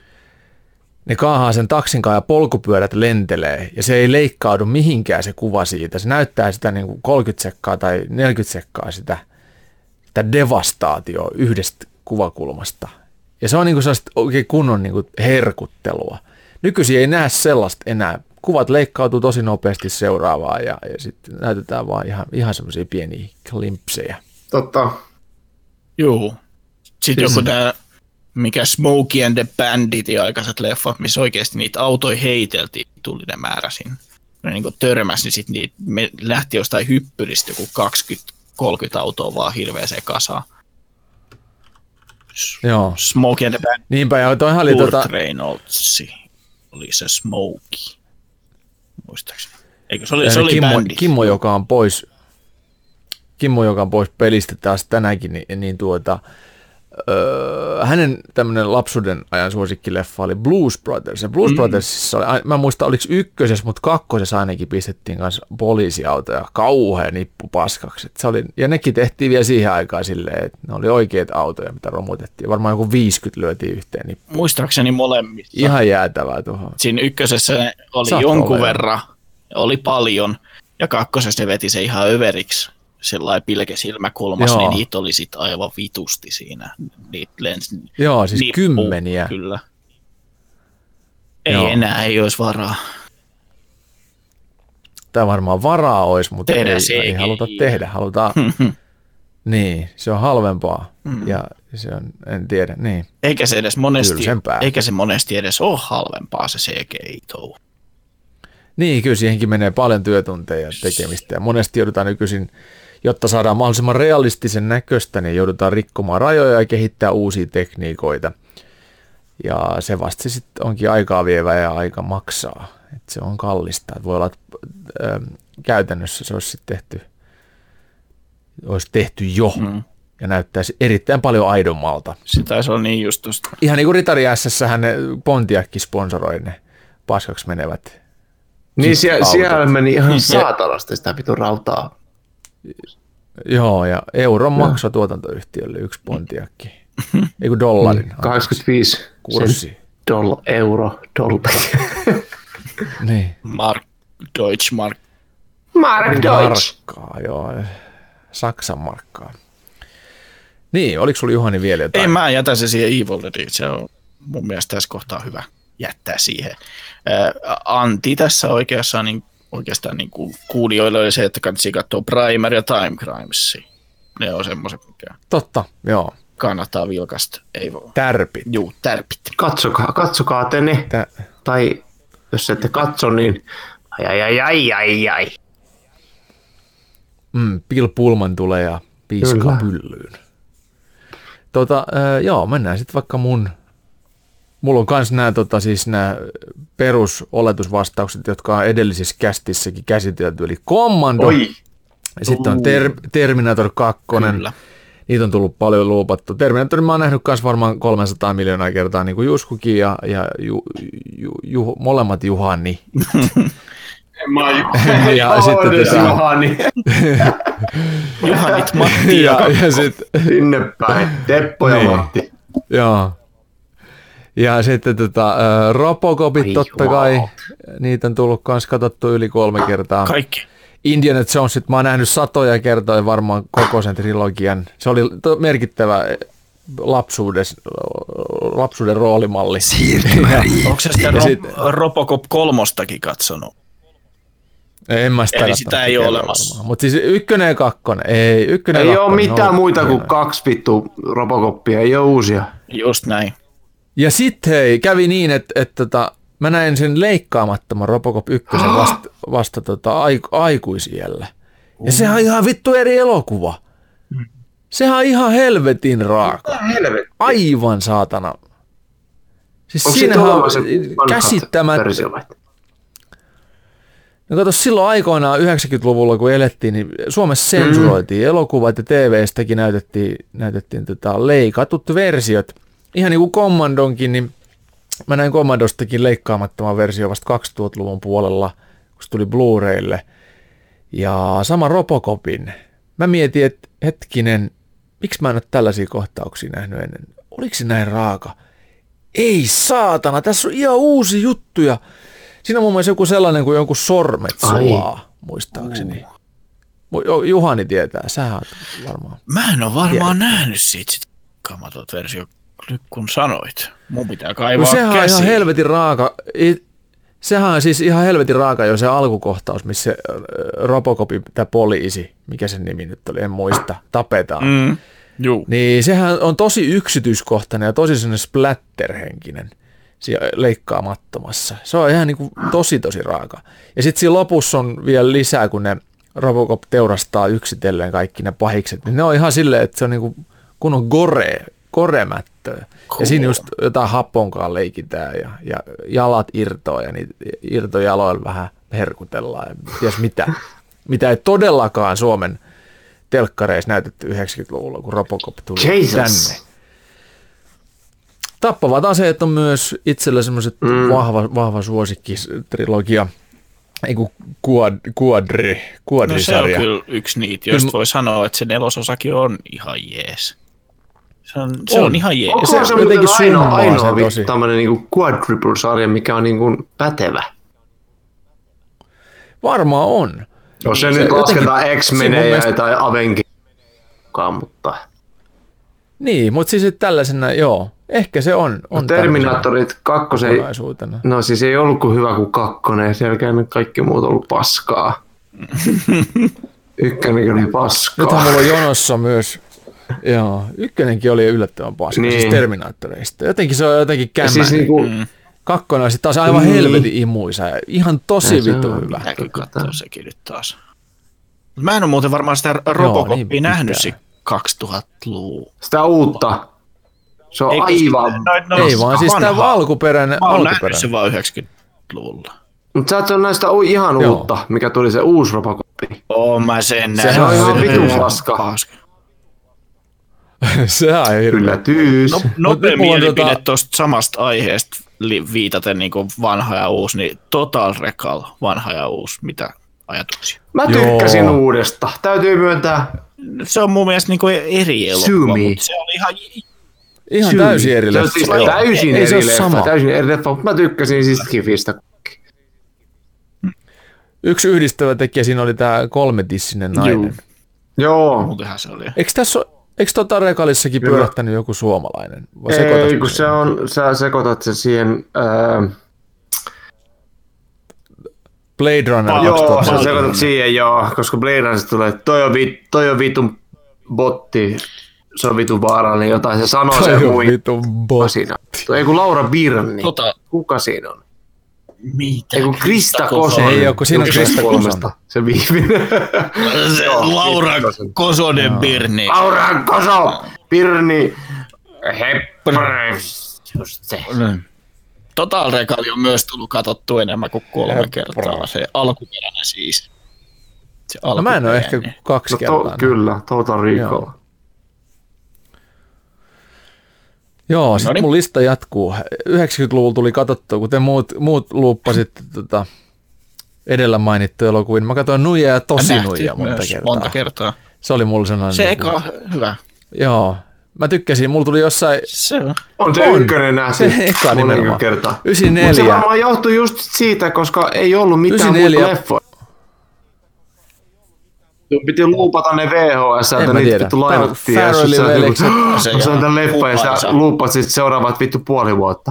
ne kaahaa sen taksinkaan ja polkupyörät lentelee ja se ei leikkaudu mihinkään se kuva siitä. Se näyttää sitä niin kuin 30 sekkaa tai 40 sekkaa sitä devastaatioa yhdestä kuvakulmasta. Ja se on niin kuin sellaista oikein kunnon niin kuin herkuttelua. Nykyisin ei näe sellaista enää. Kuvat leikkautuu tosi nopeasti seuraavaan ja sitten näytetään vaan ihan semmoisia pieniä klimpsejä. Totta. Joo. Sitten joku tämä mikä Smokey and the Bandit ja aikaiset leffat, missä oikeasti niitä autoja heiteltiin tullinen määrä siinä. Ne niin kuin törmäsi, niin sitten niitä lähti jostain hyppyristä joku 20-30 autoa vaan hirveäseen kasaan. Joo. Smokey and the Bandit. Niinpä, ja toihan oli Kurt Reynolds oli se Smokey. Muistaakseni. Eikö se oli Bandit? Kimmo, joka on pois pelistä taas tänäänkin, niin hänen tämmöinen lapsuuden ajan suosikkileffa oli Blues Brothers. Ja Blues Brothersissa oli, mä muistan, oliko ykkösessä, mutta kakkosessa ainakin pistettiin kanssa poliisiautoja kauhean nippu paskaksi. Ja nekin tehtiin vielä siihen aikaan silleen, että ne oli oikeita autoja, mitä romutettiin. Varmaan joku 50 lyötiin yhteen nippuun. Muistaakseni molemmissa. Ihan jäätävää tuohon. Siinä ykkösessä oli jonkun verran, oli paljon, ja kakkosessa ne veti se ihan överiksi. Sellainen pilkesilmäkulmas, niin niitä oli sitten aivan vitusti siinä. Niitä lensi. Joo, siis kymmeniä. Kyllä. Ei enää, ei olisi varaa. Tämä varmaan varaa olisi, mutta ei haluta tehdä. Halutaan. Niin, se on halvempaa. Ja se on, en tiedä, niin. Eikä se monesti edes ole halvempaa se CGI-touhu. Niin, kyllä siihenkin menee paljon työtunteja tekemistä. Ja monesti joudutaan nykyisin, jotta saadaan mahdollisimman realistisen näköistä, niin joudutaan rikkomaan rajoja ja kehittää uusia tekniikoita. Ja se vasta sitten onkin aikaa vievää ja aika maksaa. Et se on kallista. Et voi olla, että käytännössä se olisi tehty jo ja näyttäisi erittäin paljon aidommalta. Se taisi olla niin just tuosta. Ihan niin kuin Ritari S:ssähän ne Pontiackin sponsoroi ne paskaksi menevät. Niin siellä meni ihan saatanasti sitä vitun rautaa. Joo, ja euron maksoi tuotantoyhtiölle yksi Pontiacki. Ei kun dollarin. 85 kurssi. Euro, dollari. Niin. Mark Deutsch. Markkaa, joo. Saksan markkaa. Niin, oliko sulla Juhani vielä jotain? Ei, mä jätän se siihen Evil Deadiin. Se on mun mielestä tässä kohtaa hyvä jättää siihen. Anti tässä oikeastaan niin kuin kuulijoille oli se, että kannattaa katsoa Primer ja Time Crimesia. Ne on semmoiset, mikä totta, joo. Kannattaa vilkasta. Ei voi. Tärpit. Juu, tärpit. Katsokaa te ne. Tai jos ette katso, niin ai. Bill Pullman tulee ja piiskaa pyllyyn. Joo, mennään sitten vaikka mulla on myös nämä perusoletusvastaukset, jotka on edellisissä kästissäkin käsitelty, eli Commando. Sitten on Terminator 2. Kyllä. Niitä on tullut paljon luupattu. Terminator mä oon nähnyt myös varmaan 300 miljoonaa kertaa, niin kuin Juskukin ja molemmat Juhani. Ja sitten Juhani. Juhanit Matti ja sitten sinne päin, Teppo ja Matti. Joo. Ja sitten Robocopit totta kai, niitä on tullut myös katsottu yli 3 kertaa. Kaikki. Indiana Jonesit mä oon nähnyt satoja kertoja varmaan koko sen trilogian. Se oli merkittävä lapsuuden roolimalli. Onko se sitä Robocop 3:stakin katsonut? En mä sitä eli sitä ei ole olemassa. Mutta siis 1 ja 2. Ei ole mitään muita kuin 2 vittu Robocopia, ei ole uusia. Just näin. Ja sitten hei, kävi niin, että mä näin sen leikkaamattoman Robocop 1 vasta aikuisiellä. Ja sehän on ihan vittu eri elokuva. Sehän on ihan helvetin raaka. Aivan saatana. Siis siinähän on käsittämättä. No kato, silloin aikoinaan 90-luvulla, kun elettiin, niin Suomessa sensuroitiin elokuvat ja TV-stäkin näytettiin leikatut versiot. Ihan niin kuin Commandonkin, niin mä näin Commandostakin leikkaamattoman versio vasta 2000-luvun puolella, kun se tuli Blu-raylle. Ja sama Robocopin. Mä mietin, että hetkinen, miksi mä en ole tällaisia kohtauksia nähnyt ennen? Oliko se näin raaka? Ei saatana, tässä on ihan uusi juttuja. Siinä on mun mielestä joku sellainen kuin jonkun sormet sulaa, muistaakseni. Juhani tietää, sä oot varmaan. Mä en ole varmaan nähnyt siitä kamatot versio, kun sanoit. Mun pitää kaivaa käsiin. Sehän on ihan helvetin raaka. Sehän on siis ihan helvetin raaka jo se alkukohtaus, missä se Robocopin tämä poliisi, mikä sen nimi nyt oli, en muista, tapetaan. Juu. Niin sehän on tosi yksityiskohtainen ja tosi sellainen splatterhenkinen siellä leikkaamattomassa. Se on ihan niin kuin tosi raaka. Ja sitten siinä lopussa on vielä lisää, kun ne Robocop teurastaa yksitellen kaikki ne pahikset, niin ne on ihan silleen, että se on niin kuin kunnon goremättöä. Cool. Ja siinä just jotain happonkaan leikitään ja jalat irtoaa ja niitä irtojaloilla vähän herkutellaan ja ties mitä ei todellakaan Suomen telkkareissa näytetty 90-luvulla, kun Robocop tuli tänne. Tappavat aseet on myös itsellä semmoiset vahva suosikkitrilogia, ei kun kuadrisarja. No se on kyllä yksi niitä, josta voi sanoa, että se 4-osakin on ihan jees. Se on ihan jees. Onko se jotenkin ainoa tämmöinen niinku quadruple-sarja, mikä on niinku pätevä? Varmaan on. Jos se nyt lasketaan X-Menejä tai Avengeria, mutta... Niin, mutta siis tällaisena, joo. Ehkä se on Terminaattorit 2, no siis ei ollut kuin hyvä kuin 2, ja sen jälkeen kaikki muut on ollut paskaa. Ykkönenkin oli paskaa. Nythän mulla on jonossa myös, joo, ykkönenkin oli yllättävän paskaa, niin. Siis Terminaattoreista. Jotenkin se on jotenkin kämmäinen. Siis niinku... Kakkonen on sitten taas aivan helvetin imuisa ja ihan tosi vittu hyvä. Näkyy katsoa sekin nyt taas. Mä en ole muuten varmaan sitä Robocopia niin nähnyt 2000-luvun. Sitä uutta. Se on aivan... Ei vaan siis tämä alkuperäinen. Mä oon nähnyt se vaan 90-luvulla. Mutta sä et ole näistä ihan uutta, mikä tuli se uusi Robocopi. Oon mä sen nähnyt. Se on ihan vitun paska. Se on hirveä. Yllätys. Nopea mielipide tuosta samasta aiheesta viitaten niin vanha ja uusi, niin Total Recall, vanha ja uusi, mitä ajatuksia? Mä tykkäsin uudesta, täytyy myöntää. Se on mun mielestä niin eri elokuva, mutta se oli ihan täysin eri leffa. Täysin eri leffa, mutta mä tykkäsin siis Skifistä. Yksi yhdistävä tekijä siinä oli tää 3-tissinen nainen. Joo. Muutenhan se oli. Eikö Recallissakin pyörähtänyt joku suomalainen? Ei, kun sä sekoitat se siihen... Blade Runner. Joo, sä sekoitat siihen, koska Blade Runner tulee, toi on vitun botti, se on vitun vaarallinen, jotain se sanoo se mui. Ei kun Laura Birni, kuka siinä on? Mitä? Ei kun Krista Kosonen. Ei ole, kun siinä on Krista Kosonen. Se viimeinen. Laura Kosonen Birni. Laura Koso Birni. Just se. Total Recall on myös tullut katsottua enemmän kuin 3 kertaa. Se alkuperäinen siis. No mä en ole ehkä 2 kertaa. Kyllä, Total Recall. Joo, sitten mun lista jatkuu. 90-luvulla tuli katsottua, kuten muut luuppasitte edellä mainittu elokuviin. Mä katsoin Nuija ja Tosi Nuija monta kertaa. Se oli mulla sellainen... Se eka hyvä. Joo. Mä tykkäsin, mulla tuli jossain... On se ykkönen nähty. Se eka nimenomaan. 94. Mutta se varmaan johtui just siitä, koska ei ollut mitään muuta leffoja. Piti luupata ne VHS, että niitä vittu lainattiin. Se on tämän leffa ja sä luupasit seuraavat vittu puoli vuotta.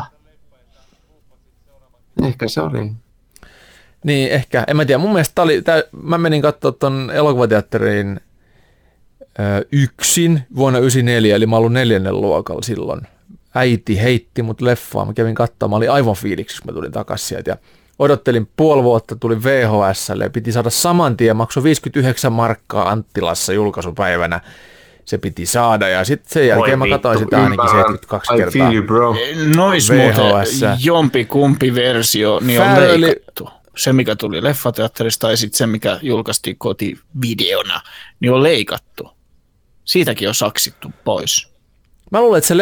Ehkä se oli. Niin, ehkä. En mä tiedä. Mun mielestä mä menin katsoa ton elokuvateatteriin yksin vuonna 1994, eli mä olin 4. luokalla silloin. Äiti heitti mut leffaan. Mä kävin katsomaan. Mä olin aivan fiiliksissä, kun mä tulin takaisin sieltä. Ja odottelin puoli vuotta, tuli VHS:lle ja piti saada saman tien, maksoi 59 markkaa Anttilassa julkaisupäivänä. Se piti saada ja sitten sen jälkeen mä katsoin sitä ainakin 72 kertaa. Nois muuten jompikumpi versio, niin on leikattu. Se, mikä tuli leffateatterista tai sitten se, mikä julkaistiin kotivideona, niin on leikattu. Siitäkin on saksittu pois. Mä luulen, että se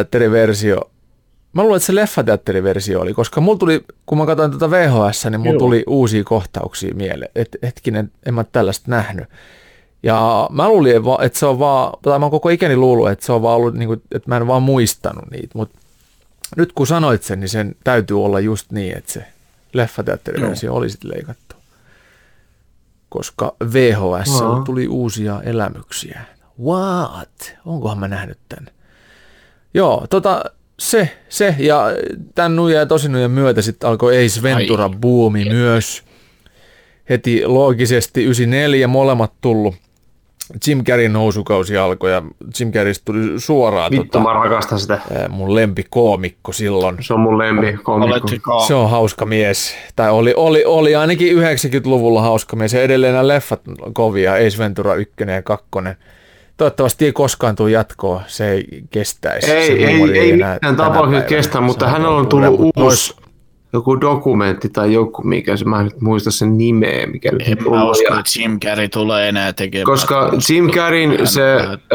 leffateatteriversio oli, koska mulla tuli, kun mä katsoin tuota VHS, niin mulla tuli uusia kohtauksia mieleen. Hetkinen, en mä tällaista nähnyt. Ja mä luulin, että se on vaan, tai mä oon koko ikäni luullut, että se on vaan ollut, niin kuin, että mä en vaan muistanut niitä. Mutta nyt kun sanoit sen, niin sen täytyy olla just niin, että se leffateatteriversio oli sitten leikattu. Koska VHS tuli uusia elämyksiä. What? Onkohan mä nähnyt tämän? Joo, se ja tämän Nuija ja Tosi Nuijan myötä sitten alkoi Ace Ventura buumi myös. Heti loogisesti 94 molemmat tullut Jim Carreyn nousukausi alkoi ja Jim Carreystä tuli suoraan Vittu, mä rakastan sitä. mun lempikoomikko silloin. Se on mun lempikoomikko. Se on hauska mies. Tai oli ainakin 90-luvulla hauska mies. Ja edelleen nämä leffat kovia. Ace Ventura 1 ja 2. Toivottavasti ei koskaan tule jatkoa. Se ei kestäisi. Ei mitään tapauksessa kestä, mutta hänellä on tullut uusi joku dokumentti tai joku, mikä se, mä en nyt muista sen nimeä. Mikä en mä usko, että Jim Carrey tulee enää tekemään. Koska Jim Carreyn se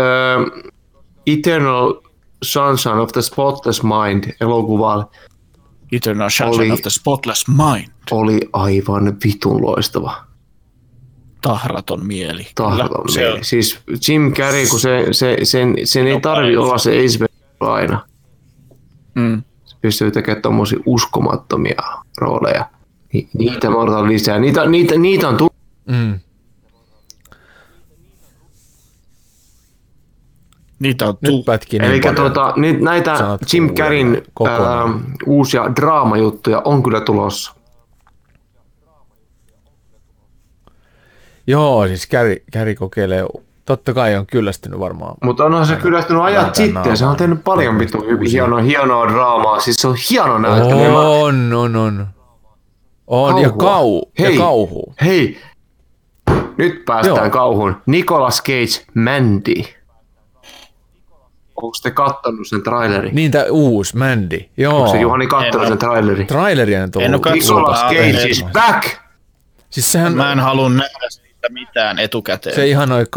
Eternal Sunshine of the Spotless Mind elokuva Eternal Sunshine of the Spotless Mind oli aivan vitun loistava. Tahraton mieli. Tahraton mieli. Siis Jim Carrey, kun sen ei tarvi olla se Ace Ventura aina. Se pystyy tekemään tommosia uskomattomia rooleja. Niitä me odotan lisää. Niitä on tullut. Niitä on nyt pätki niin eli näitä Jim Carreyn uusia draamajuttuja on kyllä tulossa. Joo, siis Carrey kokeilee, totta kai on kyllästynyt varmaan. Mutta onhan se kyllästynyt ajat sitten, se on tehnyt paljon vittu hienoa draamaa, siis se on hieno näyttelijä. On, ja kauhu. Hei, nyt päästään kauhuun. Nicolas Cage, Mandy. Onko te kattonut sen trailerin? Niin, tämä uusi Mandy, joo. Onko se Juhani kattonut sen trailerin? Traileria on tullut. Nicolas Cage is back! Siis sehän, mä en halua nähdä siitä mitään etukäteen. Se ihan noin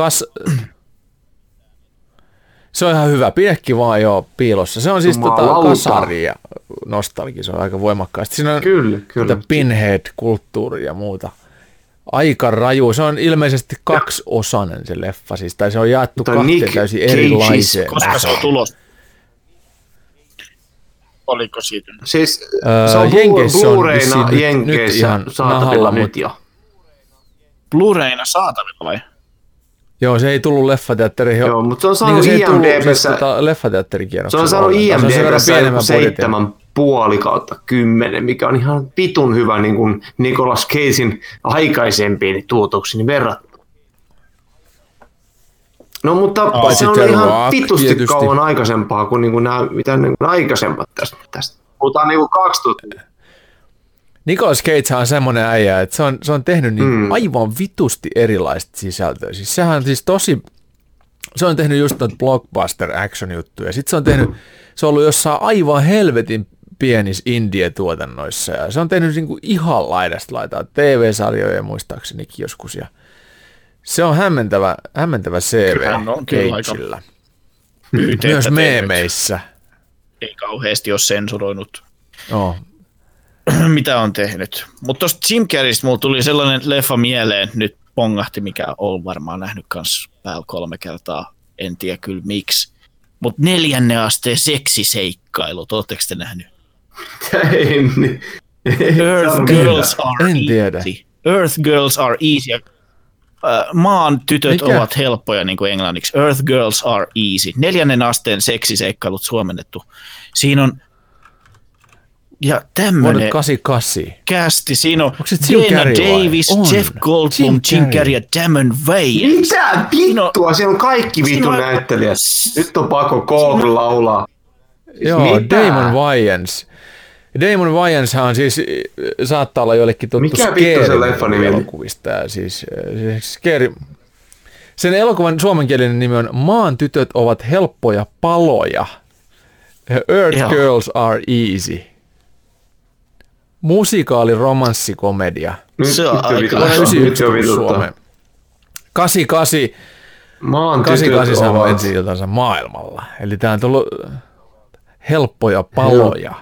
se on ihan hyvä. Pidäkin vaan jo piilossa. Se on siis kasari ja nostalgia. Se on aika voimakkaasti. Siinä on kyllä. Pinhead-kulttuuri ja muuta. Aika raju. Se on ilmeisesti kaksiosainen se leffa. Siis, tai se on jaettu kahteen täysin erilaiseen. Koska se on tulos? Oliko siitä? Siis se on Blu-rayna Jenkeissä saatavilla nyt jo. Blu-rayna saatavilla vai? Joo, se ei tullut leffateatteriin. Joo, mutta se on saanut IMDb:ssä leffateatterikierroksella. Se on saanut IMDb:ssä 7/10, mikä on ihan vitun hyvä niin kuin Nicolas Cagein aikaisempiin tuotoksiin verrattuna. No mutta se on ihan vitusti kauan aikaisempaa kuin niinku nämä mitä niinku aikaisempat tästä. Puhutaan niinku 2000. Nicolas Cage on semmoinen äijä, että se on tehnyt niin aivan vitusti erilaista sisältöä. Siis sehän on siis se on tehnyt just noita blockbuster action juttuja. Sitten se on ollut jossain aivan helvetin pienissä indie-tuotannoissa ja se on tehnyt niinku ihan laidasta laitaa TV-sarjoja muistaaksenikin joskus ja se on hämmentävä CV Cagella. Myös meemeissä. Ei kauheasti ole sensuroinut. Mitä on tehnyt. Mutta tuosta Jim Carreystä mulla tuli sellainen leffa mieleen, nyt pongahti, mikä on varmaan nähnyt kans päällä 3 kertaa, en tiedä kyllä miksi. Mutta 4. asteen seksiseikkailut, ootteko te nähnyt? Earth Girls Are Easy. Earth Girls Are Easy. Maan tytöt ovat helppoja, niin kuin englanniksi. Earth Girls Are Easy. 4. asteen seksiseikkailut suomennettu. Siinä on ja tämmönen 88. Kästi, siinä on Dana Davis, Jeff Goldblum, Jim Carrey ja Damon Wayans. Mitä vittua? Siellä on kaikki vitun näyttelijät. Nyt on pakko Kohl laulaa. Joo, Damon Wayans. Damon Wayans siis saattaa olla joillekin tuttu Scary-elokuvista. Siis Scary. Sen elokuvan suomenkielinen nimi on Maan tytöt ovat helppoja paloja. Earth Girls Are Easy. Musikaali, romanssikomedia. Se on aika 99 Suomeen. 88. 88 sanoi ensi iltansa maailmalla. Eli tää on tullut helppoja paloja.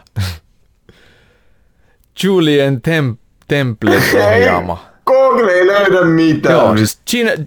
Julian Temple ohjaama. Google ei löydä mitään. Joo, siis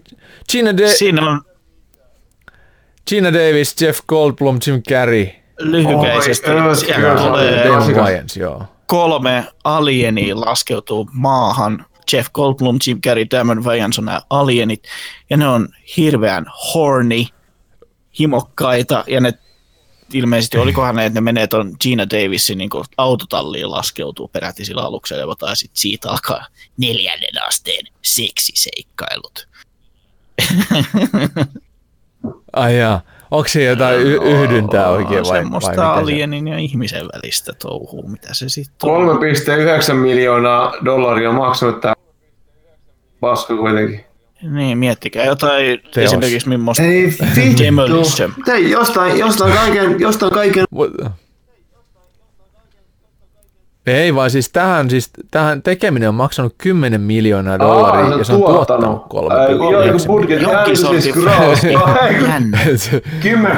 Gina Davis, Jeff Goldblum, Jim Carrey. Lyhykäisesti. Damon Wayans, joo. 3 alienia laskeutuu maahan. Jeff Goldblum, Jim Carrey, Damon Wayans on nämä alienit. Ja ne on hirveän horny, himokkaita. Ja ne ilmeisesti, olikohan ne, että ne menee tuon Gina Davisin niin autotalliin laskeutuu peräti sillä aluksella. Ja sitten siitä alkaa 4. asteen seksiseikkailut. Ai jaa. Onko se jotain yhdyntää oikein vai semmoista alienin ja ihmisen välistä touhua, mitä se sitten on? 3,9 miljoonaa dollaria maksanut tämä paska kuitenkin. Niin, miettikää jotain esimerkiksi millaista Demolition. Jostain kaiken. Ei vaan siis tähän tekeminen on maksanut 10 miljoonaa dollaria ja se on tuottanut 3,9 miljoonaa. 10.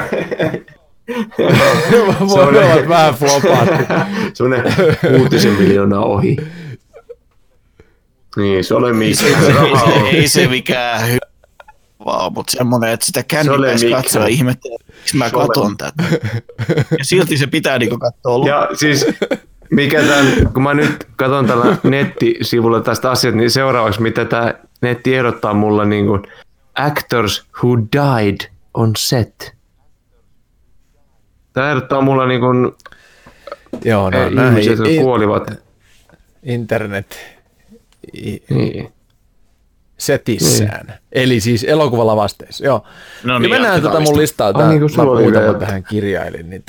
Voi olla vähän flopaatti. Semmoinen 6 miljoonaa ohi. Niin, se oli mikään. Ei se mikään hyvä, mutta semmoinen, että sitä kännykäs katsoa ihmettelee, miksi mä katon tätä. Ja silti se pitää niinku katsoa. Ja siis, kun mä nyt katson tällä nettisivulla tästä asiasta, niin seuraavaksi mitä tämä netti ehdottaa mulla niin kuin actors who died on set. Tämä ehdottaa mulla niin kuin ihmiset, jotka kuolivat. Internet setissään. Eli siis elokuvalavasteessa. Joo. No niin, mennään mun listaa. Mä muutaman tähän kirjailin. Niin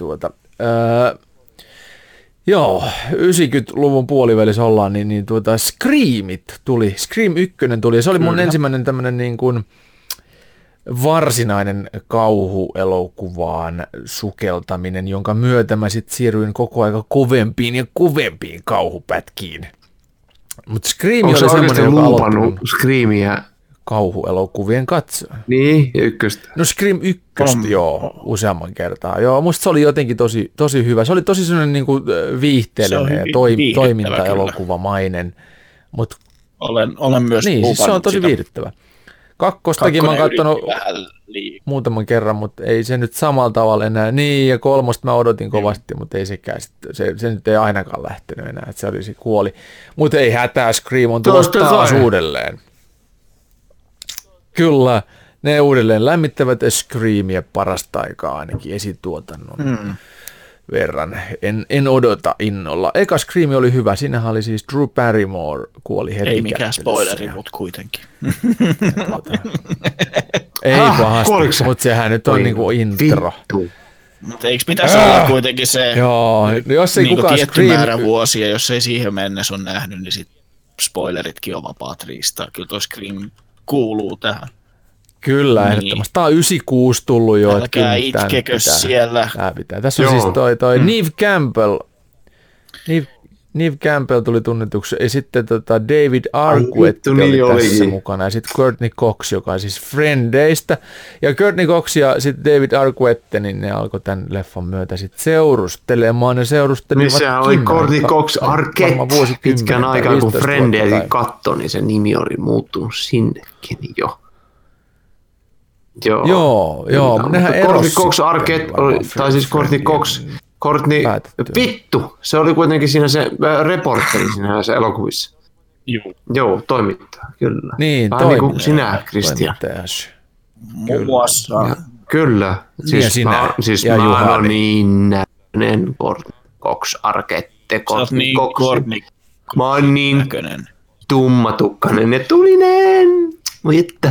joo, 90-luvun puolivälissä ollaan, niin Screamit tuli. Scream 1 tuli, ja se oli mun ensimmäinen tämmönen niin kuin varsinainen kauhuelokuvaan sukeltaminen, jonka myötä mä sit siirryin koko ajan kovempiin ja kovempiin kauhupätkiin. Mutta Scream oli semmoinen, joka aloittanut Screamia kauhuelokuvien katsoa. Niin, ja ykköstä. No Scream 1, joo, useamman kertaa. Joo, musta se oli jotenkin tosi hyvä. Se oli tosi sellainen niin kuin viihteellinen ja toimintaelokuvamainen. Olen myös niin, siis se on tosi viihdyttävä. Kakkostakin mä oon katsonut muutaman kerran, mutta ei se nyt samalla tavalla enää. Niin, ja kolmosta mä odotin kovasti, mutta ei sekään. Se nyt ei ainakaan lähtenyt enää, että se olisi kuoli. Mutta ei hätää, Scream on tulossa taas uudelleen. Kyllä, ne uudelleen lämmittävät Screamia parasta aikaa ainakin esituotannon verran. En odota innolla. Eka Scream oli hyvä, siinähän oli siis Drew Barrymore kuoli heti. Ei mikään spoileri, mutta kuitenkin. Ei pahasti, mutta sehän nyt on niinku intro. Mutta eikö pitäisi olla kuitenkin se jos ei niinku tietty määrä vuosia, jos ei siihen mennessä ole nähnyt, niin sit spoileritkin on vapaat riistaa. Kyllä tuo Scream kuuluu tähän. Kyllä, niin. Ehdottomasti. Tämä on 96 tullut jo. Älkää itkekö siellä. Tässä on siis toi Neve Campbell. Neve Campbell tuli tunnetuksi. Ja sitten David Arquette oli tässä mukana. Ja sitten Courtney Cox, joka on siis Friendeistä. Ja Courtney Cox ja sitten David Arquette, niin ne alkoi tämän leffan myötä sitten seurustelemaan. Ne seurustelivat sehän oli Courtney Cox Arquette pitkän aikaa, kun Friendeikin katsoi, niin se nimi oli muuttunut sinnekin jo. Joo, nehän Courtney Cox Arquette, tai siis Courtney Cox, vittu, se oli kuitenkin siinä se reporteri siinä se elokuvissa. Joo, toimittaja, kyllä. Niin, niin kuin sinä, Kristian. Muun muassa. Kyllä, siis mä oon niin näköinen Courtney Cox Arquette. Mä oon niin tummatukkainen ja tulinen, mutta...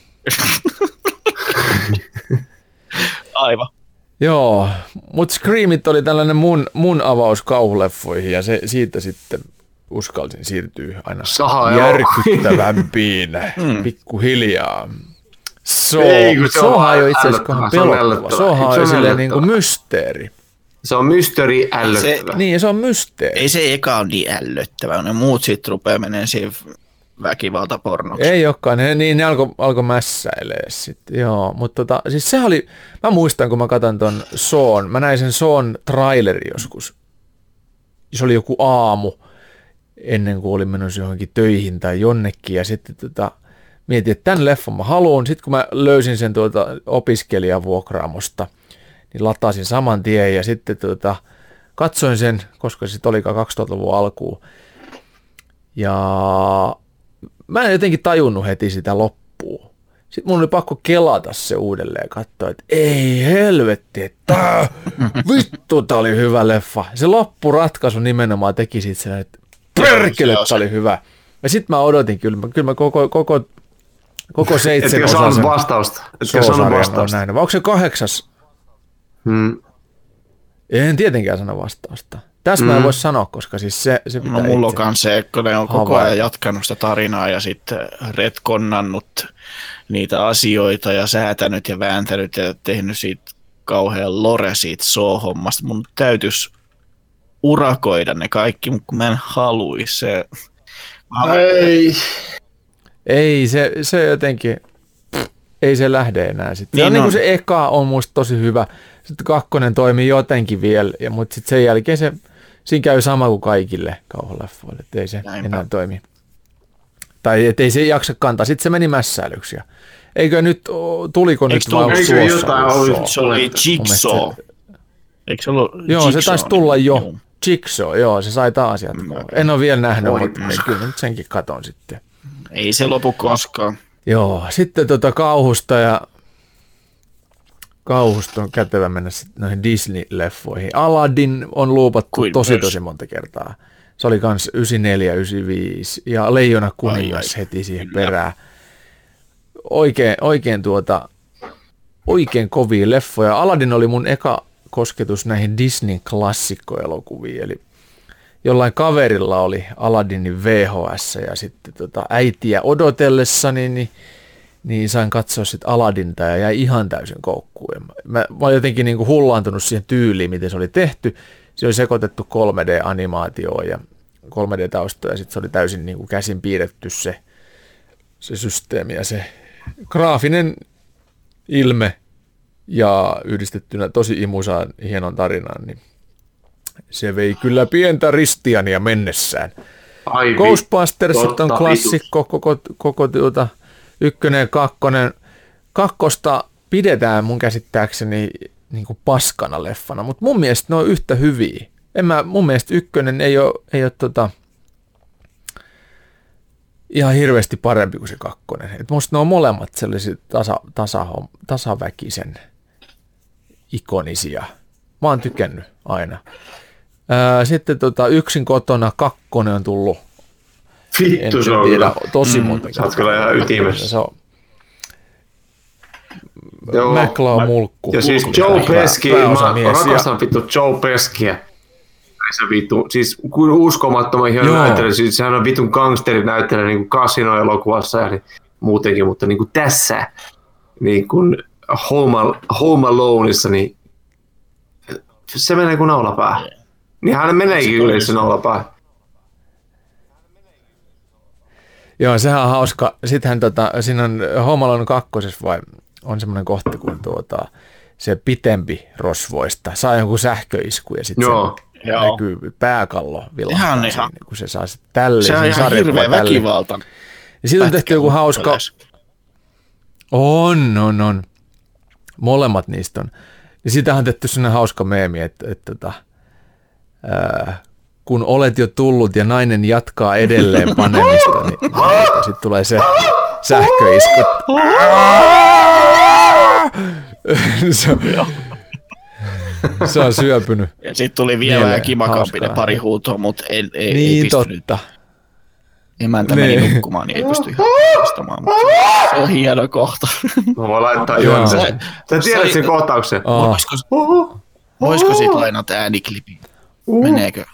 Aivan. Joo, mutta Screamit oli tällainen mun avaus kauhuleffoihin ja siitä sitten uskalsin siirtyä aina järkyttävämpiin pikkuhiljaa. Soha ei ole itse asiassa kohan pelottava. Soha on silleen niin kuin mysteeri. Se on mysteeri ällöttävä. Niin, ja se on mysteeri. Ei se eka ole niin ällöttävä, ne muut sitten rupeaa menemään siihen väkivaltapornoksi. Ei olekaan, ne alkoi mässäilee sitten, joo, mutta siis se oli, mä muistan kun mä katson ton Sawn, mä näin sen Sawn traileri joskus, se oli joku aamu ennen kuin olin menossa johonkin töihin tai jonnekin ja sitten mietin, että tämän leffan mä haluan, sitten kun mä löysin sen opiskelijavuokraamosta, niin latasin saman tien ja sitten katsoin sen, koska sitten olikaan 2000-luvun alkuun ja mä en jotenkin tajunnut heti sitä loppua. Sitten mun oli pakko kelata se uudelleen ja katsoa, että ei helvetti, että vittu, tää oli hyvä leffa. Se loppuratkaisu nimenomaan teki siitä sen, että perkele, tää oli hyvä. Ja sitten mä odotin, kyllä mä koko Koko 7 Etkä saanut vastausta. Vai onko se 8? En tietenkään sano vastausta. Tässä mä en voi sanoa, koska siis se pitää no mulla on se, kun ne on koko ajan jatkanut sitä tarinaa ja sitten retkonnannut niitä asioita ja säätänyt ja vääntänyt ja tehnyt siitä kauhean lore siitä show-hommasta. Mun täytyisi urakoida ne kaikki, mutta kun mä en haluisi. Ei, se jotenkin, ei se lähde enää sitten. Niin niin se eka on musta tosi hyvä, sitten 2 toimii jotenkin vielä, mutta sitten sen jälkeen siinä käy sama kuin kaikille kauhuleffoille, että ei se enää toimi. Tai ettei se jaksa kantaa, sitten se meni mässäilyksi. Eikö nyt, tuliko nyt vaan tulossa? Se oli Jigsaw. Eikö se ollut Jigsaw? Joo, se taisi tulla jo. Jigsaw, joo, se sai taas jatkoa. En ole vielä nähnyt, mutta kyllä nyt senkin katon sitten. Ei se lopu koskaan. Joo, sitten kauhusta on kätevä mennä sitten noihin Disney-leffoihin. Aladdin on luupattu tosi monta kertaa. Se oli kans 94, 95 ja Leijona kuningas heti siihen perään. Oikein kovia leffoja. Aladdin oli mun eka kosketus näihin Disneyn klassikkoelokuviin, eli jollain kaverilla oli Aladdinin VHS ja sitten äitiä odotellessani, niin sain katsoa sitten Aladdinta ja jäi ihan täysin koukkuun. Mä olin jotenkin niin kuin hullaantunut siihen tyyliin, miten se oli tehty. Se oli sekoitettu 3D-animaatioon ja 3D-taustoja ja sitten se oli täysin niin kuin käsin piirretty se systeemi ja se graafinen ilme ja yhdistettynä tosi imuisaan hienon tarinaan, niin se vei kyllä pientä ristiania mennessään. Ghostbusters on klassikko, koko 1 ja 2. Kakkosta pidetään mun käsittääkseni niin kuin paskana leffana, mutta mun mielestä ne on yhtä hyviä. Mun mielestä 1 ei ole ihan hirveästi parempi kuin se 2. Et musta ne on molemmat sellaisia tasaväkisen ikonisia. Mä oon tykännyt aina. Sitten yksin kotona 2 on tullut. Vittu se on tiedä, tosi monta. Sä oot kyllä ihan ytimessä. Se on Mäklä mulkku. Ja siis Joe Pesci, mä rakastan vittu Joe Pesciä. Se vittu, siis kuin uskomattoman hieno näyttelijä, siis sehän on vitun gangsterinäyttelijä niin kuin Casino-elokuvassa ja niin muutenkin, mutta niin kuin tässä niin kuin Home Aloneissa, niin se menee kuin naulapää. Niin hän meneekin yleensä naulapää. Joo, sehän on hauska. Sittenhän siinä on Home Alone 2 vai on semmoinen kohta, kun se pitempi rosvoista saa jonkun sähköisku ja sitten se näkyy pääkallo vilahtaa, kun se saa sitten tälleen. Se on ihan hirveä väkivalta. Ja siitä on tehty joku hauska. On. Molemmat niistä on. Ja siitähän on tehty sellainen hauska meemi, että kun olet jo tullut ja nainen jatkaa edelleen panemista, niin sitten tulee se sähköisku. Se on syöpynyt. Ja sitten tuli vielä kimakampinen pari huutoa, mutta ei niin pystynyt. Totta. Emäntä meni nukkumaan, niin ei pysty ihan vastaamaan. Se on hieno kohta. Mä voin laittaa Jonsen. Sä tiedät sen kohtauksen. Voisiko siitä lainata ääniklipiä? Meneekö?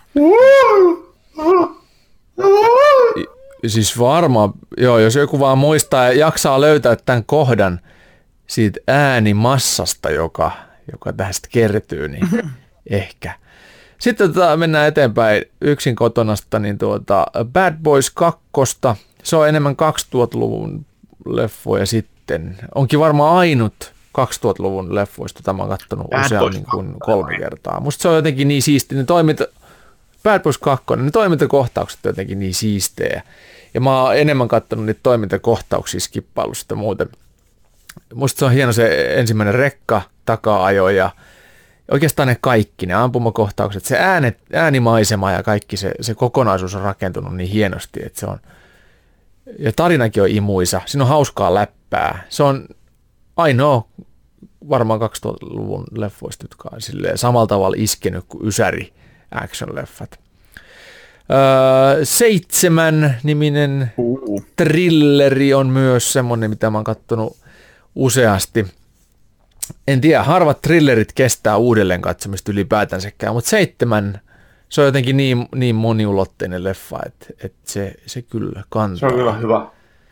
Siis varmaan, jos joku vaan muistaa ja jaksaa löytää tämän kohdan siitä äänimassasta, joka tästä kertyy, niin ehkä. Sitten mennään eteenpäin yksin kotonasta, niin Bad Boys 2, se on enemmän 2000-luvun leffoja sitten. Onkin varmaan ainut 2000-luvun leffoista, jota mä oon katsonut useammin niin kuin 3 kertaa. Musta se on jotenkin niin siisti. Bad Boys 2, ne toimintakohtaukset on jotenkin niin siistejä. Ja mä oon enemmän katsonut niitä toimintakohtauksia, skippaillut sitä muuten. Musta se on hieno se ensimmäinen rekka, taka-ajo ja oikeastaan ne kaikki, ne ampumakohtaukset, se äänimaisema ja kaikki se kokonaisuus on rakentunut niin hienosti, että se on, ja tarinakin on imuisa, siinä on hauskaa läppää, se on ainoa varmaan 2000-luvun leffoista, jotka on samalla tavalla iskenyt kuin ysäri action-leffat. 7-niminen thrilleri on myös semmoinen, mitä mä oon kattonut useasti. En tiedä, harvat thrillerit kestää uudelleen katsomista ylipäätänsäkään, mutta 7, se on jotenkin niin moniulotteinen leffa, että se kyllä kantaa. Se on kyllä hyvä.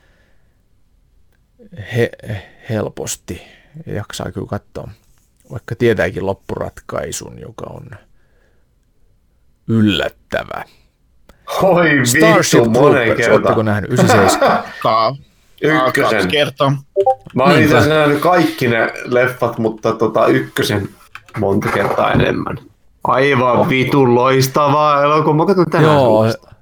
Helposti jaksaa kyllä katsoa, vaikka tietääkin loppuratkaisun, joka on yllättävä. Oi vittu, monen kertaan. Oletteko nähnyt 97? Ykkösen. Kertaa. Mä oon itse asiassa nähnyt kaikki ne leffat, mutta ykkösen monta kertaa enemmän. Aivan vitun loistavaa elokuva. Mä katson tänään. Joo.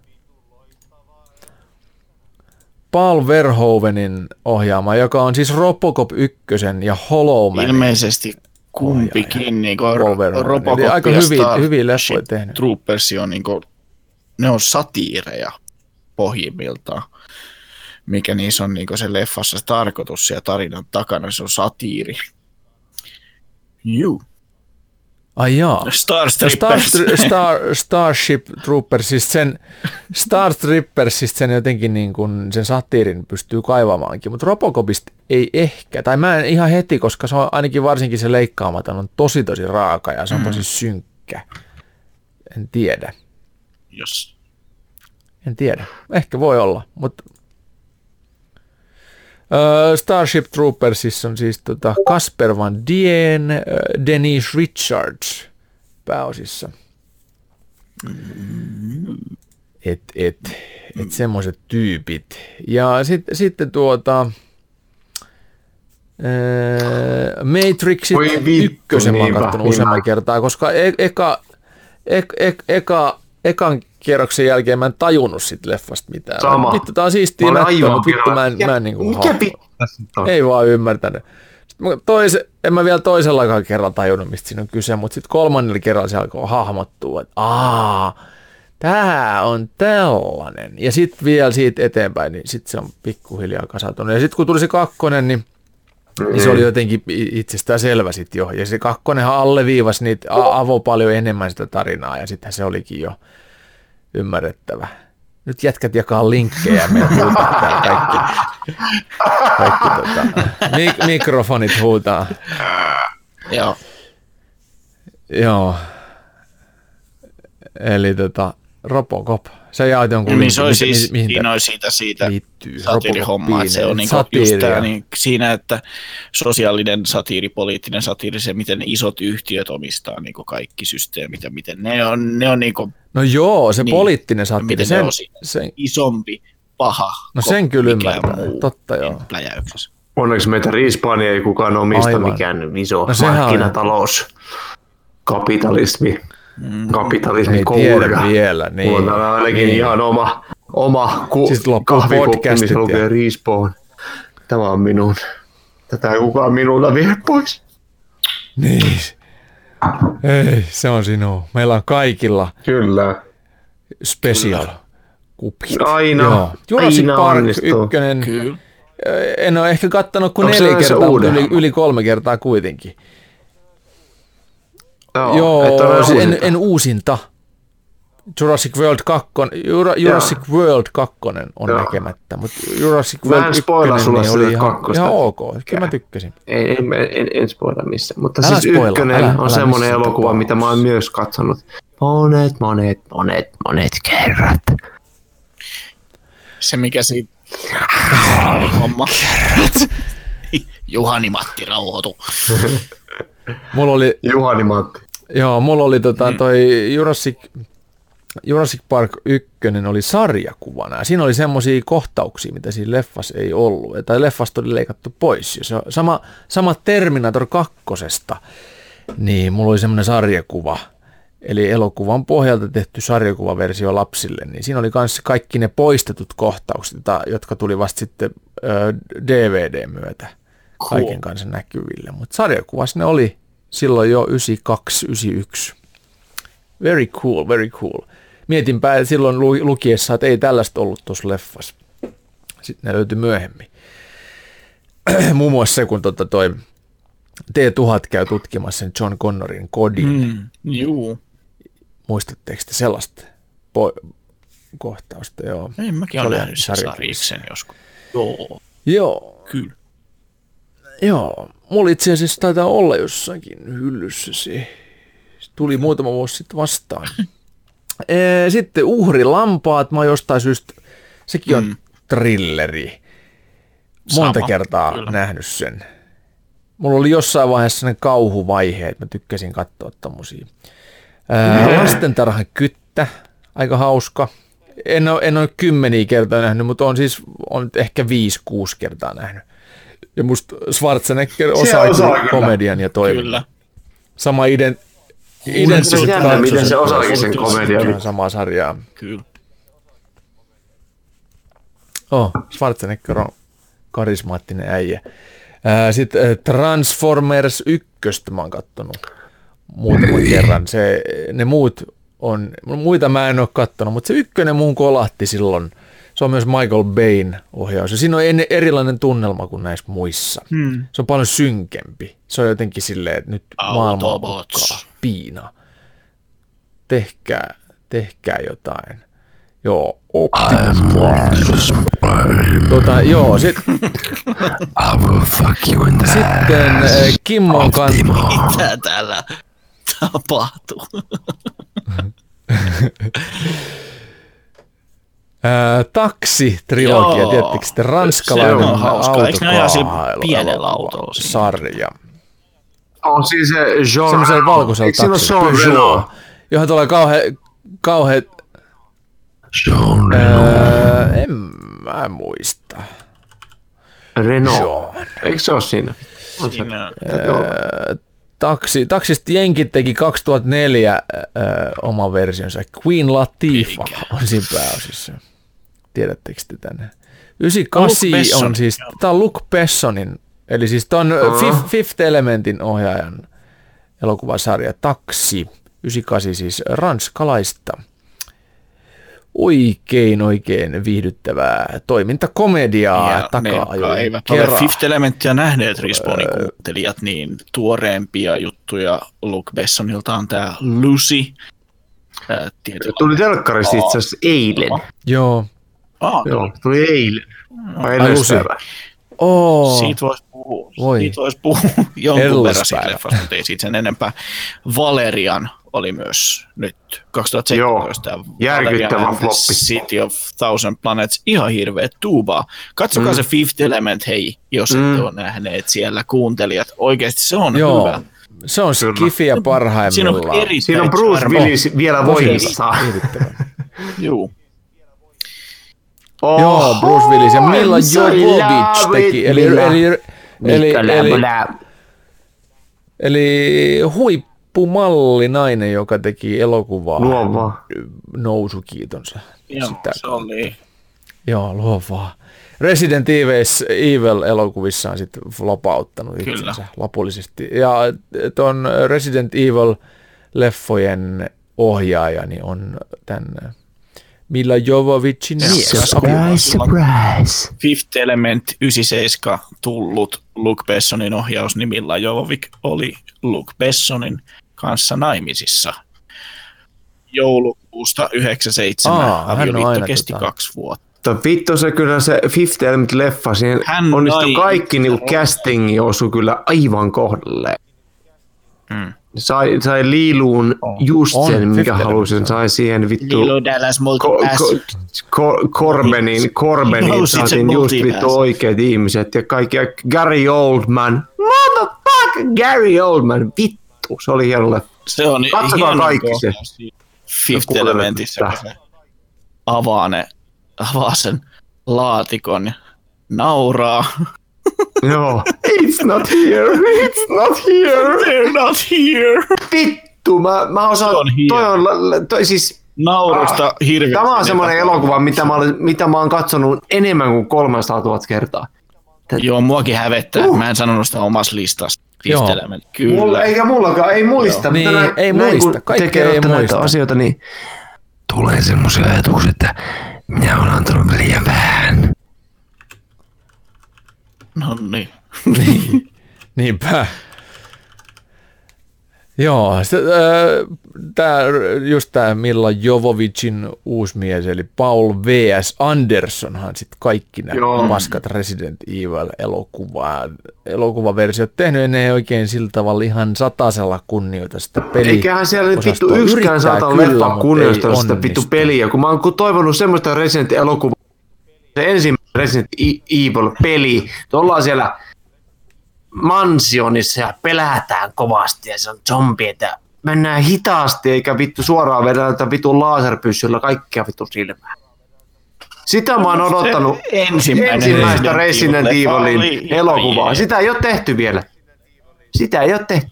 Paul Verhoevenin ohjaama, joka on siis Robocop 1 ja Hollow Man. Ilmeisesti kumpikin, niin Robocop aika hyviä leffoja tehnyt. Troopers on, niin kuin, ne on satiireja pohjimmiltaan. Mikä niissä on niin se leffassa tarkoitus ja tarinan takana, se on satiiri. Juu. Ai jaa. Starship Troopersista sen jotenkin niin kuin sen satiirin pystyy kaivamaankin, mutta Robocopista ei ehkä, tai mä en ihan heti, koska se on ainakin varsinkin se leikkaamaton on tosi raaka ja se on tosi synkkä. En tiedä. En tiedä. Ehkä voi olla, mutta Starship Troopersissa on siis Casper Van Dien, Denise Richards pääosissa. Et semmoiset tyypit. Ja sitten Matrixit 1 mä oon kattonut useamman kertaa, koska ekan kierroksen jälkeen mä en tajunnut sit leffasta mitään. Sama. Vittu, tää on siistiä mättöä, mutta vittu mä en niinku ei vaan ymmärtänyt. En mä vielä toisellakaan kerralla tajunnut, mistä siinä on kyse, mutta sitten kolmannella kerralla se alkoi hahmottua, että tää on tällainen. Ja sitten vielä siitä eteenpäin, niin sitten se on pikkuhiljaa kasautunut. Ja sitten kun tuli se 2, niin se oli jotenkin itsestään selvä sitten jo. Ja se 2 alleviivasi niitä avoi paljon enemmän sitä tarinaa, ja sittenhän se olikin jo ymmärrettävä. Nyt jätkät jakaa linkkejä, me huutaa täällä kaikki mikrofonit huutaa. Joo. Eli Robocop. Se jaat jonkun niin se on siis siitä satiirihommaa, että se on niin just tämä, niin siinä, että sosiaalinen satiiri, poliittinen satiiri, se miten isot yhtiöt omistaa niin kaikki systeemit ja miten ne on niin kuin, no joo, se niin, poliittinen satiiri, sen isompi paha. No sen kyllä ymmärtää, totta joo. Pläjäyksessä. Onneksi meitä Respawnia ei kukaan omista mikään iso markkinatalous, kapitalismi. Kapitalismin kouluja. Vielä, niin. Mulla on ainakin ihan oma kahvikuppi, missä lukee Respawn. Tämä on minun. Tätä ei kukaan minulta vie pois. Niin. Ei, se on sinua. Meillä on kaikilla. Kyllä. Special kupit. Aina. Joo. Jurassic Park 1. Kyllä. En ole ehkä kattanut kuin 4 kertaa, mutta yli 3 kertaa kuitenkin. Joo, en uusinta. Jurassic World 2 on näkemättä, mutta Jurassic World 1 niin oli ihan ok. Kyllä mä tykkäsin. En spoila missään, mutta älä siis spoila, 1 on semmoinen elokuva, mitä mä oon myös katsonut monet kerrat. Se mikä siitä homma. Juhani-Matti rauhoitu. Mulla oli Juhani-Matti. Joo, mulla oli toi Jurassic Park 1 oli sarjakuvana, ja siinä oli semmoisia kohtauksia, mitä siinä leffassa ei ollut, tai leffasta oli leikattu pois. Ja se sama Terminator 2, niin mulla oli semmoinen sarjakuva, eli elokuvan pohjalta tehty sarjakuvaversio lapsille, niin siinä oli myös kaikki ne poistetut kohtaukset, jotka tuli vasta sitten DVD myötä kaiken kanssa näkyville, mutta sarjakuvassa ne oli silloin jo 92-91. Very cool, very cool. Mietinpä silloin lukiessa, että ei tällaista ollut tuossa leffassa. Sitten ne löytyi myöhemmin. Muun muassa se, kun toi T-1000 käy tutkimassa sen John Connorin kodin. Juu. Muistatteko te sellaista kohtausta, joo. Ei, mäkin olen nähnyt sen sarjiksen joskus. Joo. Kyllä. Joo, mulla itse asiassa taitaa olla jossakin hyllyssäsi. Tuli muutama vuosi sitten vastaan. Sitten Uhrilampaat, mä oon jostain syystä, sekin on thrilleri. Monta kertaa kyllä nähnyt sen. Mulla oli jossain vaiheessa sellainen kauhuvaihe, että mä tykkäsin katsoa tommosia. Lastentarhan kyttä, aika hauska. En ole 10 kertaa nähnyt, mutta on ehkä 5-6 kertaa nähnyt. Ja musta Schwarzenegger osaa komedian ja toiminnan. Kyllä. Sama miten se osaakin sen komedian. Samaa sarjaa. Kyllä. Schwarzenegger on karismaattinen äijä. Sitten Transformers 1 mä oon kattonut muutaman kerran. Ne muita mä en ole kattonut, mutta se ykkönen muun kolahti silloin. Se on myös Michael Bayn ohjaus. Ja siinä on erilainen tunnelma kuin näissä muissa. Se on paljon synkempi. Se on jotenkin silleen, että nyt maailma alkaa piina. Tehkää jotain. Joo, Optimus Prime. Joo, sitten Kimmon kanssa. Mitä täällä tapahtuu? Taksi-trilogia, tiettikö sitten ranskalainen autokaahailu-sarja. On siis se Jean. Semmoisella valkoisella taksilla. Johon tulee kauhean en mä muista. Renault. Eikö se ole siinä? Taksista jenkit teki 2004 oma versionsa. Queen Latifah on siinä pääosissa. Tiedättekö te tänne? 98 on siis, tämä on Luc Bessonin, eli siis tämä on Fifth Elementin ohjaajan elokuvasarja Taksi. 98 siis ranskalaista. Oikein viihdyttävää toimintakomediaa takaa. Eivät ole Fifth Elementia nähneet Respawnin kuuntelijat, niin tuoreempia juttuja Luc Bessonilta on tämä Lucy. Tuli telkkarista itse asiassa eilen. Joo. Tuli eilen. Siitä voisi puhua jonkun verran siitä leffasta, mutta ei siitä sen enempää. Valerian oli myös nyt 2017. Järkyttävän floppi. City of Thousand Planets, ihan hirveä tuubaa. Katsokaa se Fifth Element, hei, jos ette ole nähneet siellä kuuntelijat. Oikeasti se on hyvä. Se on skifiä parhaimmillaan. Siinä on Bruce Willis vielä voimissaan. Joo. Joo, Bruce Willis ja Milla Jovovich teki, eli huippumallinainen, joka teki elokuvaa. Luovaa. Nousukiitonsa. Joo, se oli. Joo, luovaa. Resident Evil-elokuvissa on sitten flopauttanut itsensä lopullisesti. Ja tuon Resident Evil-leffojen ohjaajani on tämän Milla Jovovichin mies. Surprise. Fifth Element 97 tullut Luc Bessonin ohjaus, niin Milla Jovovich oli Luc Bessonin kanssa naimisissa. Joulukuusta 97 avioliitto kesti 2 vuotta. Vittu se kyllä se Fifth Element-leffa, siihen onnistui kaikki niinku castingi osui kyllä aivan kohdalleen. Sai Liluun just sen, mikä halusin. Sai siihen vittu Corbenin saatiin just vittu oikeat ihmiset ja kaikki. Gary Oldman. Motherfucker, Gary Oldman. Vittu, se oli hieno leffa. Se on katsokaa kaikki se. Fifth Elementissä, kun se avaa sen laatikon ja nauraa. Joo. It's not here. They're not here. Vittu, mä osaan. Toi siis naurusta hirveästi. Tämä on semmoinen elokuva, mitä mä oon katsonut enemmän kuin 300 000 kertaa. Joo, muakin hävettää. Mä en sanonut sitä omassa listassa. Kyllä. Eikä mullakaan, ei muista. Niin, ei muista. Kaikkea ei muista asioita, niin tulee semmoisia ajatuksia, että minä olen antanut liian vähän. No niin. Niinpä. Joo, tämä Milla Jovovicin uusi mies, eli Paul V.S. Andersonhan sitten kaikki nämä paskat Resident Evil-elokuvaversiot tehnyt, ja ne ei oikein sillä tavalla ihan satasella kunnioita sitä peliä. Eiköhän siellä vittu yksikään saata leffaa kunnioista sitä vittu peliä, kun mä oon toivonut semmoista Resident elokuvaa, se ensimmäinen Resident Evil-peli, ollaan siellä mansionissa ja pelätään kovasti ja se on zombieta. Mennään hitaasti eikä vittu suoraan vedellä vittu laserpyssyllä kaikkia vittu silmää. Sitä mä oon odottanut ensimmäistä Resident Evilin elokuvaa. Sitä ei ole tehty vielä. Sitä ei ole tehty.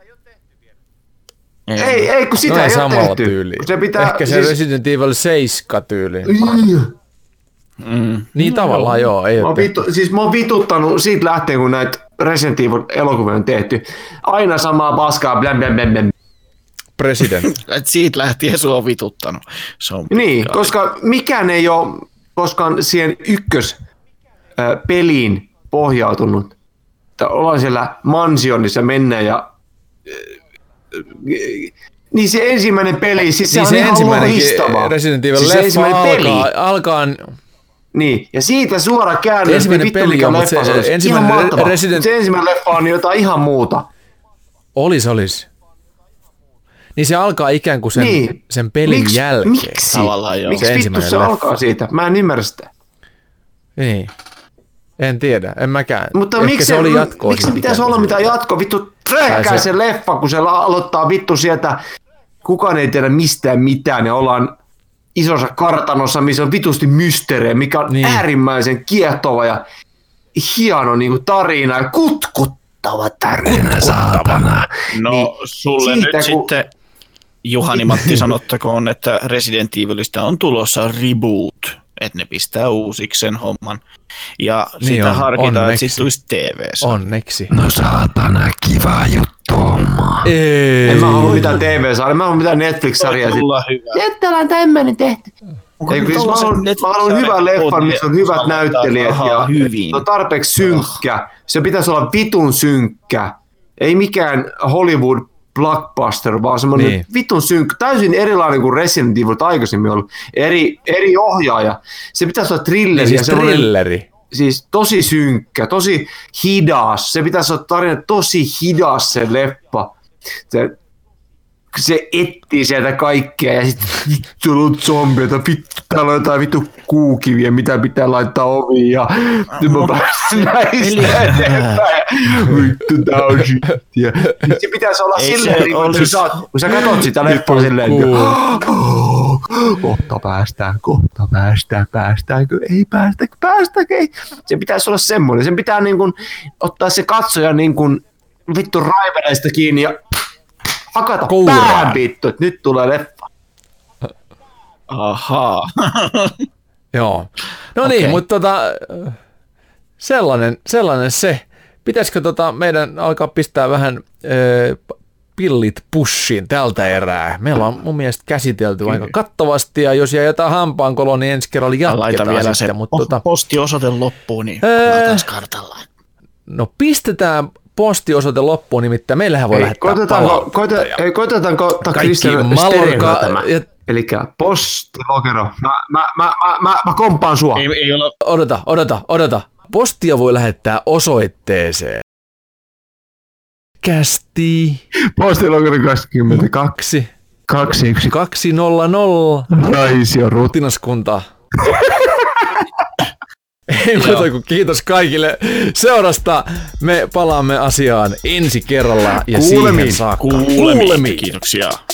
Ei, kun sitä ei ole tehty. Tyyliin. Se pitää, ehkä se Resident Evil 7 tyyliin. Niin tavallaan joo. Ei mä oon vituttanut siitä lähtien, kun näitä Resident Evil elokuvia on tehty. Aina samaa paskaa, blä. President. Siitä lähtien sua on vituttanut. Niin, koska mikään ei ole koskaan siihen ykköspeliin pohjautunut. Ollaan siellä mansionissa mennään ja niin se ensimmäinen peli, siis se on ihan lohistava. Resident Evil siis leffa alkaa niin, ja siitä suora käännös, ensimmäinen peli on, mutta se ensimmäinen se ensimmäinen leffa on jotain ihan muuta. Olis. Niin se alkaa ikään kuin sen pelin jälkeen. Miksi vittu se alkaa siitä? Mä en ymmärrä sitä. Niin. En tiedä, en mäkään. Mutta miksi se oli jatkoa? Miksi pitäisi olla mitään jatkoa? Vittu träkkää se leffa, kun se aloittaa vittu sieltä. Kukaan ei tiedä mistään mitään ja ollaan isossa kartanossa, missä on vitusti mysteerejä, mikä on äärimmäisen kiehtova ja hieno niin kuin tarina ja kutkuttava tarina, saatana. No niin, sulle nyt sitten Juhani-Matti sanottakoon, että Resident Evilistä on tulossa reboot, että ne pistää uusiksi sen homman. Ja niin sitä harkitaan, että siitä tulisi TV-sarja. Onneksi. No saatana, kiva juttu homma. En mä halua mitään TV-sarjaa, mä haluan mitään Netflix-sarjaa. Nyt ollaan tämmöinen tehty. Mä haluan hyvän leffan, missä on hyvät näyttelijät ja on tarpeeksi synkkä. Se pitäisi olla vitun synkkä. Ei mikään Hollywood blockbuster, vaan semmoinen vitun synkkä. Täysin erilainen kuin Resident Evil aikaisemmin ollut. Eri ohjaaja. Se pitäisi olla thrilleri. Siis thrilleri. Siis tosi synkkä, tosi hidas. Se pitäisi olla tarina tosi hidas se leffa. Se etsii sieltä kaikkea ja sitten vittu on zombeita, vittu täällä on jotain vittu kuukiviä, mitä pitää laittaa oviin ja mä pääsin näistä eteenpäin. Vittu tää on shittiä. Se pitäisi olla silleen, kun sä katot sitä leffaa silleen, kohta päästäänkö, ei päästäkö, ei. Se pitäisi olla semmoinen, sen pitää niin kuin ottaa se katsoja niin kuin vittu raiveleista kiinni ja hakata pään vittu, että nyt tulee leffa. Ahaa. Joo. No niin, mutta sellainen se. Pitäisikö meidän alkaa pistää vähän pillit pussiin tältä erää? Meillä on mun mielestä käsitelty aika kattavasti, ja jos jää jotain hampaankoloa, niin ensi kerralla jatketaan. Laita vielä sitten, se postiosoite loppuun, niin laitetaan kartalla. No pistetään postiosoite loppuun, nimittäin meillähän voi lähettää palautetta. Koitetaanko Kristian stereoida tämä? Elikkä postilokero. Mä komppaan sua. Ei ole. Odota. Postia voi lähettää osoitteeseen. Kästi. Postilokero 22. 200. Raisio Rutinaskunta. Ei muuta kuin kiitos kaikille seurasta. Me palaamme asiaan ensi kerralla ja siihen saakka. Kuulemiin. Kiitoksia.